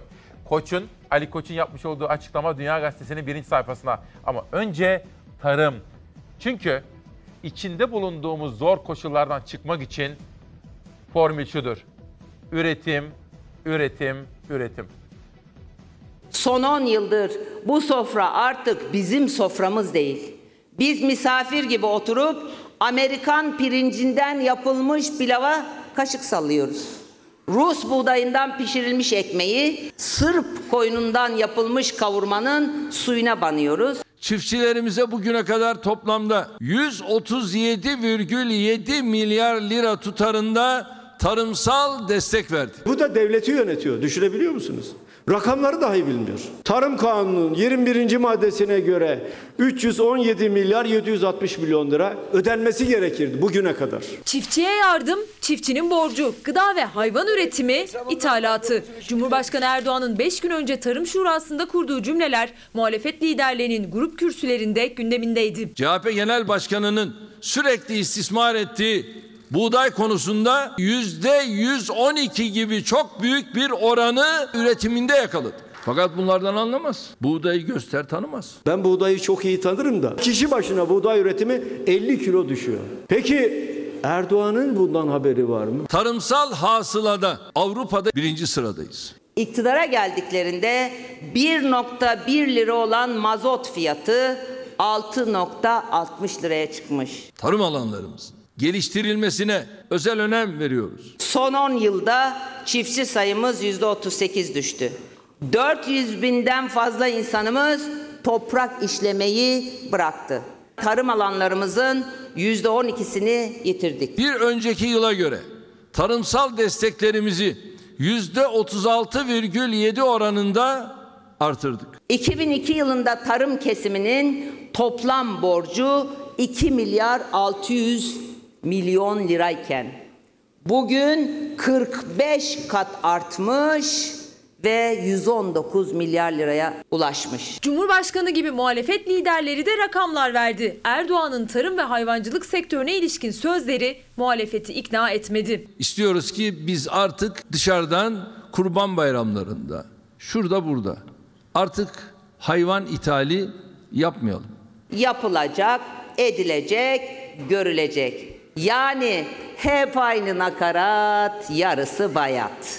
Ali Koç'un yapmış olduğu açıklama Dünya Gazetesi'nin 1. sayfasına. Ama önce tarım. Çünkü içinde bulunduğumuz zor koşullardan çıkmak için formül şudur. Üretim, üretim, üretim. Son 10 yıldır bu sofra artık bizim soframız değil. Biz misafir gibi oturup Amerikan pirincinden yapılmış pilava kaşık sallıyoruz. Rus buğdayından pişirilmiş ekmeği Sırp koyunundan yapılmış kavurmanın suyuna banıyoruz. Çiftçilerimize bugüne kadar toplamda 137,7 milyar lira tutarında tarımsal destek verdi. Bu da devleti yönetiyor. Düşünebiliyor musunuz? Rakamları dahi bilmiyor. Tarım Kanunu'nun 21. maddesine göre 317 milyar 760 milyon lira ödenmesi gerekirdi bugüne kadar. Çiftçiye yardım, çiftçinin borcu, gıda ve hayvan üretimi, ithalatı. Cumhurbaşkanı Erdoğan'ın 5 gün önce Tarım Şurası'nda kurduğu cümleler muhalefet liderlerinin grup kürsülerinde gündemindeydi. CHP Genel Başkanı'nın sürekli istismar ettiği buğday konusunda %112 gibi çok büyük bir oranı üretiminde yakaladık. Fakat bunlardan anlamaz. Buğdayı göster tanımaz. Ben buğdayı çok iyi tanırım da kişi başına buğday üretimi 50 kilo düşüyor. Peki Erdoğan'ın bundan haberi var mı? Tarımsal hasılada Avrupa'da 1. sıradayız. İktidara geldiklerinde 1,1 lira olan mazot fiyatı 6,60 liraya çıkmış. Tarım alanlarımızın geliştirilmesine özel önem veriyoruz. Son 10 yılda çiftçi sayımız %38 düştü. 400 binden fazla insanımız toprak işlemeyi bıraktı. Tarım alanlarımızın %12'sini yitirdik. Bir önceki yıla göre tarımsal desteklerimizi %36,7 oranında artırdık. 2002 yılında tarım kesiminin toplam borcu 2 milyar 600 milyon lirayken bugün 45 kat artmış ve 119 milyar liraya ulaşmış. Cumhurbaşkanı gibi muhalefet liderleri de rakamlar verdi. Erdoğan'ın tarım ve hayvancılık sektörüne ilişkin sözleri muhalefeti ikna etmedi. İstiyoruz ki biz artık dışarıdan kurban bayramlarında, şurada burada artık hayvan ithali yapmayalım. Yapılacak, edilecek, görülecek. Yani hep aynı nakarat, yarısı bayat.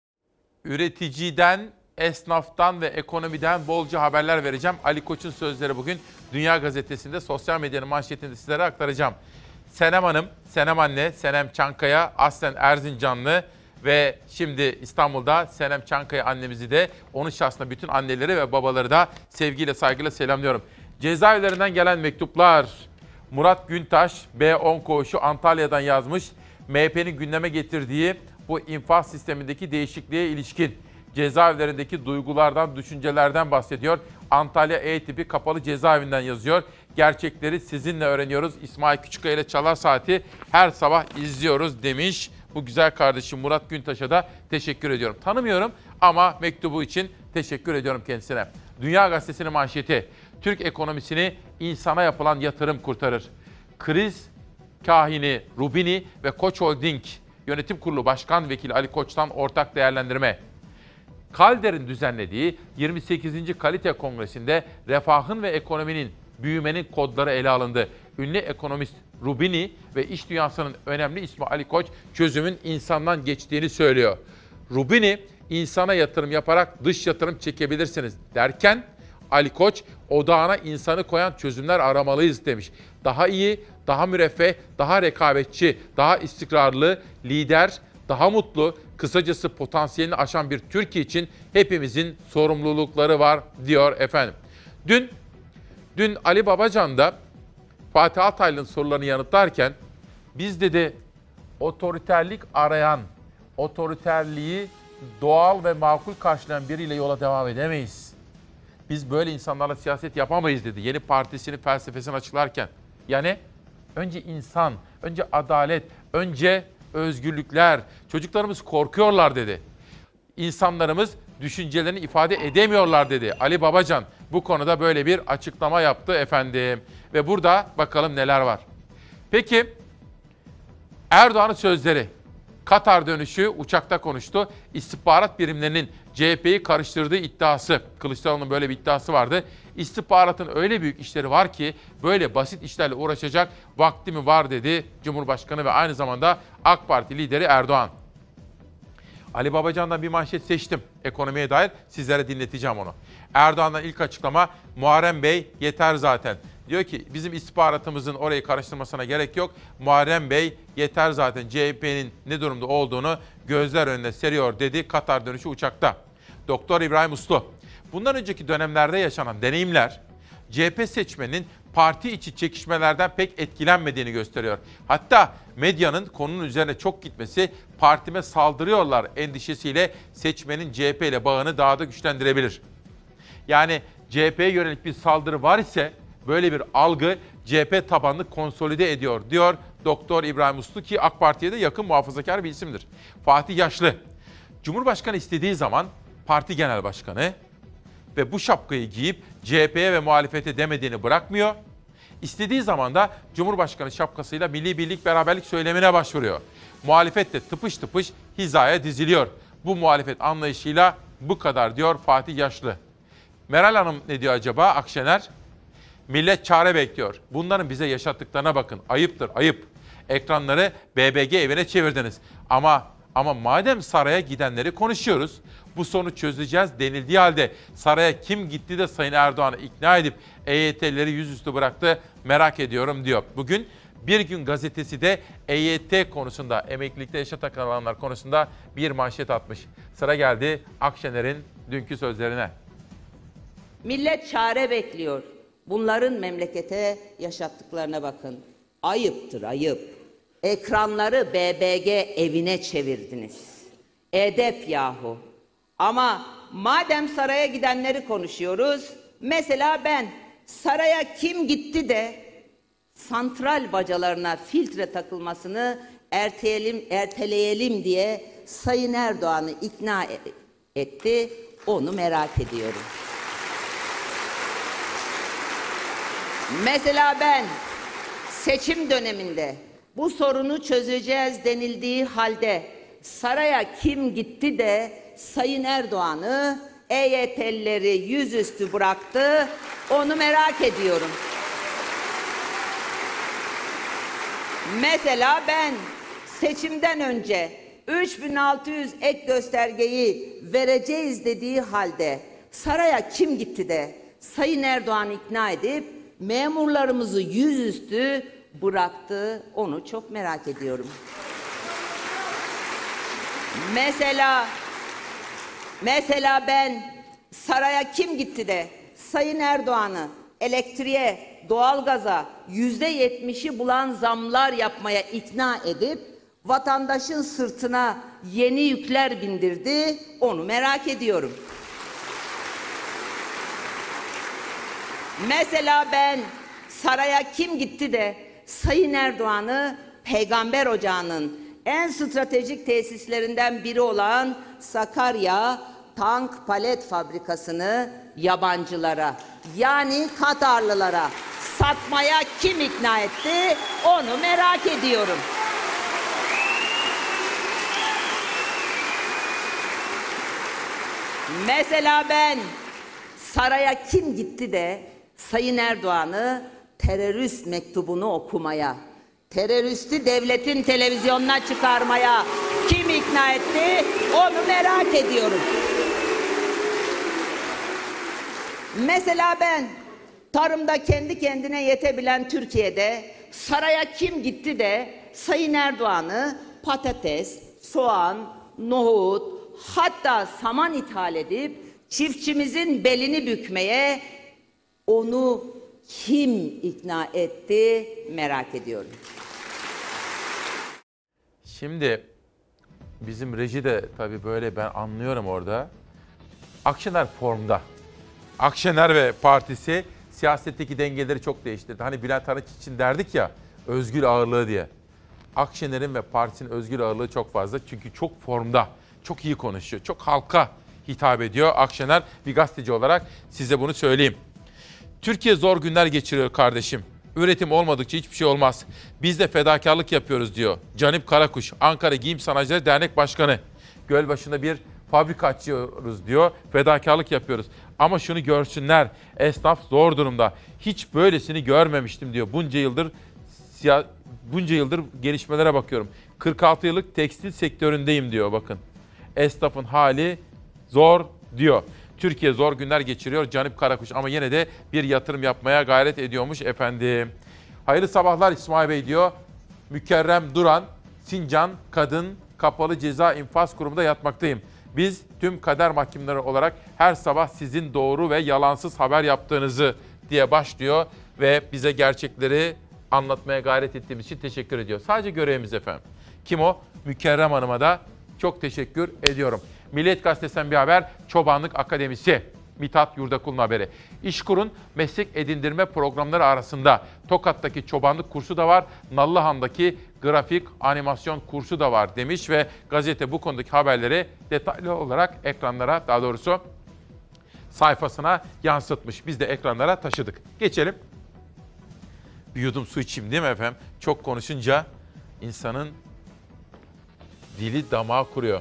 Üreticiden, esnaftan ve ekonomiden bolca haberler vereceğim. Ali Koç'un sözleri bugün Dünya Gazetesi'nde sosyal medyanın manşetinde sizlere aktaracağım. Senem Hanım, Senem Anne, Senem Çankaya, aslen Erzincanlı ve şimdi İstanbul'da Senem Çankaya annemizi de onun şahsında bütün anneleri ve babaları da sevgiyle saygıyla selamlıyorum. Cezaevlerinden gelen mektuplar. Murat Güntaş, B10 koğuşu Antalya'dan yazmış. MHP'nin gündeme getirdiği bu infaz sistemindeki değişikliğe ilişkin cezaevlerindeki duygulardan, düşüncelerden bahsediyor. Antalya E tipi kapalı cezaevinden yazıyor. Gerçekleri sizinle öğreniyoruz. İsmail Küçükkaya ile Çalar Saati her sabah izliyoruz demiş. Bu güzel kardeşim Murat Güntaş'a da teşekkür ediyorum. Tanımıyorum ama mektubu için teşekkür ediyorum kendisine. Dünya Gazetesi'nin manşeti. Türk ekonomisini insana yapılan yatırım kurtarır. Kriz kahini Rubini ve Koç Holding Yönetim Kurulu Başkan Vekili Ali Koç'tan ortak değerlendirme. Kalder'in düzenlediği 28. Kalite Kongresi'nde refahın ve ekonominin büyümenin kodları ele alındı. Ünlü ekonomist Rubini ve iş dünyasının önemli ismi Ali Koç çözümün insandan geçtiğini söylüyor. Rubini, insana yatırım yaparak dış yatırım çekebilirsiniz derken Ali Koç, odağına insanı koyan çözümler aramalıyız demiş. Daha iyi, daha müreffeh, daha rekabetçi, daha istikrarlı, lider, daha mutlu, kısacası potansiyelini aşan bir Türkiye için hepimizin sorumlulukları var diyor efendim. Dün Ali Babacan da Fatih Altaylı'nın sorularını yanıtlarken biz dedi otoriterlik arayan, otoriterliği doğal ve makul karşılayan biriyle yola devam edemeyiz. Biz böyle insanlarla siyaset yapamayız dedi. Yeni partisinin felsefesini açıklarken. Yani önce insan, önce adalet, önce özgürlükler. Çocuklarımız korkuyorlar dedi. İnsanlarımız düşüncelerini ifade edemiyorlar dedi. Ali Babacan bu konuda böyle bir açıklama yaptı efendim. Ve burada bakalım neler var. Peki Erdoğan'ın sözleri. Katar dönüşü uçakta konuştu. İstihbarat birimlerinin CHP'yi karıştırdığı iddiası. Kılıçdaroğlu'nun böyle bir iddiası vardı. İstihbaratın öyle büyük işleri var ki böyle basit işlerle uğraşacak vakti mi var dedi Cumhurbaşkanı ve aynı zamanda AK Parti lideri Erdoğan. Ali Babacan'dan bir manşet seçtim ekonomiye dair. Sizlere dinleteceğim onu. Erdoğan'dan ilk açıklama, Muharrem Bey yeter zaten. Diyor ki bizim istihbaratımızın orayı karıştırmasına gerek yok. Muharrem Bey yeter zaten CHP'nin ne durumda olduğunu gözler önüne seriyor dedi Katar dönüşü uçakta. Doktor İbrahim Uslu. Bundan önceki dönemlerde yaşanan deneyimler CHP seçmeninin parti içi çekişmelerden pek etkilenmediğini gösteriyor. Hatta medyanın konunun üzerine çok gitmesi partime saldırıyorlar endişesiyle seçmenin CHP ile bağını daha da güçlendirebilir. Yani CHP'ye yönelik bir saldırı var ise böyle bir algı CHP tabanını konsolide ediyor diyor Doktor İbrahim Uslu ki AK Parti'ye de yakın muhafazakar bir isimdir. Fatih Yaşlı, Cumhurbaşkanı istediği zaman parti genel başkanı ve bu şapkayı giyip CHP'ye ve muhalefete demediğini bırakmıyor. İstediği zaman da Cumhurbaşkanı şapkasıyla milli birlik beraberlik söylemine başvuruyor. Muhalefet de tıpış tıpış hizaya diziliyor. Bu muhalefet anlayışıyla bu kadar diyor Fatih Yaşlı. Meral Hanım ne diyor acaba? Akşener, millet çare bekliyor. Bunların bize yaşattıklarına bakın. Ayıptır, ayıp. Ekranları BBG evine çevirdiniz. Ama madem saraya gidenleri konuşuyoruz, bu sorunu çözeceğiz denildiği halde saraya kim gitti de Sayın Erdoğan'ı ikna edip EYT'lileri yüzüstü bıraktı merak ediyorum diyor. Bugün Bir Gün gazetesi de EYT konusunda, emeklilikte yaşa takılanlar konusunda bir manşet atmış. Sıra geldi Akşener'in dünkü sözlerine. Millet çare bekliyor. Bunların memlekete yaşattıklarına bakın. Ayıptır, ayıp. Ekranları BBG evine çevirdiniz. Edep yahu. Ama madem saraya gidenleri konuşuyoruz, mesela ben saraya kim gitti de santral bacalarına filtre takılmasını erteleyelim diye Sayın Erdoğan'ı ikna etti, onu merak ediyorum. Mesela ben seçim döneminde bu sorunu çözeceğiz denildiği halde saraya kim gitti de Sayın Erdoğan'ı EYT'lileri yüzüstü bıraktı, onu merak ediyorum. Mesela ben seçimden önce 3600 ek göstergeyi vereceğiz dediği halde saraya kim gitti de Sayın Erdoğan'ı ikna edip memurlarımızı yüzüstü bıraktı, onu çok merak ediyorum. Mesela ben saraya kim gitti de Sayın Erdoğan'ı elektriğe, doğalgaza %70'i bulan zamlar yapmaya ikna edip vatandaşın sırtına yeni yükler bindirdi, onu merak ediyorum. Mesela ben saraya kim gitti de Sayın Erdoğan'ı Peygamber Ocağı'nın en stratejik tesislerinden biri olan Sakarya Tank Palet Fabrikası'nı yabancılara, yani Katarlılara satmaya kim ikna etti, onu merak ediyorum. Mesela ben saraya kim gitti de Sayın Erdoğan'ı terörist mektubunu okumaya, teröristi devletin televizyonuna çıkarmaya kim ikna etti, onu merak ediyorum. Mesela ben tarımda kendi kendine yetebilen Türkiye'de saraya kim gitti de Sayın Erdoğan'ı patates, soğan, nohut, hatta saman ithal edip çiftçimizin belini bükmeye, onu kim ikna etti merak ediyorum. Şimdi bizim reji de tabii böyle, ben anlıyorum orada. Akşener formda. Akşener ve partisi siyasetteki dengeleri çok değiştirdi. Hani Bülent Arınç için derdik ya, özgür ağırlığı diye. Akşener'in ve partisinin özgür ağırlığı çok fazla. Çünkü çok formda, çok iyi konuşuyor, çok halka hitap ediyor Akşener. Bir gazeteci olarak size bunu söyleyeyim. Türkiye zor günler geçiriyor kardeşim. Üretim olmadıkça hiçbir şey olmaz. Biz de fedakarlık yapıyoruz diyor Canip Karakuş, Ankara Giyim Sanayicileri Dernek Başkanı. Gölbaşı'nda bir fabrika açıyoruz diyor, fedakarlık yapıyoruz. Ama şunu görsünler, esnaf zor durumda. Hiç böylesini görmemiştim diyor. Bunca yıldır gelişmelere bakıyorum. 46 yıllık tekstil sektöründeyim diyor bakın. Esnafın hali zor diyor. Türkiye zor günler geçiriyor Canip Karakuş ama yine de bir yatırım yapmaya gayret ediyormuş efendim. Hayırlı sabahlar İsmail Bey diyor. Mükerrem Duran, Sincan Kadın Kapalı Ceza İnfaz Kurumu'nda yatmaktayım. Biz tüm kader mahkumları olarak her sabah sizin doğru ve yalansız haber yaptığınızı diye başlıyor ve bize gerçekleri anlatmaya gayret ettiğimiz için teşekkür ediyor. Sadece görevimiz efendim. Kim o? Mükerrem Hanım'a da çok teşekkür ediyorum. Milliyet Gazetesi'nden bir haber, Çobanlık Akademisi. Mithat Yurdakul'un haberi. İşkur'un meslek edindirme programları arasında Tokat'taki çobanlık kursu da var, Nallıhan'daki grafik animasyon kursu da var demiş ve gazete bu konudaki haberleri detaylı olarak ekranlara, daha doğrusu sayfasına yansıtmış. Biz de ekranlara taşıdık. Geçelim. Bir yudum su içeyim değil mi efendim? Çok konuşunca insanın dili damağı kuruyor.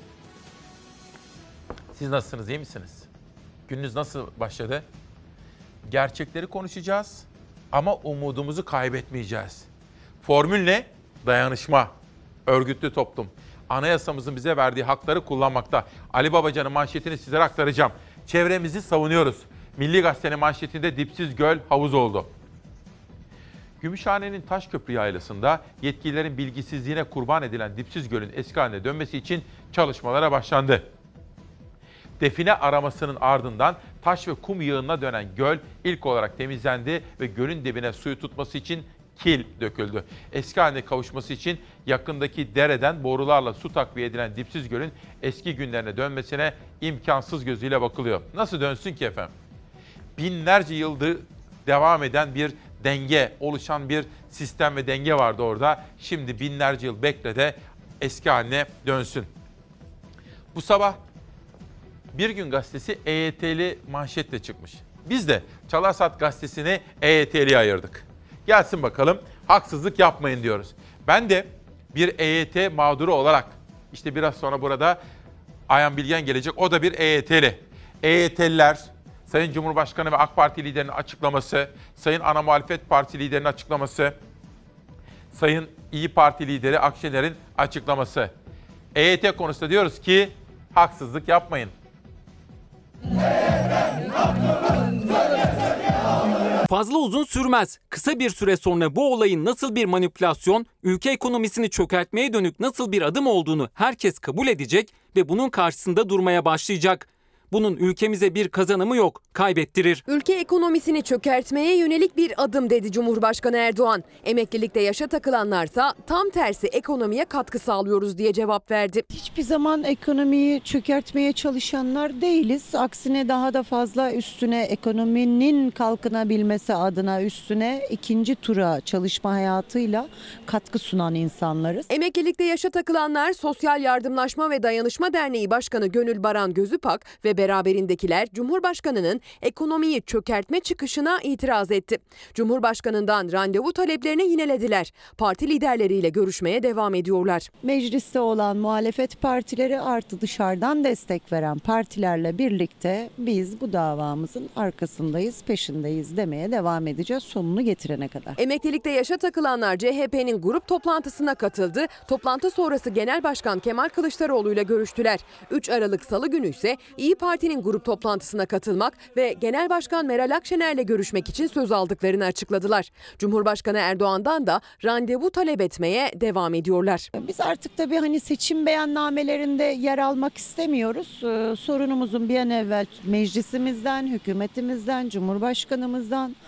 Siz nasılsınız, iyi misiniz? Gününüz nasıl başladı? Gerçekleri konuşacağız ama umudumuzu kaybetmeyeceğiz. Formül ne? Dayanışma, örgütlü toplum. Anayasamızın bize verdiği hakları kullanmakta. Ali Babacan'ın manşetini sizlere aktaracağım. Çevremizi savunuyoruz. Milli Gazete'nin manşetinde dipsiz göl havuz oldu. Gümüşhane'nin Taşköprü Yaylası'nda yetkililerin bilgisizliğine kurban edilen dipsiz gölün eski haline dönmesi için çalışmalara başlandı. Define aramasının ardından taş ve kum yığınına dönen göl ilk olarak temizlendi ve gölün dibine suyu tutması için kil döküldü. Eski haline kavuşması için yakındaki dereden borularla su takviye edilen dipsiz gölün eski günlerine dönmesine imkansız gözüyle bakılıyor. Nasıl dönsün ki efendim? Binlerce yıldır devam eden bir denge, oluşan bir sistem ve denge vardı orada. Şimdi binlerce yıl bekle de eski haline dönsün. Bu sabah Bir Gün Gazetesi EYT'li manşetle çıkmış. Biz de Çalar Saat Gazetesi'ni EYT'liye ayırdık. Gelsin bakalım, haksızlık yapmayın diyoruz. Ben de bir EYT mağduru olarak, işte biraz sonra burada Ayhan Bilgen gelecek, o da bir EYT'li. EYT'liler, Sayın Cumhurbaşkanı ve AK Parti liderinin açıklaması, Sayın Ana Muhalefet Partisi liderinin açıklaması, Sayın İyi Parti lideri Akşener'in açıklaması. EYT konusunda diyoruz ki haksızlık yapmayın. Fazla uzun sürmez. Kısa bir süre sonra bu olayın nasıl bir manipülasyon, ülke ekonomisini çökertmeye dönük nasıl bir adım olduğunu herkes kabul edecek ve bunun karşısında durmaya başlayacak. Bunun ülkemize bir kazanımı yok, kaybettirir. Ülke ekonomisini çökertmeye yönelik bir adım dedi Cumhurbaşkanı Erdoğan. Emeklilikte yaşa takılanlarsa tam tersi ekonomiye katkı sağlıyoruz diye cevap verdi. Hiçbir zaman ekonomiyi çökertmeye çalışanlar değiliz. Aksine daha da fazla üstüne ekonominin kalkınabilmesi adına üstüne ikinci tura çalışma hayatıyla katkı sunan insanlarız. Emeklilikte yaşa takılanlar Sosyal Yardımlaşma ve Dayanışma Derneği Başkanı Gönül Baran Gözüpak ve beraberindekiler Cumhurbaşkanı'nın ekonomiyi çökertme çıkışına itiraz etti. Cumhurbaşkanı'ndan randevu taleplerini yinelediler. Parti liderleriyle görüşmeye devam ediyorlar. Mecliste olan muhalefet partileri artı dışarıdan destek veren partilerle birlikte biz bu davamızın arkasındayız, peşindeyiz demeye devam edeceğiz sonunu getirene kadar. Emeklilikte yaşa takılanlar CHP'nin grup toplantısına katıldı. Toplantı sonrası Genel Başkan Kemal Kılıçdaroğlu ile görüştüler. 3 Aralık Salı günü ise İyi Parti'nin grup toplantısına katılmak ve Genel Başkan Meral Akşener'le görüşmek için söz aldıklarını açıkladılar. Cumhurbaşkanı Erdoğan'dan da randevu talep etmeye devam ediyorlar. Biz artık tabii hani seçim beyannamelerinde yer almak istemiyoruz. Sorunumuzun bir an evvel meclisimizden, hükümetimizden, Cumhurbaşkanımızdan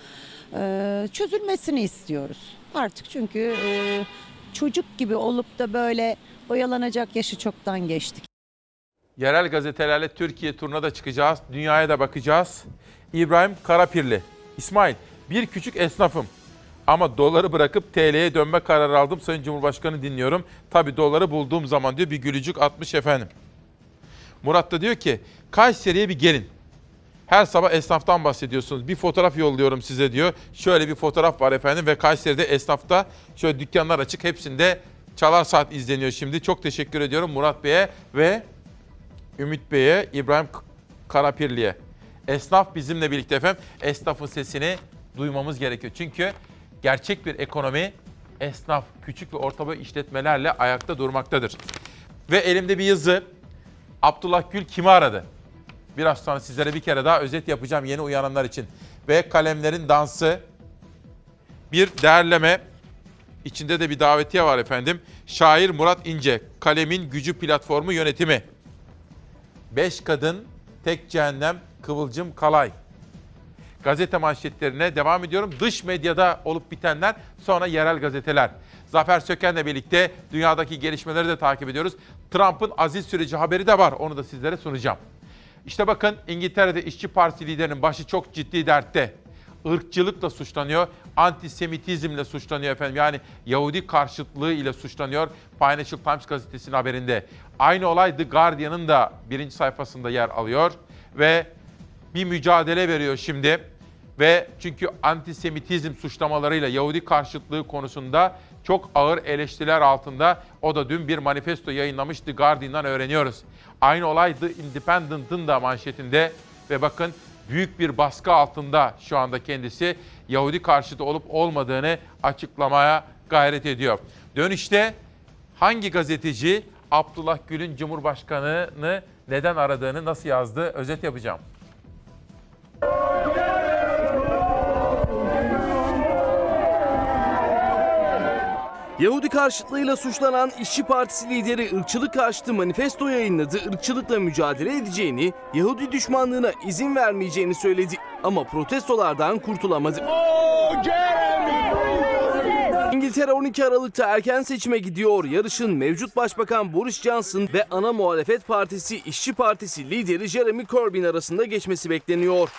çözülmesini istiyoruz. Artık çünkü çocuk gibi olup da böyle oyalanacak yaşı çoktan geçtik. Yerel gazetelerle Türkiye turuna da çıkacağız. Dünyaya da bakacağız. İbrahim Karapirli. İsmail, bir küçük esnafım. Ama doları bırakıp TL'ye dönme kararı aldım. Sayın Cumhurbaşkanı dinliyorum. Tabii doları bulduğum zaman diyor bir gülücük atmış efendim. Murat da diyor ki Kayseri'ye bir gelin. Her sabah esnaftan bahsediyorsunuz. Bir fotoğraf yolluyorum size diyor. Şöyle bir fotoğraf var efendim ve Kayseri'de esnafta şöyle dükkanlar açık. Hepsinde Çalar Saat izleniyor şimdi. Çok teşekkür ediyorum Murat Bey'e ve Ümit Bey'e, İbrahim Karapirli'ye. Esnaf bizimle birlikte efendim. Esnafın sesini duymamız gerekiyor. Çünkü gerçek bir ekonomi esnaf, küçük ve orta boy işletmelerle ayakta durmaktadır. Ve elimde bir yazı. Abdullah Gül kimi aradı? Biraz sonra sizlere bir kere daha özet yapacağım yeni uyananlar için. Ve kalemlerin dansı, bir derleme, içinde de bir davetiye var efendim. Şair Murat İnce, Kalemin Gücü Platformu Yönetimi. 5 kadın, tek cehennem, Kıvılcım Kalay. Gazete manşetlerine devam ediyorum. Dış medyada olup bitenler, sonra yerel gazeteler. Zafer Söken'le birlikte dünyadaki gelişmeleri de takip ediyoruz. Trump'ın aziz süreci haberi de var. Onu da sizlere sunacağım. İşte bakın, İngiltere'de İşçi Partisi liderinin başı çok ciddi dertte. Irkçılıkla suçlanıyor, antisemitizmle suçlanıyor efendim. Yani Yahudi karşıtlığı ile suçlanıyor. Financial Times gazetesinin haberinde. Aynı olay The Guardian'ın da birinci sayfasında yer alıyor. Ve bir mücadele veriyor şimdi. Ve çünkü antisemitizm suçlamalarıyla Yahudi karşıtlığı konusunda çok ağır eleştiriler altında. O da dün bir manifesto yayınlamış, The Guardian'dan öğreniyoruz. Aynı olay The Independent'ın da manşetinde. Ve bakın, büyük bir baskı altında şu anda kendisi, Yahudi karşıtı olup olmadığını açıklamaya gayret ediyor. Dönüşte hangi gazeteci Abdullah Gül'ün Cumhurbaşkanı'nı neden aradığını, nasıl yazdığı özet yapacağım. Yahudi karşıtlığıyla suçlanan İşçi Partisi lideri ırkçılık karşıtı manifesto yayınladı. Irkçılıkla mücadele edeceğini, Yahudi düşmanlığına izin vermeyeceğini söyledi. Ama protestolardan kurtulamadı. İngiltere 12 Aralık'ta erken seçime gidiyor. Yarışın mevcut Başbakan Boris Johnson ve ana muhalefet partisi İşçi Partisi lideri Jeremy Corbyn arasında geçmesi bekleniyor.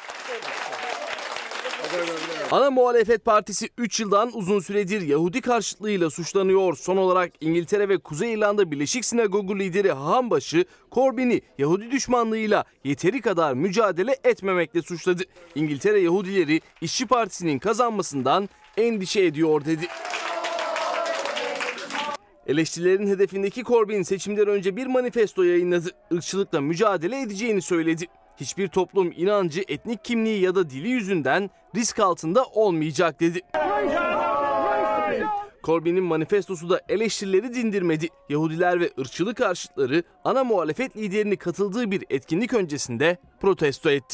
Ana muhalefet partisi 3 yıldan uzun süredir Yahudi karşıtlığıyla suçlanıyor. Son olarak İngiltere ve Kuzey İrlanda Birleşik Sinagogu lideri Hahambaşı, Corbyn'i Yahudi düşmanlığıyla yeteri kadar mücadele etmemekle suçladı. İngiltere Yahudileri İşçi Partisi'nin kazanmasından endişe ediyor dedi. Eleştirilerin hedefindeki Corbyn seçimden önce bir manifesto yayınladı. Irkçılıkla mücadele edeceğini söyledi. Hiçbir toplum inancı, etnik kimliği ya da dili yüzünden risk altında olmayacak dedi. Corbyn'in manifestosu da eleştirileri dindirmedi. Yahudiler ve ırkçılık karşıtları ana muhalefet liderini katıldığı bir etkinlik öncesinde protesto etti.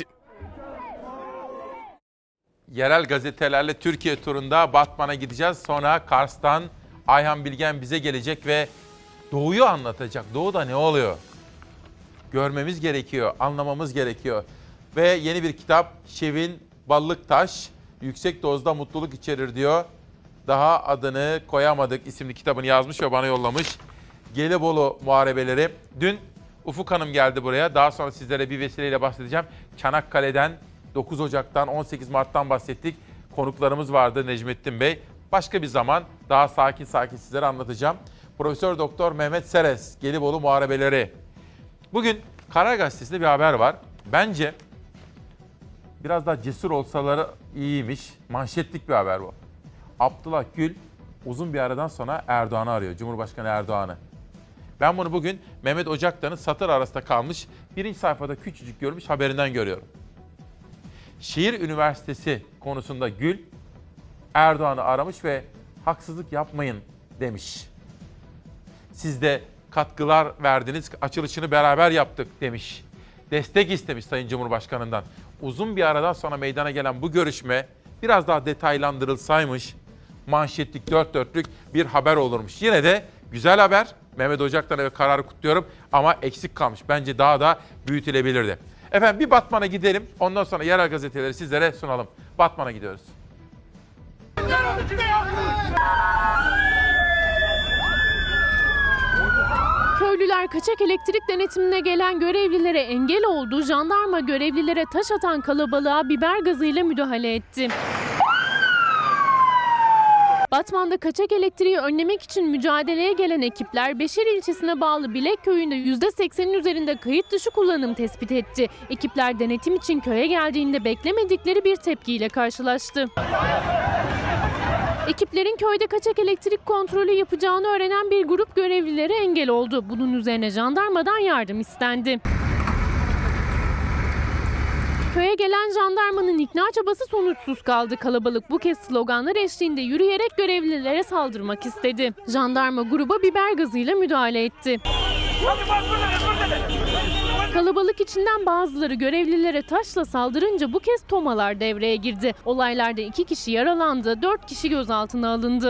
Yerel gazetelerle Türkiye turunda Batman'a gideceğiz. Sonra Kars'tan Ayhan Bilgen bize gelecek ve Doğu'yu anlatacak. Doğu'da ne oluyor? Görmemiz gerekiyor, anlamamız gerekiyor. Ve yeni bir kitap, Şevin Ballıktaş, Yüksek Dozda Mutluluk İçerir diyor. Daha adını koyamadık isimli kitabını yazmış ve bana yollamış. Gelibolu Muharebeleri. Dün Ufuk Hanım geldi buraya. Daha sonra sizlere bir vesileyle bahsedeceğim. Çanakkale'den, 9 Ocak'tan, 18 Mart'tan bahsettik. Konuklarımız vardı, Necmettin Bey. Başka bir zaman daha sakin sizlere anlatacağım. Profesör Doktor Mehmet Seres, Gelibolu Muharebeleri. Bugün Karar Gazetesi'nde bir haber var. Bence biraz daha cesur olsaları iyiymiş. Manşetlik bir haber bu. Abdullah Gül uzun bir aradan sonra Erdoğan'ı arıyor. Cumhurbaşkanı Erdoğan'ı. Ben bunu bugün Mehmet Ocaktan'ın satır arasında kalmış, birinci sayfada küçücük görmüş haberinden görüyorum. Şehir Üniversitesi konusunda Gül Erdoğan'ı aramış ve haksızlık yapmayın demiş. Siz de katkılar verdiniz, açılışını beraber yaptık demiş. Destek istemiş Sayın Cumhurbaşkanı'ndan. Uzun bir aradan sonra meydana gelen bu görüşme biraz daha detaylandırılsaymış, manşetlik, dört dörtlük bir haber olurmuş. Yine de güzel haber. Mehmet Ocak'tan ve kararı kutluyorum ama eksik kalmış. Bence daha da büyütülebilirdi. Efendim bir Batman'a gidelim. Ondan sonra yerel gazeteleri sizlere sunalım. Batman'a gidiyoruz. Köylüler kaçak elektrik denetimine gelen görevlilere engel oldu. Jandarma görevlilere taş atan kalabalığa biber gazıyla müdahale etti. Batman'da kaçak elektriği önlemek için mücadeleye gelen ekipler Beşir ilçesine bağlı Bilek köyünde %80'in üzerinde kayıt dışı kullanım tespit etti. Ekipler denetim için köye geldiğinde beklemedikleri bir tepkiyle karşılaştı. Ekiplerin köyde kaçak elektrik kontrolü yapacağını öğrenen bir grup görevlilere engel oldu. Bunun üzerine jandarmadan yardım istendi. Köye gelen jandarmanın ikna çabası sonuçsuz kaldı. Kalabalık bu kez sloganlar eşliğinde yürüyerek görevlilere saldırmak istedi. Jandarma gruba biber gazıyla müdahale etti. Kalabalık içinden bazıları görevlilere taşla saldırınca bu kez tomalar devreye girdi. Olaylarda 2 kişi yaralandı, 4 kişi gözaltına alındı.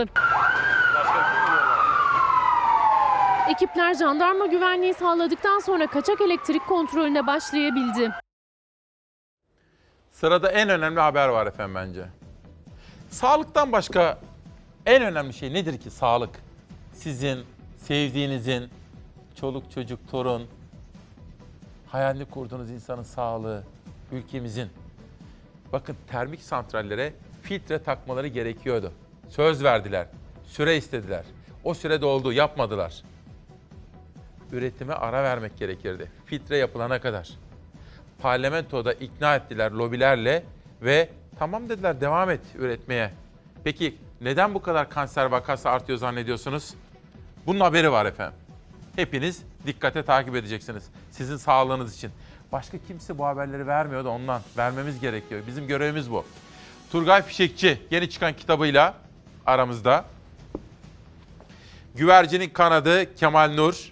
Ekipler jandarma güvenliği sağladıktan sonra kaçak elektrik kontrolüne başlayabildi. Sırada en önemli haber var efendim bence. Sağlıktan başka en önemli şey nedir ki sağlık? Sizin, sevdiğinizin, çoluk çocuk, torun, hayalini kurduğunuz insanın sağlığı, ülkemizin. Bakın termik santrallere filtre takmaları gerekiyordu. Söz verdiler, süre istediler. O süre doldu, yapmadılar. Üretime ara vermek gerekirdi. Filtre yapılana kadar. Parlamentoda ikna ettiler lobilerle ve tamam dediler, devam et üretmeye. Peki neden bu kadar kanser vakası artıyor zannediyorsunuz? Bunun haberi var efendim. Hepiniz dikkate takip edeceksiniz. Sizin sağlığınız için. Başka kimse bu haberleri vermiyor da ondan. Vermemiz gerekiyor. Bizim görevimiz bu. Turgay Fişekçi yeni çıkan kitabıyla aramızda. Güvercinin Kanadı Kemal Nur.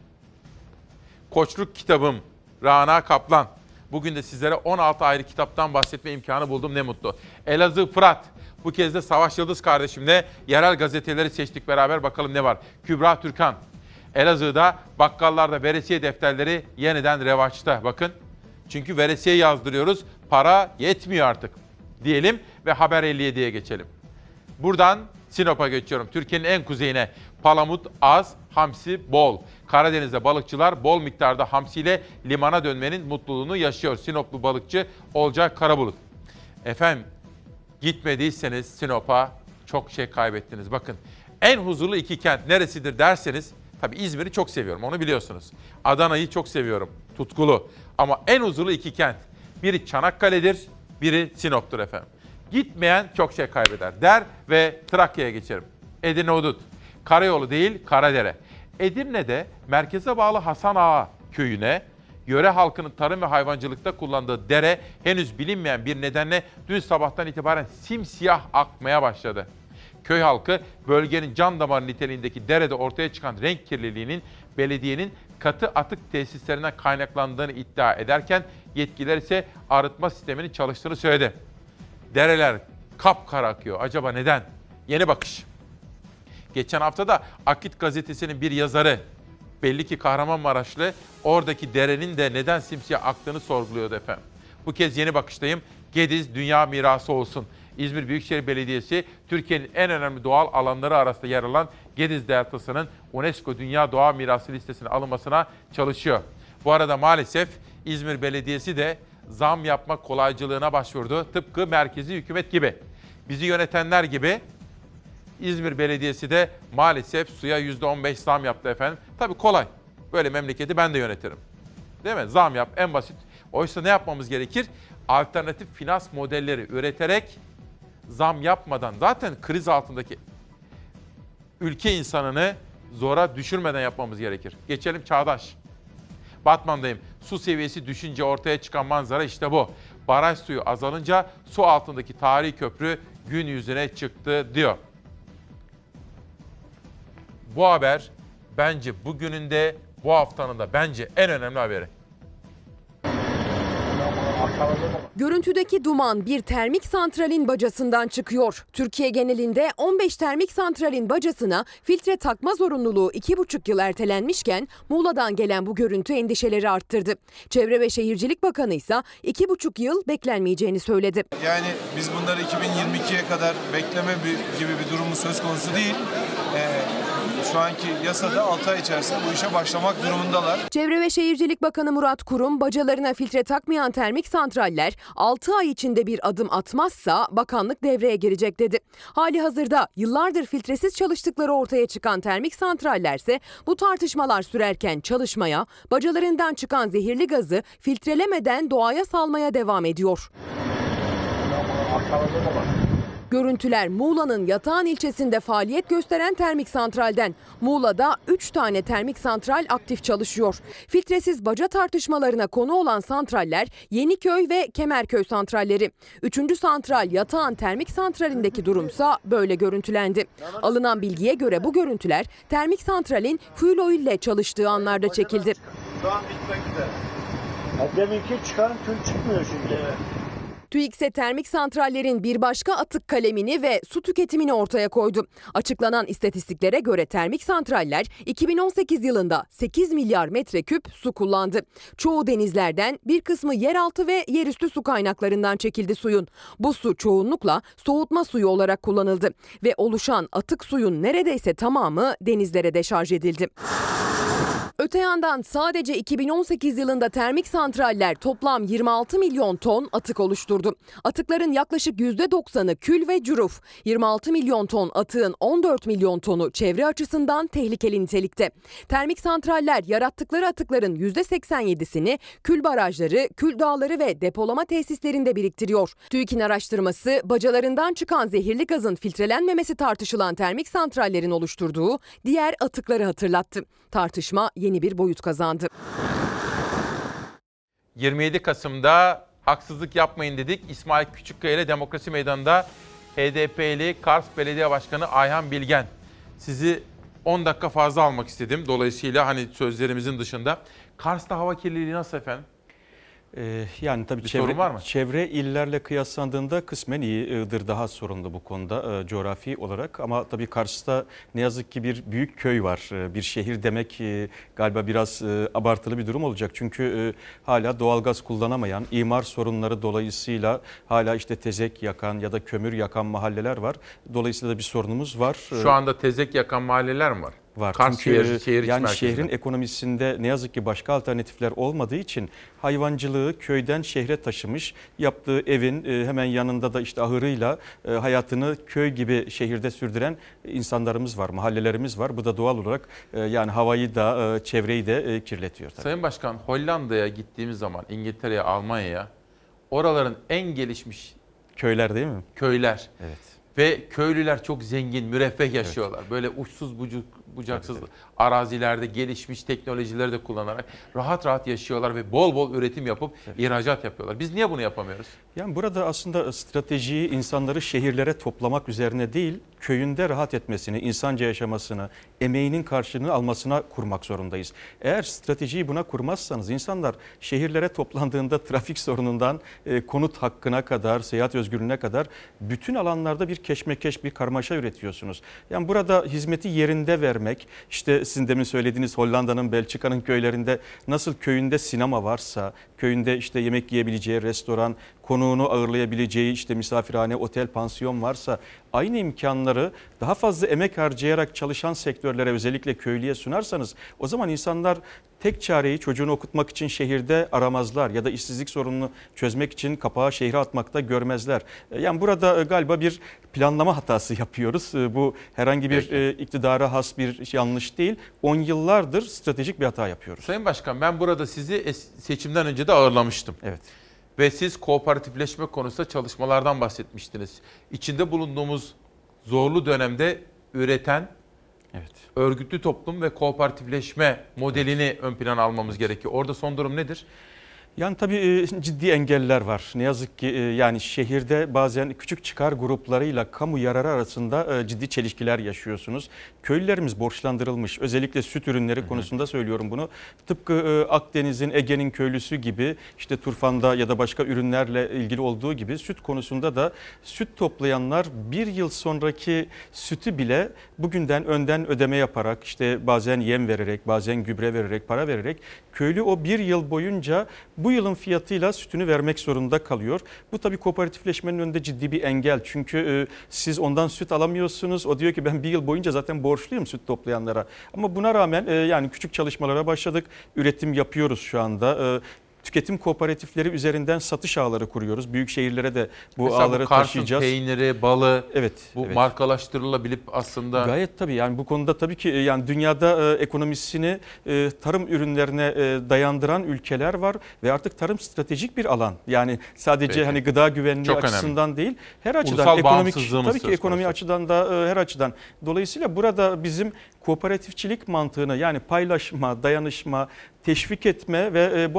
Koçluk kitabım Rana Kaplan. Bugün de sizlere 16 ayrı kitaptan bahsetme imkanı buldum, ne mutlu. Elazığ Fırat. Bu kez de Savaş Yıldız kardeşimle yerel gazeteleri seçtik beraber, bakalım ne var. Kübra Türkan. Elazığ'da bakkallarda veresiye defterleri yeniden revaçta. Bakın, çünkü veresiye yazdırıyoruz, para yetmiyor artık diyelim ve Haber 57'ye geçelim. Buradan Sinop'a geçiyorum. Türkiye'nin en kuzeyine. Palamut az, hamsi bol. Karadeniz'de balıkçılar bol miktarda hamsiyle limana dönmenin mutluluğunu yaşıyor. Sinoplu balıkçı Olcay Karabulut. Efendim, gitmediyseniz Sinop'a çok şey kaybettiniz. Bakın, en huzurlu iki kent neresidir derseniz, tabii İzmir'i çok seviyorum, onu biliyorsunuz. Adana'yı çok seviyorum, tutkulu. Ama en huzurlu iki kent, biri Çanakkale'dir, biri Sinop'tur efendim. Gitmeyen çok şey kaybeder der ve Trakya'ya geçerim. Edirne Udut, karayolu değil Karadere. Edirne'de merkeze bağlı Hasan Ağa köyüne, yöre halkının tarım ve hayvancılıkta kullandığı dere henüz bilinmeyen bir nedenle dün sabahtan itibaren simsiyah akmaya başladı. Köy halkı bölgenin can damarı niteliğindeki derede ortaya çıkan renk kirliliğinin belediyenin katı atık tesislerinden kaynaklandığını iddia ederken yetkililer ise arıtma sisteminin çalıştığını söyledi. Dereler kapkara akıyor. Acaba neden? Yeni bakış. Geçen hafta da Akit gazetesinin bir yazarı, belli ki Kahramanmaraşlı, oradaki derenin de neden simsiyah aktığını sorguluyordu efendim. Bu kez Yeni Bakış'tayım. Gediz Dünya Mirası olsun. İzmir Büyükşehir Belediyesi, Türkiye'nin en önemli doğal alanları arasında yer alan Gediz Deltası'nın UNESCO Dünya Doğa Mirası listesine alınmasına çalışıyor. Bu arada maalesef İzmir Belediyesi de zam yapma kolaycılığına başvurdu. Tıpkı merkezi hükümet gibi. Bizi yönetenler gibi İzmir Belediyesi de maalesef suya %15 zam yaptı efendim. Tabii kolay. Böyle memleketi ben de yönetirim. Değil mi? Zam yap, en basit. Oysa ne yapmamız gerekir? Alternatif finans modelleri üreterek zam yapmadan, zaten kriz altındaki ülke insanını zora düşürmeden yapmamız gerekir. Geçelim Çağdaş. Batman'dayım. Su seviyesi düşünce ortaya çıkan manzara işte bu. Baraj suyu azalınca su altındaki tarihi köprü gün yüzüne çıktı diyor. Bu haber bence bugünün de bu haftanın da bence en önemli haberi. Görüntüdeki duman bir termik santralin bacasından çıkıyor. Türkiye genelinde 15 termik santralin bacasına filtre takma zorunluluğu 2,5 yıl ertelenmişken Muğla'dan gelen bu görüntü endişeleri arttırdı. Çevre ve Şehircilik Bakanı ise 2,5 yıl beklenmeyeceğini söyledi. Yani biz bunları 2022'ye kadar bekleme gibi bir durumu söz konusu değil. Şu anki yasada 6 ay içerisinde bu işe başlamak durumundalar. Çevre ve Şehircilik Bakanı Murat Kurum, bacalarına filtre takmayan termik santraller 6 ay içinde bir adım atmazsa bakanlık devreye girecek dedi. Hali hazırda yıllardır filtresiz çalıştıkları ortaya çıkan termik santrallerse bu tartışmalar sürerken çalışmaya, bacalarından çıkan zehirli gazı filtrelemeden doğaya salmaya devam ediyor. Görüntüler Muğla'nın Yatağan ilçesinde faaliyet gösteren termik santralden. Muğla'da 3 tane termik santral aktif çalışıyor. Filtresiz baca tartışmalarına konu olan santraller Yeniköy ve Kemerköy santralleri. 3. santral Yatağan termik santralindeki durumsa böyle görüntülendi. Alınan bilgiye göre bu görüntüler termik santralin fuel oil ile çalıştığı anlarda çekildi. Şu an bitmek üzere. Deminki çıkan kül çıkmıyor şimdi. TÜİK'se termik santrallerin bir başka atık kalemini ve su tüketimini ortaya koydu. Açıklanan istatistiklere göre termik santraller 2018 yılında 8 milyar metreküp su kullandı. Çoğu denizlerden, bir kısmı yeraltı ve yerüstü su kaynaklarından çekildi suyun. Bu su çoğunlukla soğutma suyu olarak kullanıldı ve oluşan atık suyun neredeyse tamamı denizlere deşarj edildi. Öte yandan sadece 2018 yılında termik santraller toplam 26 milyon ton atık oluşturdu. Atıkların yaklaşık %90'ı kül ve cüruf. 26 milyon ton atığın 14 milyon tonu çevre açısından tehlikeli nitelikte. Termik santraller yarattıkları atıkların %87'sini kül barajları, kül dağları ve depolama tesislerinde biriktiriyor. TÜİK'in araştırması bacalarından çıkan zehirli gazın filtrelenmemesi tartışılan termik santrallerin oluşturduğu diğer atıkları hatırlattı. Tartışma yeni bir boyut kazandı. 27 Kasım'da haksızlık yapmayın dedik. İsmail Küçükkaya ile Demokrasi Meydanı'nda HDP'li Kars Belediye Başkanı Ayhan Bilgen. Sizi 10 dakika fazla almak istedim. Dolayısıyla hani sözlerimizin dışında. Kars'ta hava kirliliği nasıl efendim? Yani tabii sorun var mı? Çevre illerle kıyaslandığında kısmen iyi. Iğdır daha sorunlu bu konuda coğrafi olarak. Ama tabii Kars'ta ne yazık ki bir büyük köy var. Bir şehir demek galiba biraz abartılı bir durum olacak. Çünkü hala doğalgaz kullanamayan, imar sorunları dolayısıyla hala işte tezek yakan ya da kömür yakan mahalleler var. Dolayısıyla da bir sorunumuz var. Şu anda tezek yakan mahalleler mi var? Var. Kars Çünkü şehir yani şehrin ekonomisinde ne yazık ki başka alternatifler olmadığı için hayvancılığı köyden şehre taşımış, yaptığı evin hemen yanında da işte ahırıyla hayatını köy gibi şehirde sürdüren insanlarımız var, mahallelerimiz var. Bu da doğal olarak yani havayı da çevreyi de kirletiyor tabii. Sayın Başkan, Hollanda'ya gittiğimiz zaman, İngiltere'ye, Almanya'ya, oraların en gelişmiş köyler değil mi? Köyler. Evet. Ve köylüler çok zengin, müreffeh yaşıyorlar. Evet. Böyle uçsuz bucaksız arazilerde gelişmiş teknolojileri de kullanarak rahat rahat yaşıyorlar ve bol bol üretim yapıp ihracat yapıyorlar. Biz niye bunu yapamıyoruz? Yani burada aslında stratejiyi insanları şehirlere toplamak üzerine değil, köyünde rahat etmesini, insanca yaşamasını, emeğinin karşılığını almasına kurmak zorundayız. Eğer stratejiyi buna kurmazsanız insanlar şehirlere toplandığında trafik sorunundan konut hakkına kadar, seyahat özgürlüğüne kadar bütün alanlarda bir keşmekeş, bir karmaşa üretiyorsunuz. Yani burada hizmeti yerinde vermek, işte sizin demin söylediğiniz Hollanda'nın, Belçika'nın köylerinde nasıl köyünde sinema varsa, köyünde işte yemek yiyebileceği restoran, konuğunu ağırlayabileceği işte misafirhane, otel, pansiyon varsa aynı imkanları daha fazla emek harcayarak çalışan sektörlere, özellikle köylüye sunarsanız o zaman insanlar tek çareyi çocuğunu okutmak için şehirde aramazlar ya da işsizlik sorununu çözmek için kapağı şehre atmakta görmezler. Yani burada galiba bir planlama hatası yapıyoruz. Bu herhangi bir iktidara has bir yanlış değil. 10 yıllardır stratejik bir hata yapıyoruz. Sayın Başkan, ben burada sizi seçimden önce de ağırlamıştım. Evet. Ve siz kooperatifleşme konusunda çalışmalardan bahsetmiştiniz. İçinde bulunduğumuz zorlu dönemde üreten, örgütlü toplum ve kooperatifleşme modelini ön plana almamız gerekiyor. Orada son durum nedir? Yani tabii ciddi engeller var. Ne yazık ki yani şehirde bazen küçük çıkar gruplarıyla kamu yararı arasında ciddi çelişkiler yaşıyorsunuz. Köylülerimiz borçlandırılmış. Özellikle süt ürünleri konusunda söylüyorum bunu. Tıpkı Akdeniz'in, Ege'nin köylüsü gibi, işte turfanda ya da başka ürünlerle ilgili olduğu gibi süt konusunda da süt toplayanlar bir yıl sonraki sütü bile bugünden önden ödeme yaparak, işte bazen yem vererek, bazen gübre vererek, para vererek köylü o bir yıl boyunca bu yılın fiyatıyla sütünü vermek zorunda kalıyor. Bu tabii kooperatifleşmenin önünde ciddi bir engel. Çünkü siz ondan süt alamıyorsunuz. O diyor ki ben bir yıl boyunca zaten borçluyum süt toplayanlara. Ama buna rağmen yani küçük çalışmalara başladık. Üretim yapıyoruz şu anda. Tüketim kooperatifleri üzerinden satış ağları kuruyoruz. Büyük şehirlere de bu mesela ağları taşıyacağız. Peyniri, balı, bu markalaştırılabilip aslında... Gayet tabii, yani bu konuda tabii ki yani dünyada ekonomisini tarım ürünlerine dayandıran ülkeler var ve artık tarım stratejik bir alan. Yani sadece hani gıda güvenliği çok açısından önemli değil, her açıdan ulusal ekonomik, bağımsızlığımız tabii ki ekonomi açıdan da her açıdan. Dolayısıyla burada bizim kooperatifçilik mantığını, yani paylaşma, dayanışma, teşvik etme ve bu anlamda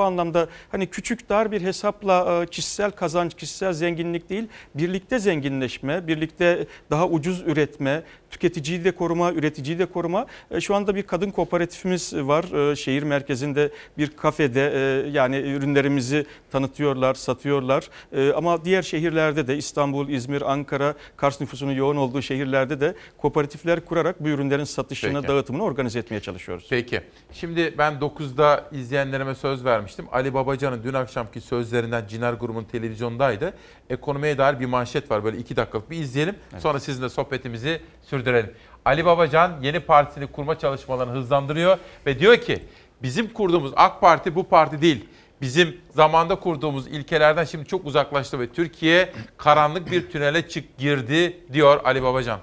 hani küçük dar bir hesapla kişisel kazanç, kişisel zenginlik değil, birlikte zenginleşme, birlikte daha ucuz üretme, tüketiciyi de koruma, üreticiyi de koruma. Şu anda bir kadın kooperatifimiz var şehir merkezinde bir kafede, yani ürünlerimizi tanıtıyorlar, satıyorlar. Ama diğer şehirlerde de İstanbul, İzmir, Ankara, Kars nüfusunun yoğun olduğu şehirlerde de kooperatifler kurarak bu ürünlerin satışını, dağıtımını organize etmeye çalışıyoruz. Peki. Şimdi ben 9'da izleyenlerime söz vermiştim. Ali Babacan'ın dün akşamki sözlerinden Ciner grubunun televizyondaydı. Ekonomiye dair bir manşet var. Böyle 2 dakikalık bir izleyelim. Evet. Sonra sizinle sohbetimizi sürdürelim. Ali Babacan yeni partisini kurma çalışmalarını hızlandırıyor ve diyor ki bizim kurduğumuz AK Parti bu parti değil. Bizim zamanda kurduğumuz ilkelerden şimdi çok uzaklaştı ve Türkiye karanlık bir tünele girdi diyor Ali Babacan.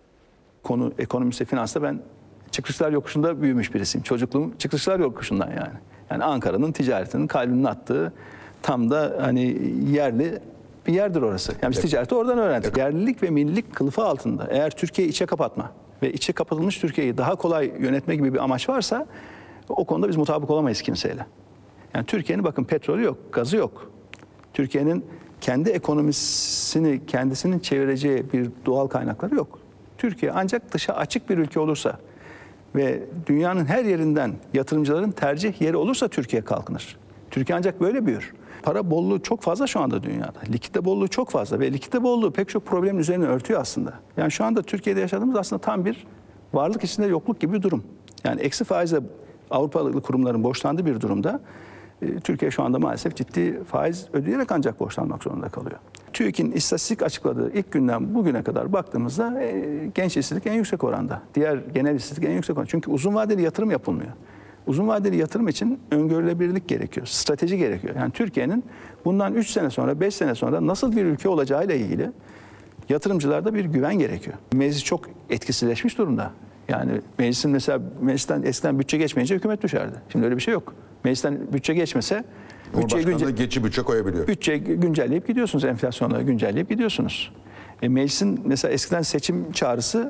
Konu ekonomisi, finansta ben çıkışlar yokuşunda büyümüş birisiyim. Çocukluğum çıkışlar yokuşundan yani. Yani Ankara'nın ticaretinin kalbinin attığı tam da hani yerli bir yerdir orası. Yani biz ticareti oradan öğrendik. Yerlilik ve millilik kılıfı altında eğer Türkiye'yi içe kapatma ve içe kapatılmış Türkiye'yi daha kolay yönetme gibi bir amaç varsa o konuda biz mutabık olamayız kimseyle. Yani Türkiye'nin bakın petrolü yok, gazı yok. Türkiye'nin kendi ekonomisini kendisinin çevireceği bir doğal kaynakları yok. Türkiye ancak dışa açık bir ülke olursa ve dünyanın her yerinden yatırımcıların tercih yeri olursa Türkiye kalkınır. Türkiye ancak böyle büyür. Para bolluğu çok fazla şu anda dünyada. Likidite bolluğu çok fazla ve likidite bolluğu pek çok problemin üzerine örtüyor aslında. Yani şu anda Türkiye'de yaşadığımız aslında tam bir varlık içinde yokluk gibi bir durum. Yani eksi faizle Avrupalı kurumların borçlandığı bir durumda Türkiye şu anda maalesef ciddi faiz ödeyerek ancak borçlanmak zorunda kalıyor. TÜİK'in istatistik açıkladığı ilk günden bugüne kadar baktığımızda genç işsizlik en yüksek oranda. Diğer genel işsizlik en yüksek oranda. Çünkü uzun vadeli yatırım yapılmıyor. Uzun vadeli yatırım için öngörülebilirlik gerekiyor, strateji gerekiyor. Yani Türkiye'nin bundan 3 sene sonra, 5 sene sonra nasıl bir ülke olacağıyla ilgili yatırımcılarda bir güven gerekiyor. Meclis çok etkisizleşmiş durumda. Yani meclisten eskiden bütçe geçmeyince hükümet düşerdi. Şimdi öyle bir şey yok. Meclisten bütçe geçmese geçici bütçe koyabiliyor. Bütçe güncelleyip gidiyorsunuz, enflasyonla güncelleyip gidiyorsunuz. Meclisin mesela eskiden seçim çağrısı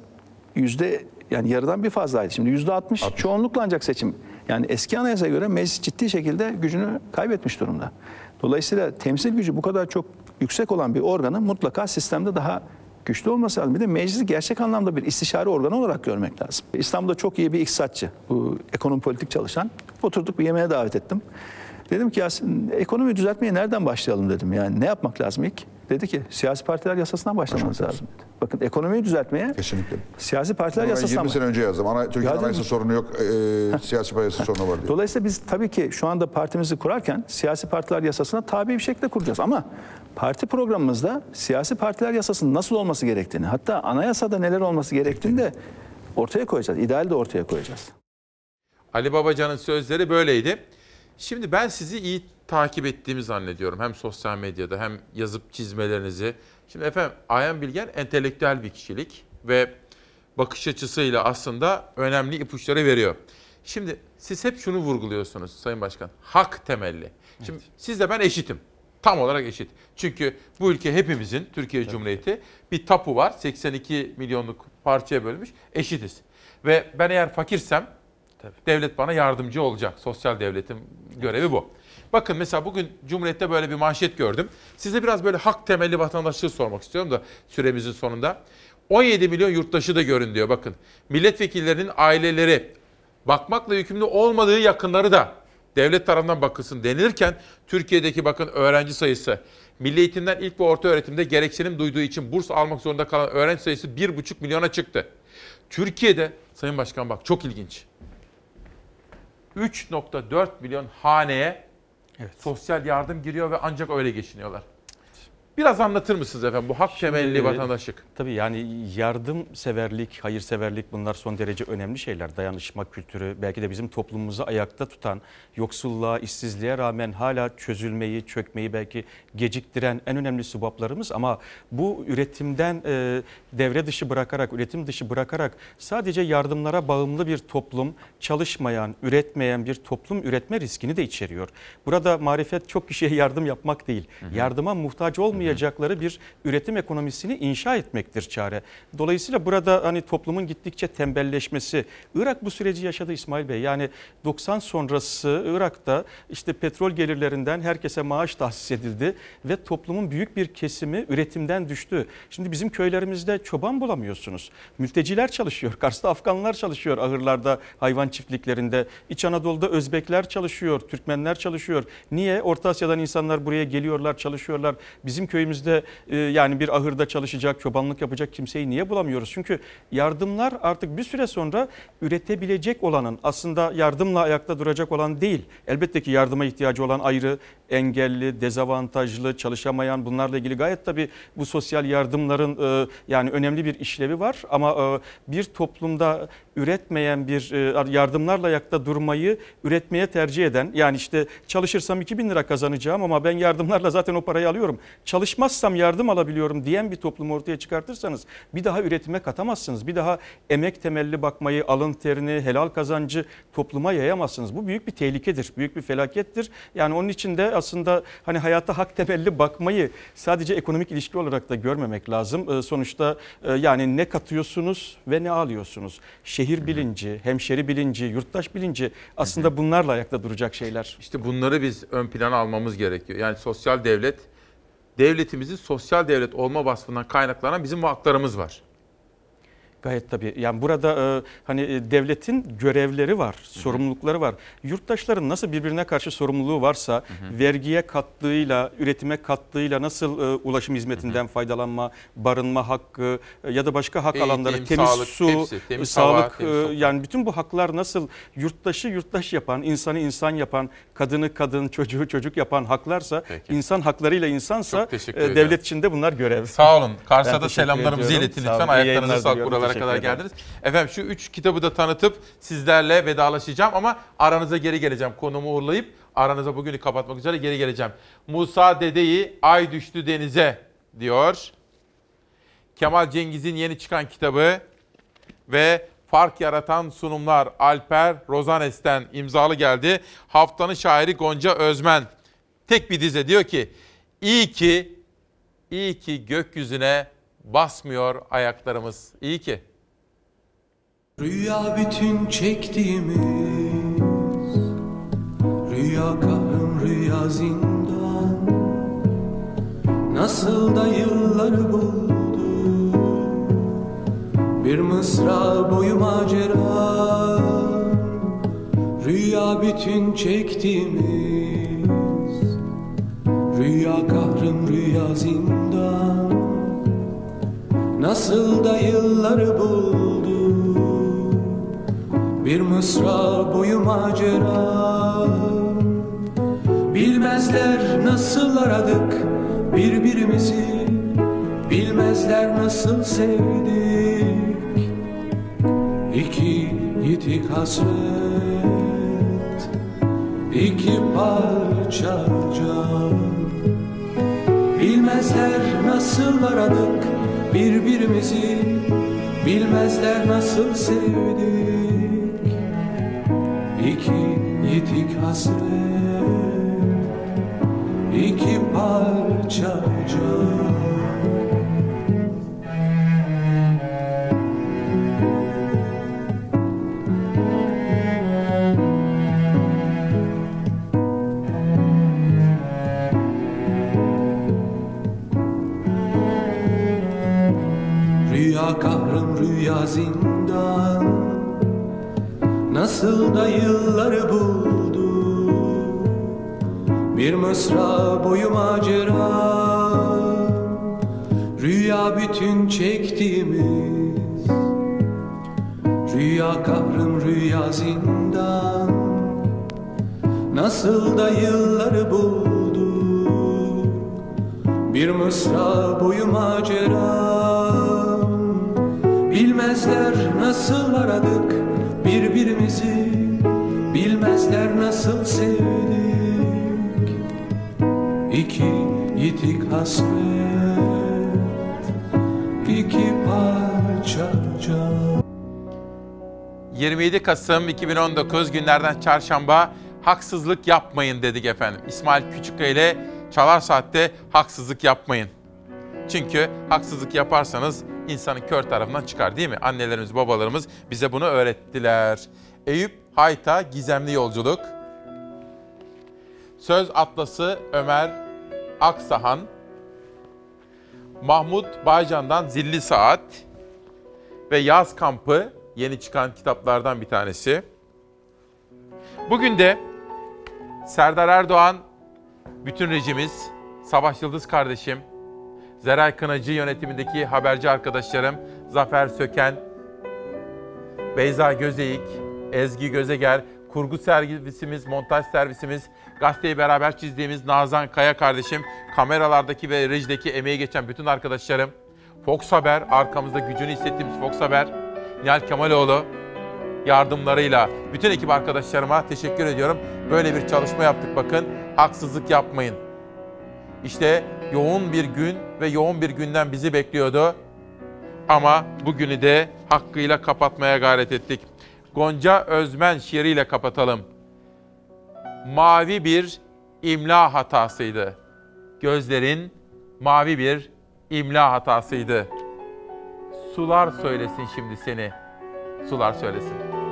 yani yarıdan bir fazlaydı. Şimdi %60 çoğunlukla ancak seçim. Yani eski anayasaya göre meclis ciddi şekilde gücünü kaybetmiş durumda. Dolayısıyla temsil gücü bu kadar çok yüksek olan bir organın mutlaka sistemde daha güçlü olması lazım. Bir de meclisi gerçek anlamda bir istişare organı olarak görmek lazım. İstanbul'da çok iyi bir iktisatçı, bu ekonomi politik çalışan. Oturduk bir yemeğe davet ettim. Dedim ki ya ekonomiyi düzeltmeye nereden başlayalım dedim. Yani ne yapmak lazım ilk? Dedi ki siyasi partiler yasasından başlamanız lazım dedi. Bakın ekonomiyi düzeltmeye kesinlikle siyasi partiler yasasından. 20 sene önce yazdım. Türkiye'nin anayasa sorunu yok, siyasi parti sorunu var diye. Dolayısıyla biz tabii ki şu anda partimizi kurarken siyasi partiler yasasına tabi bir şekilde kuracağız. Ama parti programımızda siyasi partiler yasasının nasıl olması gerektiğini, hatta anayasada neler olması gerektiğini de ortaya koyacağız. İdeal de ortaya koyacağız. Ali Babacan'ın sözleri böyleydi. Şimdi ben sizi iyi takip ettiğimi zannediyorum. Hem sosyal medyada hem yazıp çizmelerinizi. Şimdi efendim Ayhan Bilgen entelektüel bir kişilik ve bakış açısıyla aslında önemli ipuçları veriyor. Şimdi siz hep şunu vurguluyorsunuz Sayın Başkan. Hak temelli. Şimdi sizle ben eşitim. Tam olarak eşit. Çünkü bu ülke hepimizin, Türkiye Cumhuriyeti bir tapu var. 82 milyonluk parçaya bölmüş. Eşitiz. Ve ben eğer fakirsem devlet bana yardımcı olacak. Sosyal devletin görevi bu. Bakın mesela bugün Cumhuriyet'te böyle bir manşet gördüm. Size biraz böyle hak temelli vatandaşlığı sormak istiyorum da süremizin sonunda. 17 milyon yurttaşı da görün diyor bakın. Milletvekillerinin aileleri, bakmakla yükümlü olmadığı yakınları da devlet tarafından bakılsın denilirken Türkiye'deki bakın öğrenci sayısı, milli eğitimden ilk ve orta öğretimde gereksinim duyduğu için burs almak zorunda kalan öğrenci sayısı 1,5 milyona çıktı. Türkiye'de Sayın Başkan bak çok ilginç. 3,4 milyon haneye sosyal yardım giriyor ve ancak öyle geçiniyorlar. Biraz anlatır mısınız efendim bu hak temelli vatandaşlık? Tabii yani yardımseverlik, hayırseverlik bunlar son derece önemli şeyler. Dayanışma kültürü belki de bizim toplumumuzu ayakta tutan, yoksulluğa, işsizliğe rağmen hala çözülmeyi, çökmeyi belki geciktiren en önemli sübaplarımız. Ama bu üretimden devre dışı bırakarak, üretim dışı bırakarak sadece yardımlara bağımlı bir toplum, çalışmayan, üretmeyen bir toplum üretme riskini de içeriyor. Burada marifet çok kişiye yardım yapmak değil, yardıma muhtaç olmayan yapamayacakları bir üretim ekonomisini inşa etmektir çare. Dolayısıyla burada hani toplumun gittikçe tembelleşmesi, Irak bu süreci yaşadı İsmail Bey. Yani 90 sonrası Irak'ta işte petrol gelirlerinden herkese maaş tahsis edildi ve toplumun büyük bir kesimi üretimden düştü. Şimdi bizim köylerimizde çoban bulamıyorsunuz. Mülteciler çalışıyor. Kars'ta Afganlar çalışıyor ahırlarda, hayvan çiftliklerinde. İç Anadolu'da Özbekler çalışıyor, Türkmenler çalışıyor. Niye? Orta Asya'dan insanlar buraya geliyorlar, çalışıyorlar. Bizim köyümüzde yani bir ahırda çalışacak, çobanlık yapacak kimseyi niye bulamıyoruz? Çünkü yardımlar artık bir süre sonra üretebilecek olanın, aslında yardımla ayakta duracak olan değil. Elbette ki yardıma ihtiyacı olan ayrı, engelli, dezavantajlı, çalışamayan, bunlarla ilgili gayet tabii bu sosyal yardımların yani önemli bir işlevi var. Ama bir toplumda üretmeyen bir yardımlarla ayakta durmayı üretmeye tercih eden, yani işte çalışırsam 2.000 lira kazanacağım ama ben yardımlarla zaten o parayı alıyorum, çalışmazsam yardım alabiliyorum diyen bir toplumu ortaya çıkartırsanız bir daha üretime katamazsınız. Bir daha emek temelli bakmayı, alın terini, helal kazancı topluma yayamazsınız. Bu büyük bir tehlikedir, büyük bir felakettir. Yani onun için de aslında hani hayata hak temelli bakmayı sadece ekonomik ilişki olarak da görmemek lazım. Sonuçta yani ne katıyorsunuz ve ne alıyorsunuz? Şehir bilinci, hemşeri bilinci, yurttaş bilinci aslında bunlarla ayakta duracak şeyler. İşte bunları biz ön plana almamız gerekiyor. Yani sosyal devlet, devletimizin sosyal devlet olma vasfından kaynaklanan bizim haklarımız var. Gayet tabii. Yani burada hani devletin görevleri var, sorumlulukları var. Yurttaşların nasıl birbirine karşı sorumluluğu varsa, vergiye kattığıyla, üretime kattığıyla nasıl ulaşım hizmetinden faydalanma, barınma hakkı ya da başka hak alanları, temiz sağlık, su, hepsi, temiz sağlık, hava, yani bütün bu haklar nasıl yurttaşı yurttaş yapan, insanı insan yapan, kadını kadın, çocuğu çocuk yapan haklarsa, insan haklarıyla insansa devlet içinde bunlar görev. Sağ olun. Kars'a da selamlarımızı iletin lütfen. Ayaklarınıza sağlık, buralara kadar geldiniz. Efendim şu 3 kitabı da tanıtıp sizlerle vedalaşacağım ama aranıza geri geleceğim. Konumu uğurlayıp aranıza bugünü kapatmak üzere geri geleceğim. Musa Dede'yi Ay Düştü Denize diyor. Kemal Cengiz'in yeni çıkan kitabı ve fark yaratan sunumlar Alper Rozanes'ten imzalı geldi. Haftanın şairi Gonca Özmen tek bir dize diyor ki iyi ki gökyüzüne basmıyor ayaklarımız. İyi ki. Rüya bütün çektiğimiz, rüya kahrım rüya zindan, nasıl da yılları buldu, bir mısra boyu macera. Rüya bütün çektiğimiz, rüya kahrım rüya zindan, nasıl da yılları buldu, bir mısra boyu macera. Bilmezler nasıl aradık birbirimizi, bilmezler nasıl sevdik. İki yitik hasret, iki parça can. Bilmezler nasıl aradık birbirimizi, bilmezler nasıl sevdik. İki yitik hasret, iki parça can. Rüya kahrım rüya zindan, nasıl da yılları buldu, bir mısra boyu macera. Rüya bütün çektiğimiz, rüya kahrım rüya zindan, nasıl da yılları buldu, bir mısra boyu macera. Bilmezler nasıl aradık birbirimizi, bilmezler nasıl sevdik. İki yitik hasret, iki parça can. 27 Kasım 2019 günlerden çarşamba, haksızlık yapmayın dedik efendim. İsmail Küçükkaya ile Çalar Saat'te haksızlık yapmayın. Çünkü haksızlık yaparsanız insanın kör tarafından çıkar, değil mi? Annelerimiz, babalarımız bize bunu öğrettiler. Eyüp Hayta Gizemli Yolculuk. Söz Atlası Ömer Aksahan. Mahmut Baycan'dan Zilli Saat ve Yaz Kampı yeni çıkan kitaplardan bir tanesi. Bugün de Serdar Erdoğan, bütün rejimiz, Savaş Yıldız kardeşim, Zeray Kınacı yönetimindeki haberci arkadaşlarım, Zafer Söken, Beyza Gözeyik, Ezgi Gözeger, kurgu servisimiz, montaj servisimiz, gazeteyi beraber çizdiğimiz Nazan Kaya kardeşim, kameralardaki ve rejideki emeği geçen bütün arkadaşlarım, Fox Haber, arkamızda gücünü hissettiğimiz Fox Haber, Nihal Kemaloğlu yardımlarıyla bütün ekip arkadaşlarıma teşekkür ediyorum. Böyle bir çalışma yaptık bakın, haksızlık yapmayın. İşte yoğun bir gün ve yoğun bir günden bizi bekliyordu. Ama bugünü de hakkıyla kapatmaya gayret ettik. Gonca Özmen şiiriyle kapatalım. Mavi bir imla hatasıydı. Gözlerin mavi bir imla hatasıydı. Sular söylesin şimdi seni. Sular söylesin.